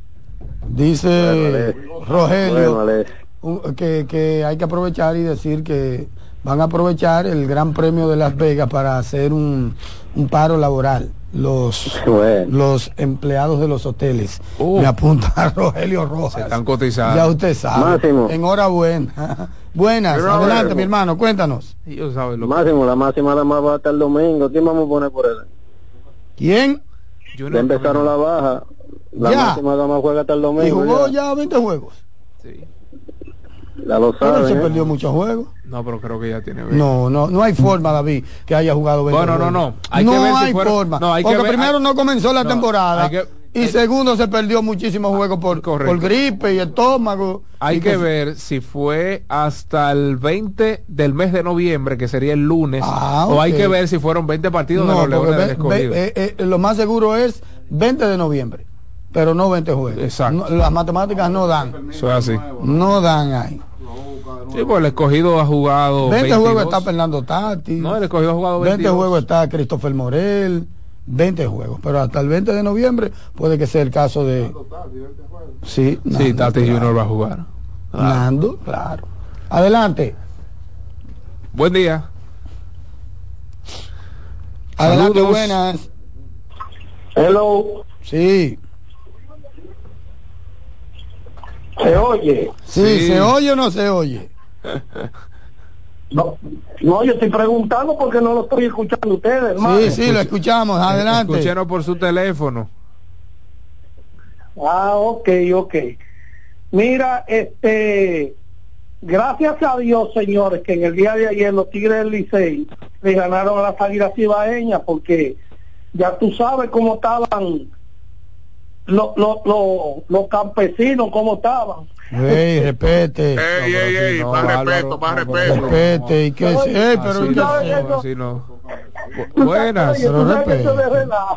[SPEAKER 7] Dice Rogelio que hay que aprovechar y decir que van a aprovechar el Gran Premio de Las Vegas para hacer un paro laboral. Los empleados de los hoteles. Me apunta Rogelio Rojas.
[SPEAKER 5] Se están cotizando.
[SPEAKER 7] Ya usted sabe.
[SPEAKER 1] Máximo.
[SPEAKER 7] Enhorabuena. Buenas, pero adelante, mi hermano, cuéntanos.
[SPEAKER 1] Máximo, la máxima nada más va hasta el domingo. ¿Quién vamos a poner por él?
[SPEAKER 7] ¿Quién?
[SPEAKER 1] Ya empezaron la baja. La máxima nada más juega hasta el domingo.
[SPEAKER 7] ¿Y jugó ya 20 juegos?
[SPEAKER 5] Sí.
[SPEAKER 1] Ya lo saben.
[SPEAKER 7] Pero se perdió muchos juegos.
[SPEAKER 5] No, pero creo que ya tiene 20.
[SPEAKER 7] No hay forma, David, que haya jugado 20 juegos.
[SPEAKER 5] No.
[SPEAKER 7] No hay forma. Porque primero no comenzó la temporada. Y segundo, se perdió muchísimos juegos por gripe y estómago.
[SPEAKER 5] Hay que ver si fue hasta el 20 del mes de noviembre, que sería el lunes, o hay que ver si fueron 20 partidos de los Leones del Escogido.
[SPEAKER 7] Lo más seguro es 20 de noviembre, pero no 20 juegos.
[SPEAKER 5] Exacto.
[SPEAKER 7] Las matemáticas no dan.
[SPEAKER 5] Eso es así.
[SPEAKER 7] No dan ahí.
[SPEAKER 5] Sí, pues el Escogido ha jugado
[SPEAKER 7] 20 juegos está Fernando Tatis.
[SPEAKER 5] No, el Escogido ha jugado 22.
[SPEAKER 7] 20 juegos está Christopher Morel. 20 juegos, pero hasta el 20 de noviembre puede que sea el caso de sí,
[SPEAKER 5] Tatis Junior va a jugar.
[SPEAKER 7] Nando, claro. Adelante.
[SPEAKER 5] Buen día.
[SPEAKER 7] Adelante. Saludos. Buenas.
[SPEAKER 25] Hello.
[SPEAKER 7] Sí.
[SPEAKER 25] ¿Se oye?
[SPEAKER 7] Sí, ¿se oye o no se oye?
[SPEAKER 25] No, yo estoy preguntando porque no lo estoy escuchando ustedes, hermano.
[SPEAKER 7] Sí, lo escuchamos, adelante.
[SPEAKER 5] Escúchenos por su teléfono.
[SPEAKER 25] Ok. Mira, gracias a Dios, señores, que en el día de ayer los Tigres del Licey le ganaron a las Águilas Cibaeñas, porque ya tú sabes cómo estaban los campesinos, cómo estaban.
[SPEAKER 7] Ey, respete.
[SPEAKER 11] Más respeto.
[SPEAKER 7] Respete. ¿Y qué es? Pero
[SPEAKER 5] así no. Buenas.
[SPEAKER 25] Tú sabes que eso es de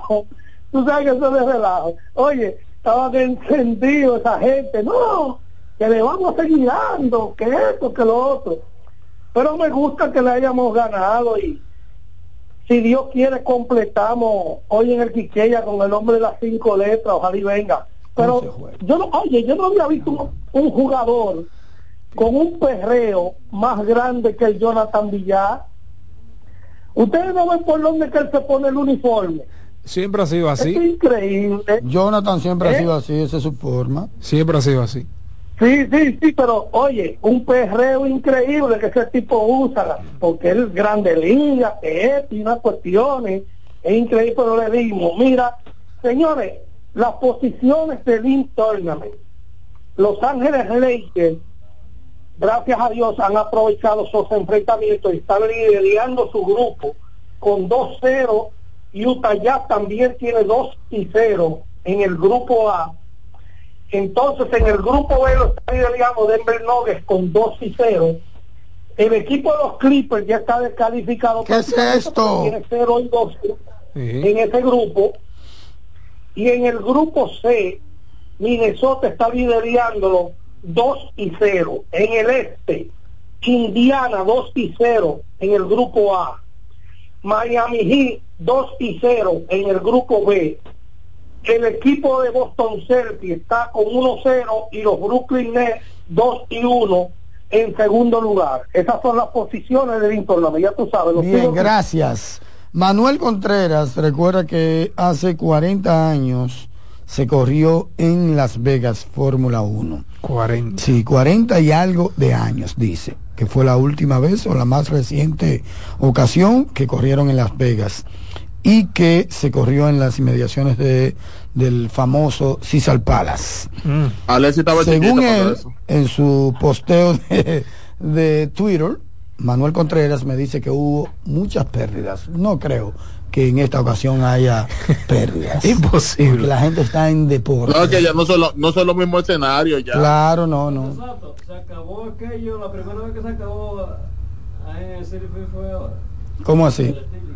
[SPEAKER 25] relajo. Oye, estaban encendidos esa gente. No, que le vamos a seguir dando, que esto, que lo otro. Pero me gusta que le hayamos ganado, y si Dios quiere completamos hoy en el Quiqueya con el nombre de las 5 letras, ojalá y venga. Pero yo no había visto un jugador con un perreo más grande que el Jonathan Villar. Ustedes no ven por dónde que él se pone el uniforme.
[SPEAKER 5] Siempre ha sido así.
[SPEAKER 25] Es increíble.
[SPEAKER 7] Jonathan siempre ha sido así, esa es su forma.
[SPEAKER 5] Siempre ha sido así.
[SPEAKER 25] Sí, pero oye, un perreo increíble que ese tipo usa, porque él es grande liga, que es, y unas cuestiones, es increíble, pero le dimos, mira, señores, las posiciones del League Tournament, Los Ángeles Lakers, gracias a Dios, han aprovechado sus enfrentamientos y están liderando su grupo con 2-0. Utah Jazz también tiene 2-0 en el grupo A. Entonces en el grupo B lo está liderando Denver Nuggets con 2-0. El equipo de los Clippers ya está descalificado.
[SPEAKER 7] ¿Qué es esto?
[SPEAKER 25] Tiene 0-2 en ese grupo. Y en el grupo C, Minnesota está liderándolo 2-0. En el este, Indiana 2-0 en el grupo A. Miami Heat 2-0 en el grupo B. El equipo de Boston Celtics está con 1-0 y los Brooklyn Nets 2-1 en segundo lugar. Esas son las posiciones del torneo, ya tú sabes.
[SPEAKER 7] Bien, gracias. Manuel Contreras recuerda que hace 40 años se corrió en Las Vegas Fórmula 1.
[SPEAKER 5] 40.
[SPEAKER 7] Sí, 40 y algo de años, dice, que fue la última vez o la más reciente ocasión que corrieron en Las Vegas, y que se corrió en las inmediaciones del famoso Caesars Palace. Según él, en su posteo de Twitter, Manuel Contreras me dice que hubo muchas pérdidas. No creo que en esta ocasión haya pérdidas.
[SPEAKER 5] Imposible.
[SPEAKER 7] Porque la gente está en deporte.
[SPEAKER 11] No, que ya no son los mismos escenarios ya.
[SPEAKER 7] Claro, no.
[SPEAKER 16] Se acabó aquello, la primera vez que se acabó en el City fue ahora.
[SPEAKER 7] ¿Cómo así?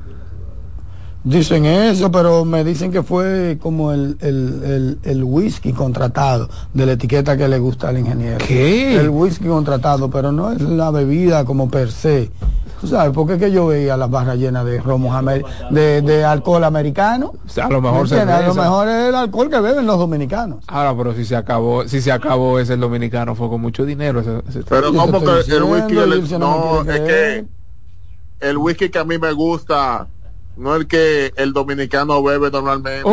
[SPEAKER 7] Dicen eso, pero me dicen que fue como el whisky contratado, de la etiqueta que le gusta al ingeniero.
[SPEAKER 5] ¿Qué?
[SPEAKER 7] El whisky contratado, pero no es la bebida como per se. ¿Tú sabes por qué que yo veía las barras llenas de romo de alcohol americano?
[SPEAKER 5] O sea, a lo mejor
[SPEAKER 7] a lo mejor es el alcohol que beben los dominicanos.
[SPEAKER 5] Ahora, pero si se acabó ese el dominicano fue con mucho dinero.
[SPEAKER 11] Pero como que el whisky, no, es que el whisky que a mí me gusta no el que el dominicano bebe normalmente.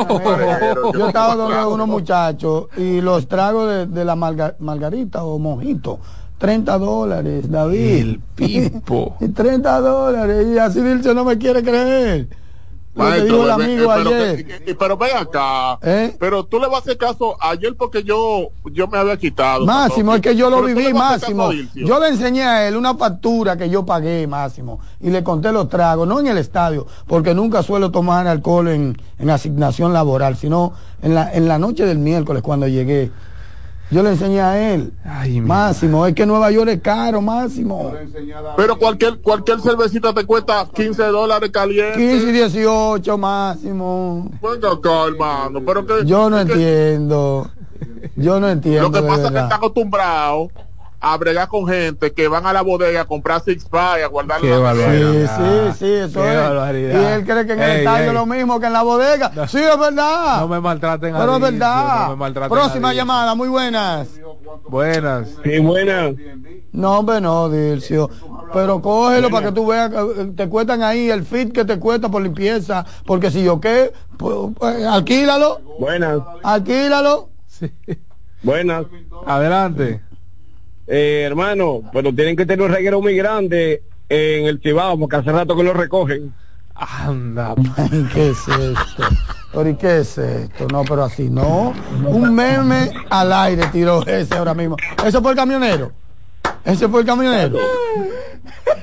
[SPEAKER 7] Yo estaba donde unos muchachos y los tragos de la margarita o mojito, $30, David.
[SPEAKER 5] El pipo.
[SPEAKER 7] $30. Y así Dilce no me quiere creer.
[SPEAKER 11] Maestro, el amigo pero ven acá, pero tú le vas a hacer caso ayer porque yo me había quitado.
[SPEAKER 7] Máximo, es que yo lo viví, Máximo. Yo le enseñé a él una factura que yo pagué, Máximo, y le conté los tragos, no en el estadio, porque nunca suelo tomar alcohol en asignación laboral, sino en la noche del miércoles cuando llegué. Yo le enseñé a él.
[SPEAKER 5] Ay,
[SPEAKER 7] Máximo, es que Nueva York es caro, Máximo.
[SPEAKER 11] Pero cualquier cervecita te cuesta $15 caliente.
[SPEAKER 7] 15 y 18, Máximo.
[SPEAKER 11] Venga acá, hermano. Pero que,
[SPEAKER 7] yo no entiendo.
[SPEAKER 11] Lo que pasa es que está acostumbrado a bregar con gente que van a la bodega a comprar six pack, a guardar
[SPEAKER 7] la barbaridad. Sí, eso es. Barbaridad. Y él cree que en el estadio es lo mismo que en la bodega. No, sí, es verdad.
[SPEAKER 5] No me maltraten a
[SPEAKER 7] Pero es verdad.
[SPEAKER 5] No me maltraten.
[SPEAKER 7] Próxima llamada, muy buenas.
[SPEAKER 5] Buenas.
[SPEAKER 11] Sí, buenas.
[SPEAKER 7] No, hombre, no, Dilcio. Pero cógelo para que tú veas que te cuestan ahí el fit que te cuesta por limpieza. Porque si yo qué, pues, alquílalo.
[SPEAKER 11] Buenas.
[SPEAKER 7] Alquílalo.
[SPEAKER 5] Sí.
[SPEAKER 11] Buenas.
[SPEAKER 5] Adelante.
[SPEAKER 11] Hermano, pero tienen que tener un reguero muy grande en el Cibao, porque hace rato que lo recogen.
[SPEAKER 5] Anda.
[SPEAKER 7] ¿Qué es esto? ¿Pero y qué es esto? No, pero así no. Un meme al aire tiró ese ahora mismo. ¿Eso fue el camionero? ¿Ese fue el camionero?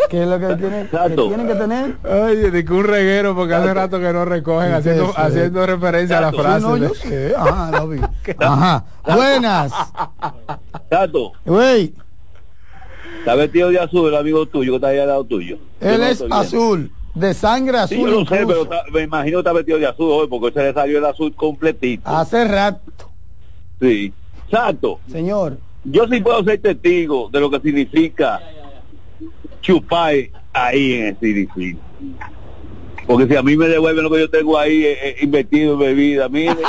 [SPEAKER 7] ¿Qué es lo que tienen que tener?
[SPEAKER 5] Oye, de que un reguero, porque hace rato que no recogen, haciendo referencia a la frase.
[SPEAKER 7] Sí, no, yo sé. Ajá, lo vi. Ajá. Buenas.
[SPEAKER 19] Tato.
[SPEAKER 7] Güey.
[SPEAKER 19] Está vestido de azul el amigo tuyo que está ahí al lado tuyo.
[SPEAKER 7] Él es azul, de sangre azul.
[SPEAKER 19] Sí, yo lo sé, pero me imagino que está vestido de azul hoy porque se le salió el azul completito.
[SPEAKER 7] Hace rato.
[SPEAKER 19] Sí. Tato.
[SPEAKER 7] Señor.
[SPEAKER 19] Yo sí puedo ser testigo de lo que significa chupar ahí en el CDC. Porque si a mí me devuelven lo que yo tengo ahí invertido en bebida, mire.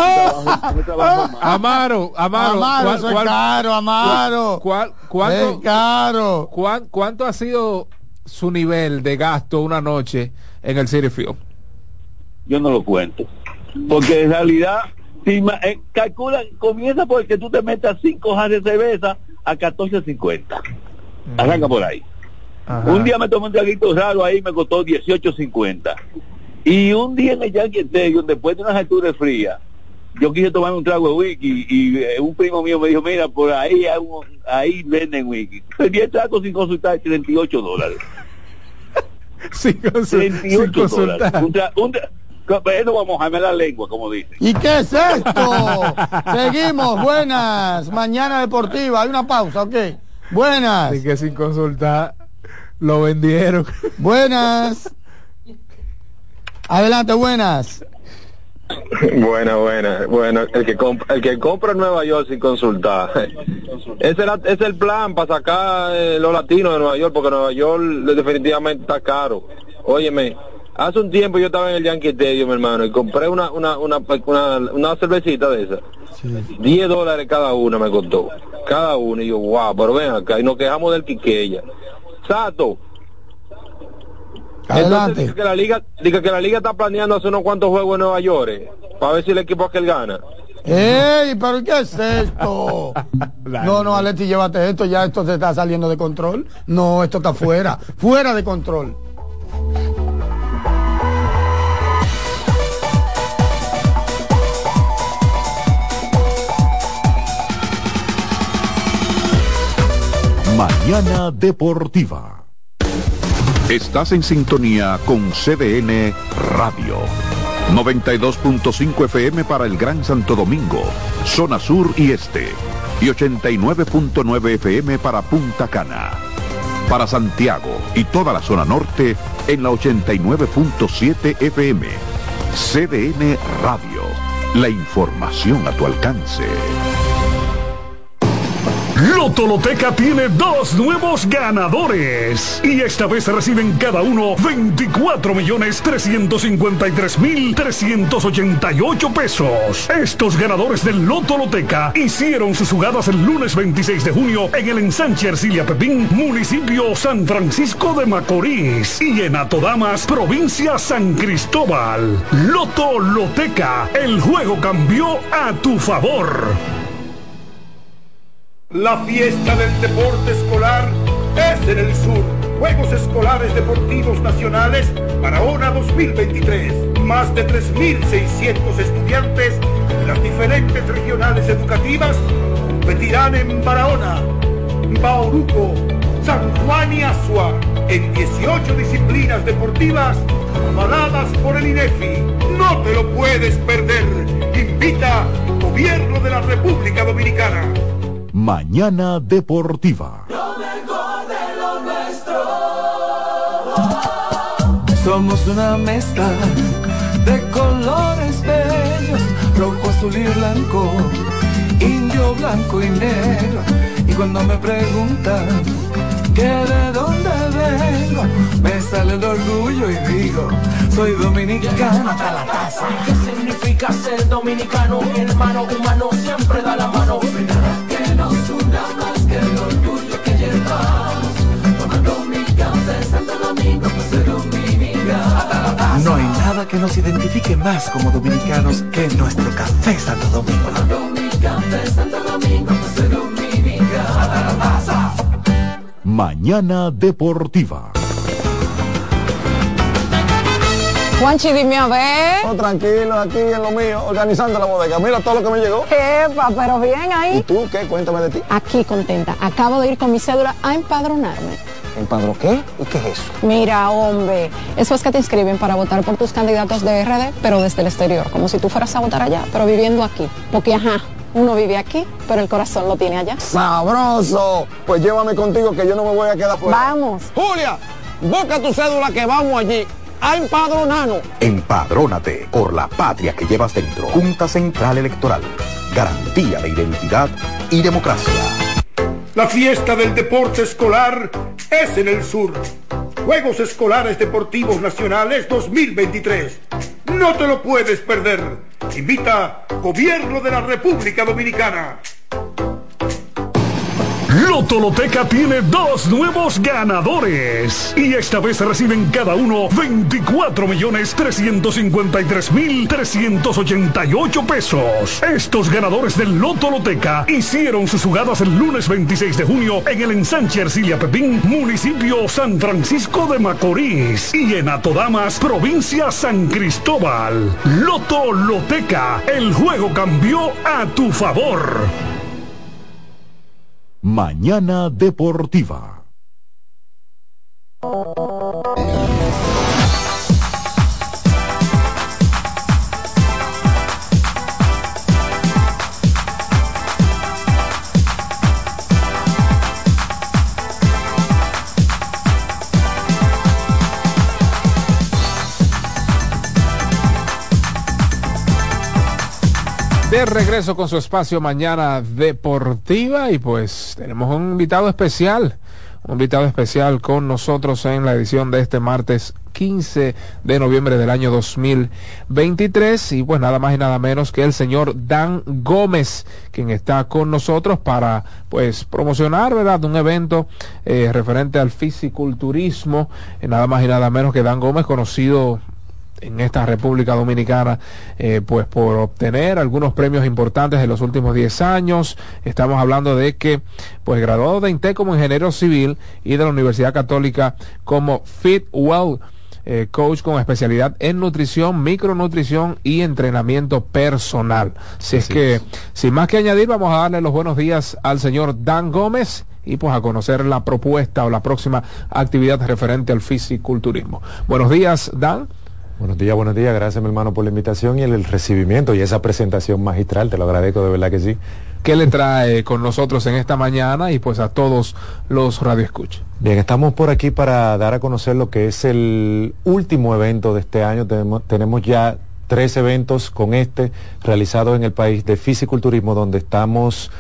[SPEAKER 5] Amaro,
[SPEAKER 7] eso es caro, Amaro.
[SPEAKER 5] ¿Cuánto,
[SPEAKER 7] es caro.
[SPEAKER 5] ¿Cuánto ha sido su nivel de gasto una noche en el City Field?
[SPEAKER 19] Yo no lo cuento. Porque en realidad, si calcula, comienza porque tú te metas 5 jarras de cerveza a $14.50. Arranca por ahí. Ajá. Un día me tomé un traguito raro ahí, me costó $18.50. Y un día en el Yankee Stadium, después de unas alturas frías, yo quise tomarme un trago de whisky y un primo mío me dijo, mira, por ahí ahí venden whisky. Pedí el trago sin consultar, $38.
[SPEAKER 5] Sin consultar.
[SPEAKER 19] Eso vamos a mojarme la lengua, como dicen.
[SPEAKER 7] ¿Y qué es esto? Seguimos, buenas. Mañana deportiva, hay una pausa, ok. Buenas.
[SPEAKER 5] Así que sin consultar lo vendieron.
[SPEAKER 7] Buenas. Adelante, buenas.
[SPEAKER 20] Bueno, el que compra en Nueva York sin consultar. Ese es el plan para sacar los latinos de Nueva York, porque Nueva York definitivamente está caro. Óyeme, hace un tiempo yo estaba en el Yankee Stadium, mi hermano, y compré una cervecita de esa. Sí. $10 cada una me costó. Cada una. Y yo, wow, pero ven acá. Y nos quejamos del Quiqueya. Sato.
[SPEAKER 7] Adelante.
[SPEAKER 20] Entonces dice que la liga está planeando hacer unos cuantos juegos en Nueva York, para ver si el equipo aquel gana.
[SPEAKER 7] ¡Ey! ¿Pero qué es esto? No, Alexi, llévate esto. Ya esto se está saliendo de control. No, esto está fuera de control.
[SPEAKER 2] Mañana Deportiva. Estás en sintonía con CDN Radio. 92.5 FM para el Gran Santo Domingo, zona sur y este. Y 89.9 FM para Punta Cana. Para Santiago y toda la zona norte en la 89.7 FM. CDN Radio. La información a tu alcance.
[SPEAKER 10] Loto Loteca tiene 2 nuevos ganadores y esta vez reciben cada uno 24.353.388 pesos. Estos ganadores del Loto Loteca hicieron sus jugadas el lunes 26 de junio en el ensanche Ercilia Pepín, municipio San Francisco de Macorís, y en Atodamas, provincia San Cristóbal. Loto Loteca, el juego cambió a tu favor.
[SPEAKER 21] La fiesta del deporte escolar es en el sur. Juegos Escolares Deportivos Nacionales Barahona 2023. Más de 3.600 estudiantes de las diferentes regionales educativas competirán en Barahona, Bauruco, San Juan y Azua en 18 disciplinas deportivas avaladas por el INEFI. No te lo puedes perder. Invita Gobierno de la República Dominicana.
[SPEAKER 2] Mañana Deportiva.
[SPEAKER 24] Lo mejor de lo nuestro. Somos una mezcla de colores bellos, rojo, azul y blanco, indio, blanco y negro. Y cuando me preguntan que de dónde vengo, me sale el orgullo y digo, soy dominicano hasta la casa.
[SPEAKER 22] ¿Qué significa ser dominicano? Mi hermano humano siempre da la mano.
[SPEAKER 24] Que nos una más que el orgullo que llevamos, tomando mi café Santo Domingo, pues soy dominicano.
[SPEAKER 23] No hay nada que nos identifique más como dominicanos que nuestro café Santo Domingo.
[SPEAKER 24] Tomando mi café Santo Domingo, pues soy dominicano.
[SPEAKER 2] Mañana Deportiva.
[SPEAKER 26] Juanchi, dime a ver.
[SPEAKER 27] Oh, tranquilo, aquí en lo mío, organizando la bodega. Mira todo lo que me llegó.
[SPEAKER 26] Epa, pero bien ahí.
[SPEAKER 27] ¿Y tú qué? Cuéntame de ti.
[SPEAKER 26] Aquí contenta. Acabo de ir con mi cédula a empadronarme.
[SPEAKER 27] ¿Empadro qué? ¿Y qué es eso?
[SPEAKER 26] Mira, hombre, eso es que te inscriben para votar por tus candidatos de RD, pero desde el exterior, como si tú fueras a votar allá, pero viviendo aquí. Porque, uno vive aquí, pero el corazón lo tiene allá.
[SPEAKER 27] ¡Sabroso! Pues llévame contigo que yo no me voy a quedar fuera.
[SPEAKER 26] Vamos.
[SPEAKER 27] Julia, busca tu cédula que vamos allí a empadronarnos.
[SPEAKER 3] Empadrónate por la patria que llevas dentro. Junta Central Electoral. Garantía de identidad y democracia.
[SPEAKER 21] La fiesta del deporte escolar es en el sur. Juegos Escolares Deportivos Nacionales 2023. No te lo puedes perder. Invita Gobierno de la República Dominicana.
[SPEAKER 10] Lotoloteca tiene 2 nuevos ganadores y esta vez reciben cada uno 24.353.388 pesos. Estos ganadores del Lotoloteca hicieron sus jugadas el lunes 26 de junio en el ensanche Ercilia Pepín, municipio San Francisco de Macorís, y en Atodamas, provincia San Cristóbal. Lotoloteca, el juego cambió a tu favor.
[SPEAKER 2] Mañana Deportiva.
[SPEAKER 5] De regreso con su espacio Mañana Deportiva y pues tenemos un invitado especial con nosotros en la edición de este martes 15 de noviembre del año 2023 y pues nada más y nada menos que el señor Dan Gómez, quien está con nosotros para pues promocionar, ¿verdad?, un evento referente al fisiculturismo, nada más y nada menos que Dan Gómez, conocido en esta República Dominicana pues por obtener algunos premios importantes en los últimos 10 años. Estamos hablando de que pues graduado de INTEC como ingeniero civil y de la Universidad Católica como FitWell, coach con especialidad en nutrición, micronutrición y entrenamiento personal. Así es que, sin más que añadir, vamos a darle los buenos días al señor Dan Gómez y pues a conocer la propuesta o la próxima actividad referente al fisiculturismo. Buenos días, Dan.
[SPEAKER 4] Buenos días, gracias mi hermano por la invitación y el recibimiento y esa presentación magistral, te lo agradezco, de verdad que sí.
[SPEAKER 5] ¿Qué le trae con nosotros en esta mañana y pues a todos los radioescuchas?
[SPEAKER 4] Bien, estamos por aquí para dar a conocer lo que es el último evento de este año. Tenemos ya 3 eventos con realizados en el país de fisiculturismo, donde estamos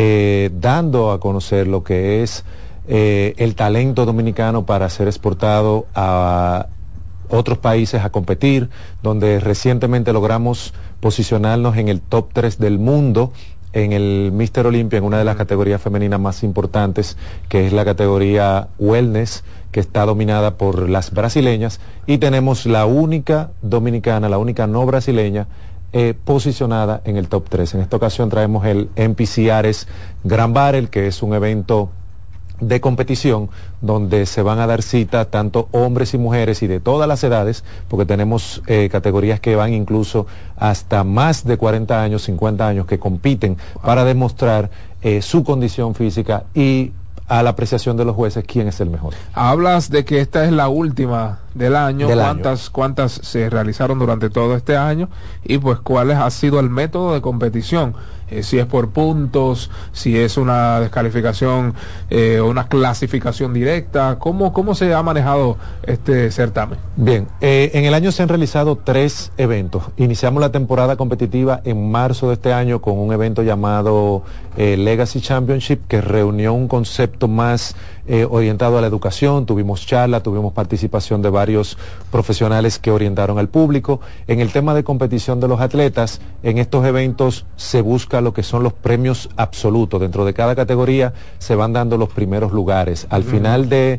[SPEAKER 4] dando a conocer lo que es el talento dominicano para ser exportado a otros países a competir, donde recientemente logramos posicionarnos en el top 3 del mundo en el Mr. Olympia, en una de las categorías femeninas más importantes, que es la categoría Wellness, que está dominada por las brasileñas, y tenemos la única dominicana, la única no brasileña, posicionada en el top 3. En esta ocasión traemos el NPC Ares Grand Barrel, que es un evento de competición donde se van a dar cita tanto hombres y mujeres y de todas las edades, porque tenemos categorías que van incluso hasta más de 40 años, 50 años, que compiten para demostrar su condición física y a la apreciación de los jueces quién es el mejor.
[SPEAKER 5] Hablas de que esta es la última del año. ¿Cuántas se realizaron durante todo este año? Y pues ¿cuál ha sido el método de competición? Si es por puntos, si es una descalificación o una clasificación directa, ¿cómo se ha manejado este certamen?
[SPEAKER 4] Bien, en el año se han realizado 3 eventos. Iniciamos la temporada competitiva en marzo de este año con un evento llamado Legacy Championship, que reunió un concepto más orientado a la educación. Tuvimos charla, tuvimos participación de varios profesionales que orientaron al público. En el tema de competición de los atletas, en estos eventos se busca lo que son los premios absolutos. Dentro de cada categoría se van dando los primeros lugares. Al final de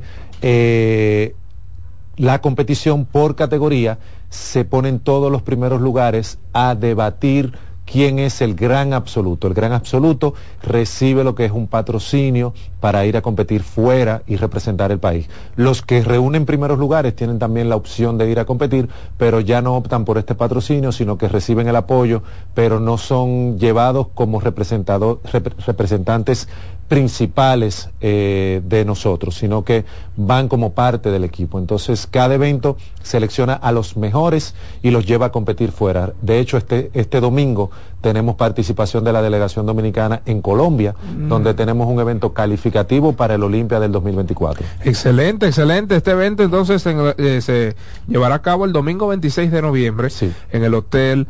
[SPEAKER 4] la competición por categoría se ponen todos los primeros lugares a debatir quién es el gran absoluto. El gran absoluto recibe lo que es un patrocinio para ir a competir fuera y representar el país. Los que reúnen primeros lugares tienen también la opción de ir a competir, pero ya no optan por este patrocinio, sino que reciben el apoyo, pero no son llevados como representantes principales de nosotros, sino que van como parte del equipo. Entonces, cada evento selecciona a los mejores y los lleva a competir fuera. De hecho, este domingo tenemos participación de la delegación dominicana en Colombia, donde tenemos un evento calificativo para el Olimpia del 2024.
[SPEAKER 5] Excelente, excelente. Este evento entonces se llevará a cabo el domingo 26 de noviembre en el Hotel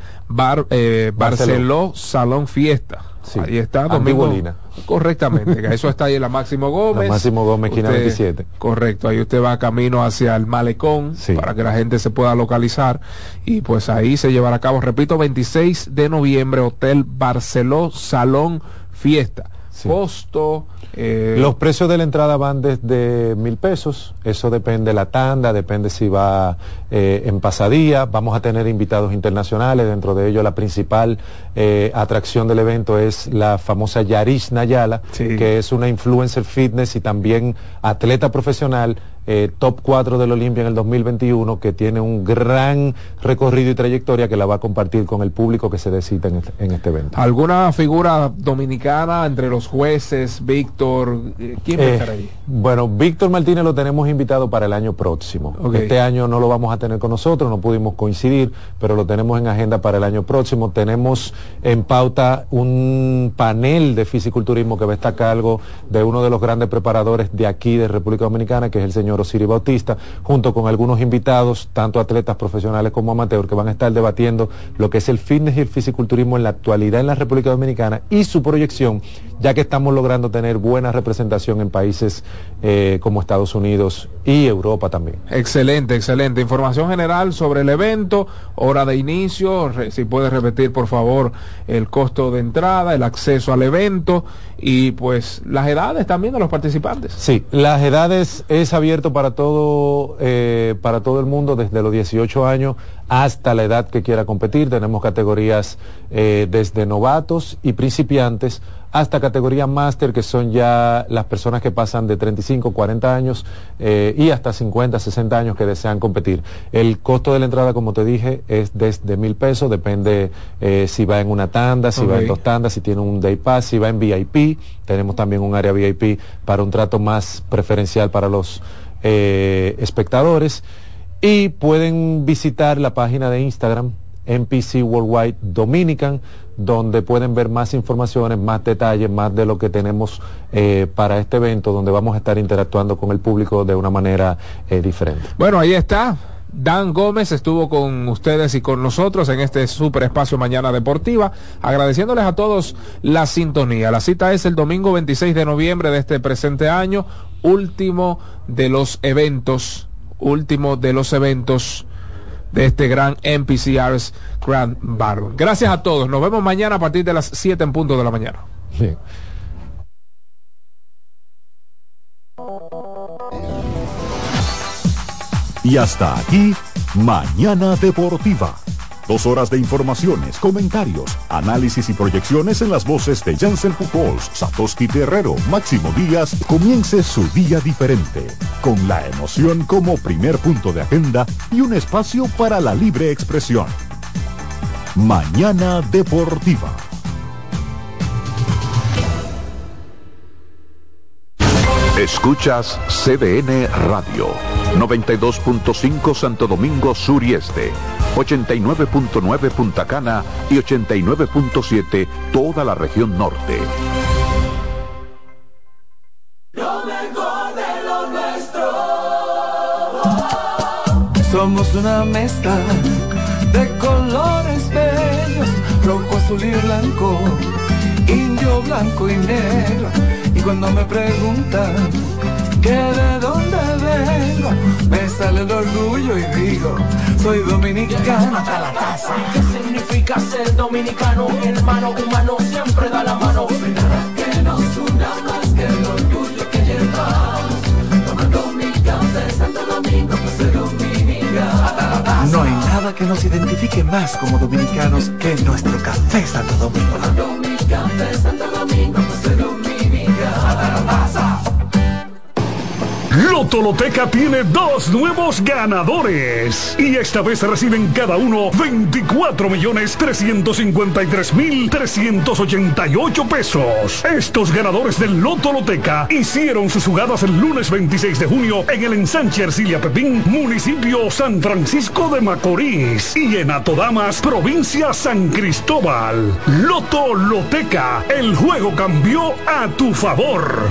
[SPEAKER 5] Barceló Salón Fiesta.
[SPEAKER 4] Sí.
[SPEAKER 5] Ahí está, domingo.
[SPEAKER 4] Antiguolina.
[SPEAKER 5] Correctamente, eso está ahí en la Máximo Gómez.
[SPEAKER 4] La Máximo Gómez, esquina 27.
[SPEAKER 5] Correcto, ahí usted va camino hacia el Malecón para que la gente se pueda localizar y pues ahí se llevará a cabo, repito, 26 de noviembre, Hotel Barceló Salón Fiesta. Costo.
[SPEAKER 4] Los precios de la entrada van desde 1,000 pesos, eso depende de la tanda, depende si va en pasadía. Vamos a tener invitados internacionales, dentro de ellos la principal atracción del evento es la famosa Yarish Nayala, que es una influencer fitness y también atleta profesional, top 4 del Olimpia en el 2021, que tiene un gran recorrido y trayectoria que la va a compartir con el público que se decita en este evento.
[SPEAKER 5] ¿Alguna figura dominicana entre los jueces? Víctor, ¿quién va a estar ahí?
[SPEAKER 4] Bueno, Víctor Martínez lo tenemos invitado para el año próximo. Este año no lo vamos a tener con nosotros, no pudimos coincidir, pero lo tenemos en agenda para el año próximo. Tenemos en pauta un panel de fisiculturismo que va a estar a cargo de uno de los grandes preparadores de aquí, de República Dominicana, que es el señor Osiris Bautista, junto con algunos invitados, tanto atletas profesionales como amateurs, que van a estar debatiendo lo que es el fitness y el fisiculturismo en la actualidad en la República Dominicana y su proyección, ya que estamos logrando tener buena representación en países como Estados Unidos y Europa también.
[SPEAKER 5] Excelente, excelente. Información general sobre el evento, hora de inicio, si puedes repetir por favor el costo de entrada, el acceso al evento y pues las edades también de los participantes.
[SPEAKER 4] Sí, las edades es abierto para todo el mundo, desde los 18 años hasta la edad que quiera competir. Tenemos categorías desde novatos y principiantes hasta categoría máster, que son ya las personas que pasan de 35, 40 años y hasta 50, 60 años que desean competir. El costo de la entrada, como te dije, es desde 1,000 pesos, depende si va en una tanda, si va en 2 tandas, si tiene un day pass, si va en VIP. Tenemos también un área VIP para un trato más preferencial para los espectadores. Y pueden visitar la página de Instagram, NPC Worldwide Dominican, donde pueden ver más informaciones, más detalles, más de lo que tenemos para este evento, donde vamos a estar interactuando con el público de una manera diferente.
[SPEAKER 5] Bueno, ahí está. Dan Gómez estuvo con ustedes y con nosotros en este super espacio Mañana Deportiva, agradeciéndoles a todos la sintonía. La cita es el domingo 26 de noviembre de este presente año, último de los eventos de este gran NPCR's Grand Battle. Gracias a todos. Nos vemos mañana a partir de las 7 en punto de la mañana.
[SPEAKER 4] Bien.
[SPEAKER 2] Y hasta aquí, Mañana Deportiva. 2 horas de informaciones, comentarios, análisis y proyecciones en las voces de Jansen Pujols, Satoshi Terrero, Máximo Díaz. Comience su día diferente, con la emoción como primer punto de agenda y un espacio para la libre expresión. Mañana Deportiva. Escuchas CDN Radio, 92.5 Santo Domingo Sur y Este, 89.9 Punta Cana y 89.7 toda la región norte.
[SPEAKER 24] Lo mejor de lo nuestro. Somos una mezcla de colores bellos, rojo, azul y blanco, indio, blanco y negro. Y cuando me preguntan que de dónde vengo, me sale el orgullo y digo, soy dominicano hasta la taza.
[SPEAKER 22] ¿Qué significa ser dominicano? Hermano humano siempre da la mano.
[SPEAKER 24] Nada que nos una más que el orgullo que llevamos. Tomando mi café Santo Domingo, pues soy dominicano.
[SPEAKER 23] No hay nada que nos identifique más como dominicanos que nuestro café Santo Domingo.
[SPEAKER 24] Tomando mi café Santo Domingo, pues soy dominicano.
[SPEAKER 10] Loto Loto Loteca tiene 2 nuevos ganadores. Y esta vez reciben cada uno 24.353.388 pesos. Estos ganadores del Loto Loteca hicieron sus jugadas el lunes 26 de junio en el ensanche Ercilia Pepín, municipio San Francisco de Macorís. Y en Atodamas, provincia San Cristóbal. Loto Loteca, el juego cambió a tu favor.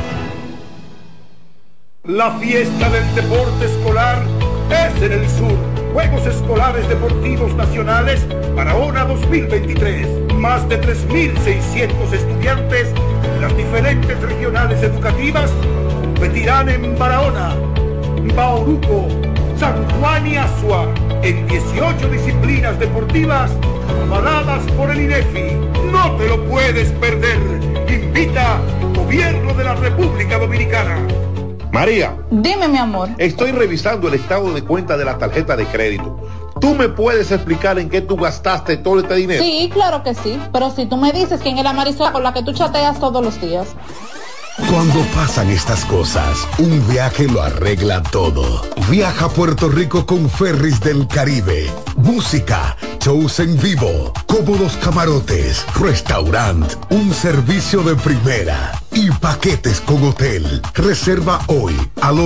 [SPEAKER 21] La fiesta del deporte escolar es en el sur. Juegos Escolares Deportivos Nacionales Barahona 2023. Más de 3.600 estudiantes de las diferentes regionales educativas competirán en Barahona, Bauruco, San Juan y Azua en 18 disciplinas deportivas avaladas por el INEFI. No te lo puedes perder. Invita Gobierno de la República Dominicana.
[SPEAKER 6] María.
[SPEAKER 8] Dime, mi amor.
[SPEAKER 6] Estoy revisando el estado de cuenta de la tarjeta de crédito. ¿Tú me puedes explicar en qué tú gastaste todo este dinero?
[SPEAKER 8] Sí, claro que sí. Pero si tú me dices quién es la Marisol con la que tú chateas todos los días.
[SPEAKER 9] Cuando pasan estas cosas, un viaje lo arregla todo. Viaja a Puerto Rico con Ferris del Caribe. Música, shows en vivo, cómodos camarotes, restaurant, un servicio de primera y paquetes con hotel. Reserva hoy al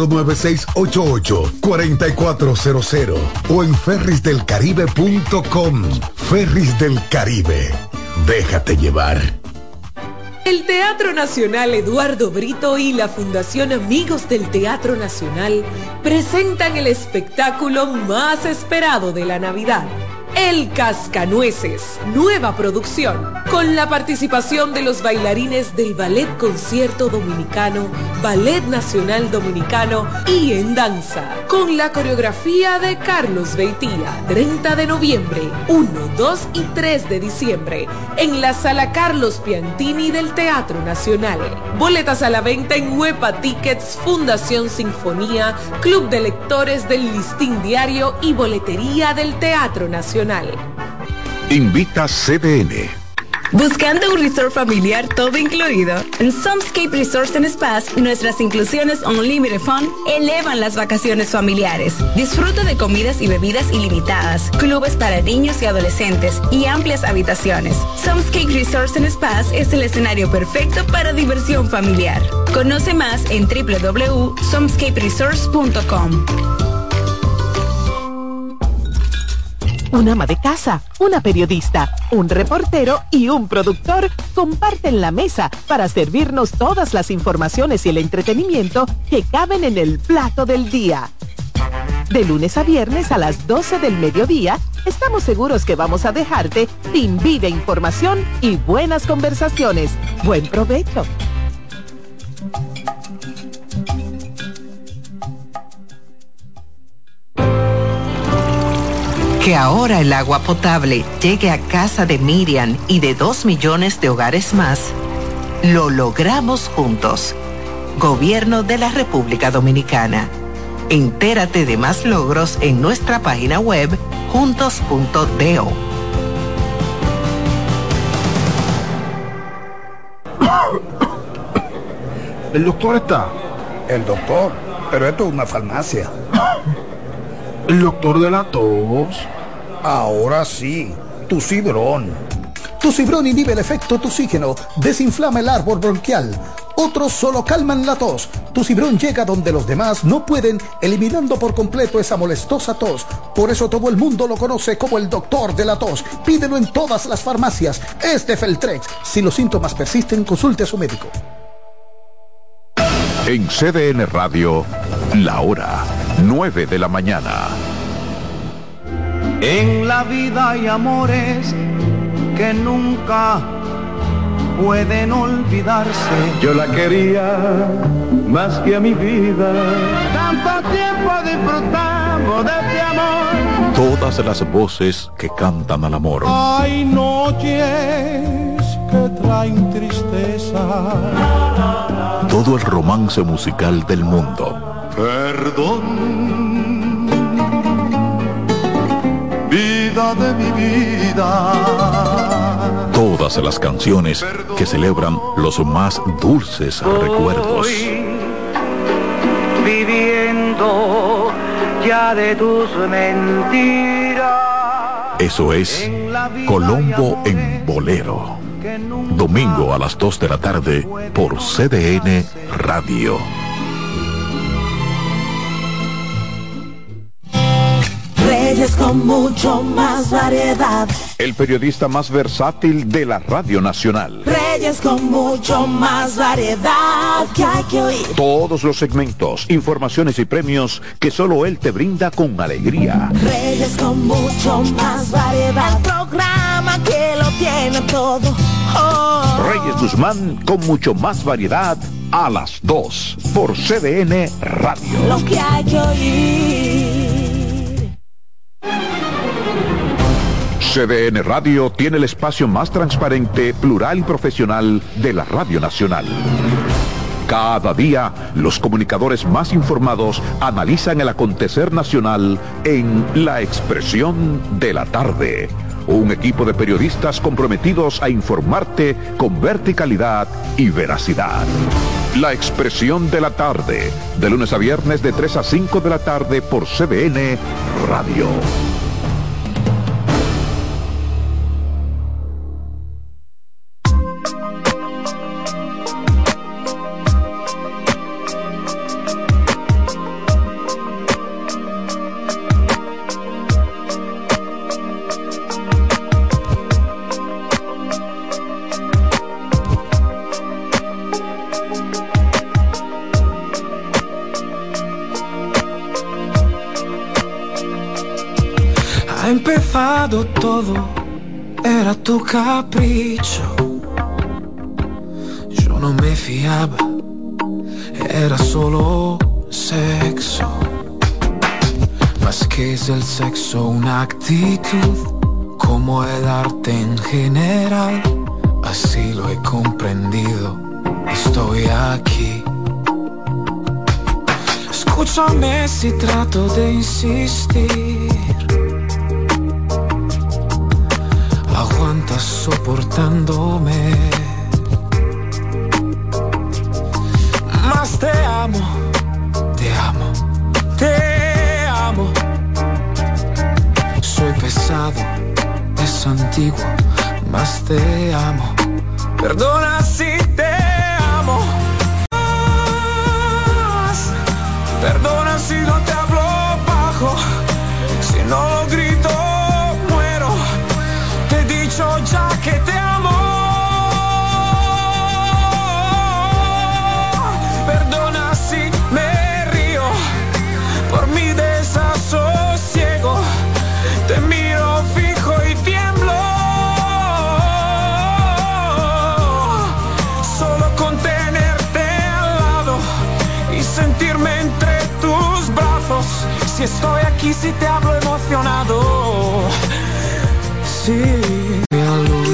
[SPEAKER 9] 809-688-4400 o en ferrisdelcaribe.com. Ferris del Caribe. Déjate llevar.
[SPEAKER 12] El Teatro Nacional Eduardo Brito y la Fundación Amigos del Teatro Nacional presentan el espectáculo más esperado de la Navidad, El Cascanueces, nueva producción, con la participación de los bailarines del Ballet Concierto Dominicano, Ballet Nacional Dominicano y en danza, con la coreografía de Carlos Beitía. 30 de noviembre, 1, 2 y 3 de diciembre, en la Sala Carlos Piantini del Teatro Nacional. Boletas a la venta en Huepa Tickets, Fundación Sinfonía, Club de Lectores del Listín Diario y Boletería del Teatro Nacional.
[SPEAKER 2] Invita CDN.
[SPEAKER 13] Buscando un resort familiar todo incluido. En Somescape Resorts and Spas, nuestras inclusiones Unlimited Fun elevan las vacaciones familiares. Disfruta de comidas y bebidas ilimitadas, clubes para niños y adolescentes y amplias habitaciones. Somescape Resorts and Spas es el escenario perfecto para diversión familiar. Conoce más en www.somescaperesorts.com.
[SPEAKER 14] Un ama de casa, una periodista, un reportero y un productor comparten la mesa para servirnos todas las informaciones y el entretenimiento que caben en el plato del día. De lunes a viernes a las 12 del mediodía, estamos seguros que vamos a dejarte sin vida, información y buenas conversaciones. ¡Buen provecho!
[SPEAKER 17] Que ahora el agua potable llegue a casa de Miriam y de 2 millones de hogares más, lo logramos juntos. Gobierno de la República Dominicana. Entérate de más logros en nuestra página web juntos.do.
[SPEAKER 6] ¿El doctor está?
[SPEAKER 7] El doctor, pero esto es una farmacia.
[SPEAKER 6] ¿El doctor de la tos?
[SPEAKER 7] Ahora sí, Tucibrón. Tucibrón inhibe el efecto toxígeno, desinflama el árbol bronquial. Otros solo calman la tos. Tucibrón llega donde los demás no pueden, eliminando por completo esa molestosa tos. Por eso todo el mundo lo conoce como el doctor de la tos. Pídelo en todas las farmacias. Es de Feltrex. Si los síntomas persisten, consulte a su médico.
[SPEAKER 2] En CDN Radio, la hora 9 de la mañana.
[SPEAKER 24] En la vida hay amores que nunca pueden olvidarse.
[SPEAKER 28] Yo la quería más que a mi vida.
[SPEAKER 24] Tanto tiempo disfrutamos de este amor.
[SPEAKER 2] Todas las voces que cantan al amor.
[SPEAKER 24] Hay noches que traen tristeza.
[SPEAKER 2] Todo el romance musical del mundo.
[SPEAKER 24] Perdón, vida de mi vida.
[SPEAKER 2] Todas las canciones que celebran los más dulces recuerdos.
[SPEAKER 1] viviendo ya de tus mentiras.
[SPEAKER 2] Eso es Colombo en Bolero. Domingo a las 2 de la tarde por CDN Radio.
[SPEAKER 11] Reyes con mucho más variedad.
[SPEAKER 15] El periodista más versátil de la Radio Nacional.
[SPEAKER 11] Reyes con mucho más variedad que hay que oír.
[SPEAKER 15] Todos los segmentos, informaciones y premios que solo él te brinda con alegría.
[SPEAKER 11] Reyes con mucho más variedad. El programa que lo tiene todo. Oh.
[SPEAKER 15] Reyes Guzmán con mucho más variedad a las 2 por CDN Radio.
[SPEAKER 11] Lo que hay que oír.
[SPEAKER 15] CDN Radio tiene el espacio más transparente, plural y profesional de la Radio Nacional. Cada día, los comunicadores más informados analizan el acontecer nacional en La Expresión de la Tarde. Un equipo de periodistas comprometidos a informarte con verticalidad y veracidad. La Expresión de la Tarde, de lunes a viernes de 3 a 5 de la tarde por CDN Radio.
[SPEAKER 24] Todo era tu capricho. Yo no me fiaba, era solo sexo. Más que es el sexo, una actitud, como el arte en general. Así lo he comprendido, estoy aquí. Escúchame si trato de insistir. Aguantas soportándome. Más te amo, te amo, te amo. Soy pesado, es antiguo, más te amo. Perdona si te amo. Perdona si no te hablo bajo, si no lo grito. Ya que te amo, perdona si me río por mi desasosiego, te miro fijo y tiemblo, solo con tenerte al lado y sentirme entre tus brazos. Si estoy aquí, si te hablo emocionado, sí.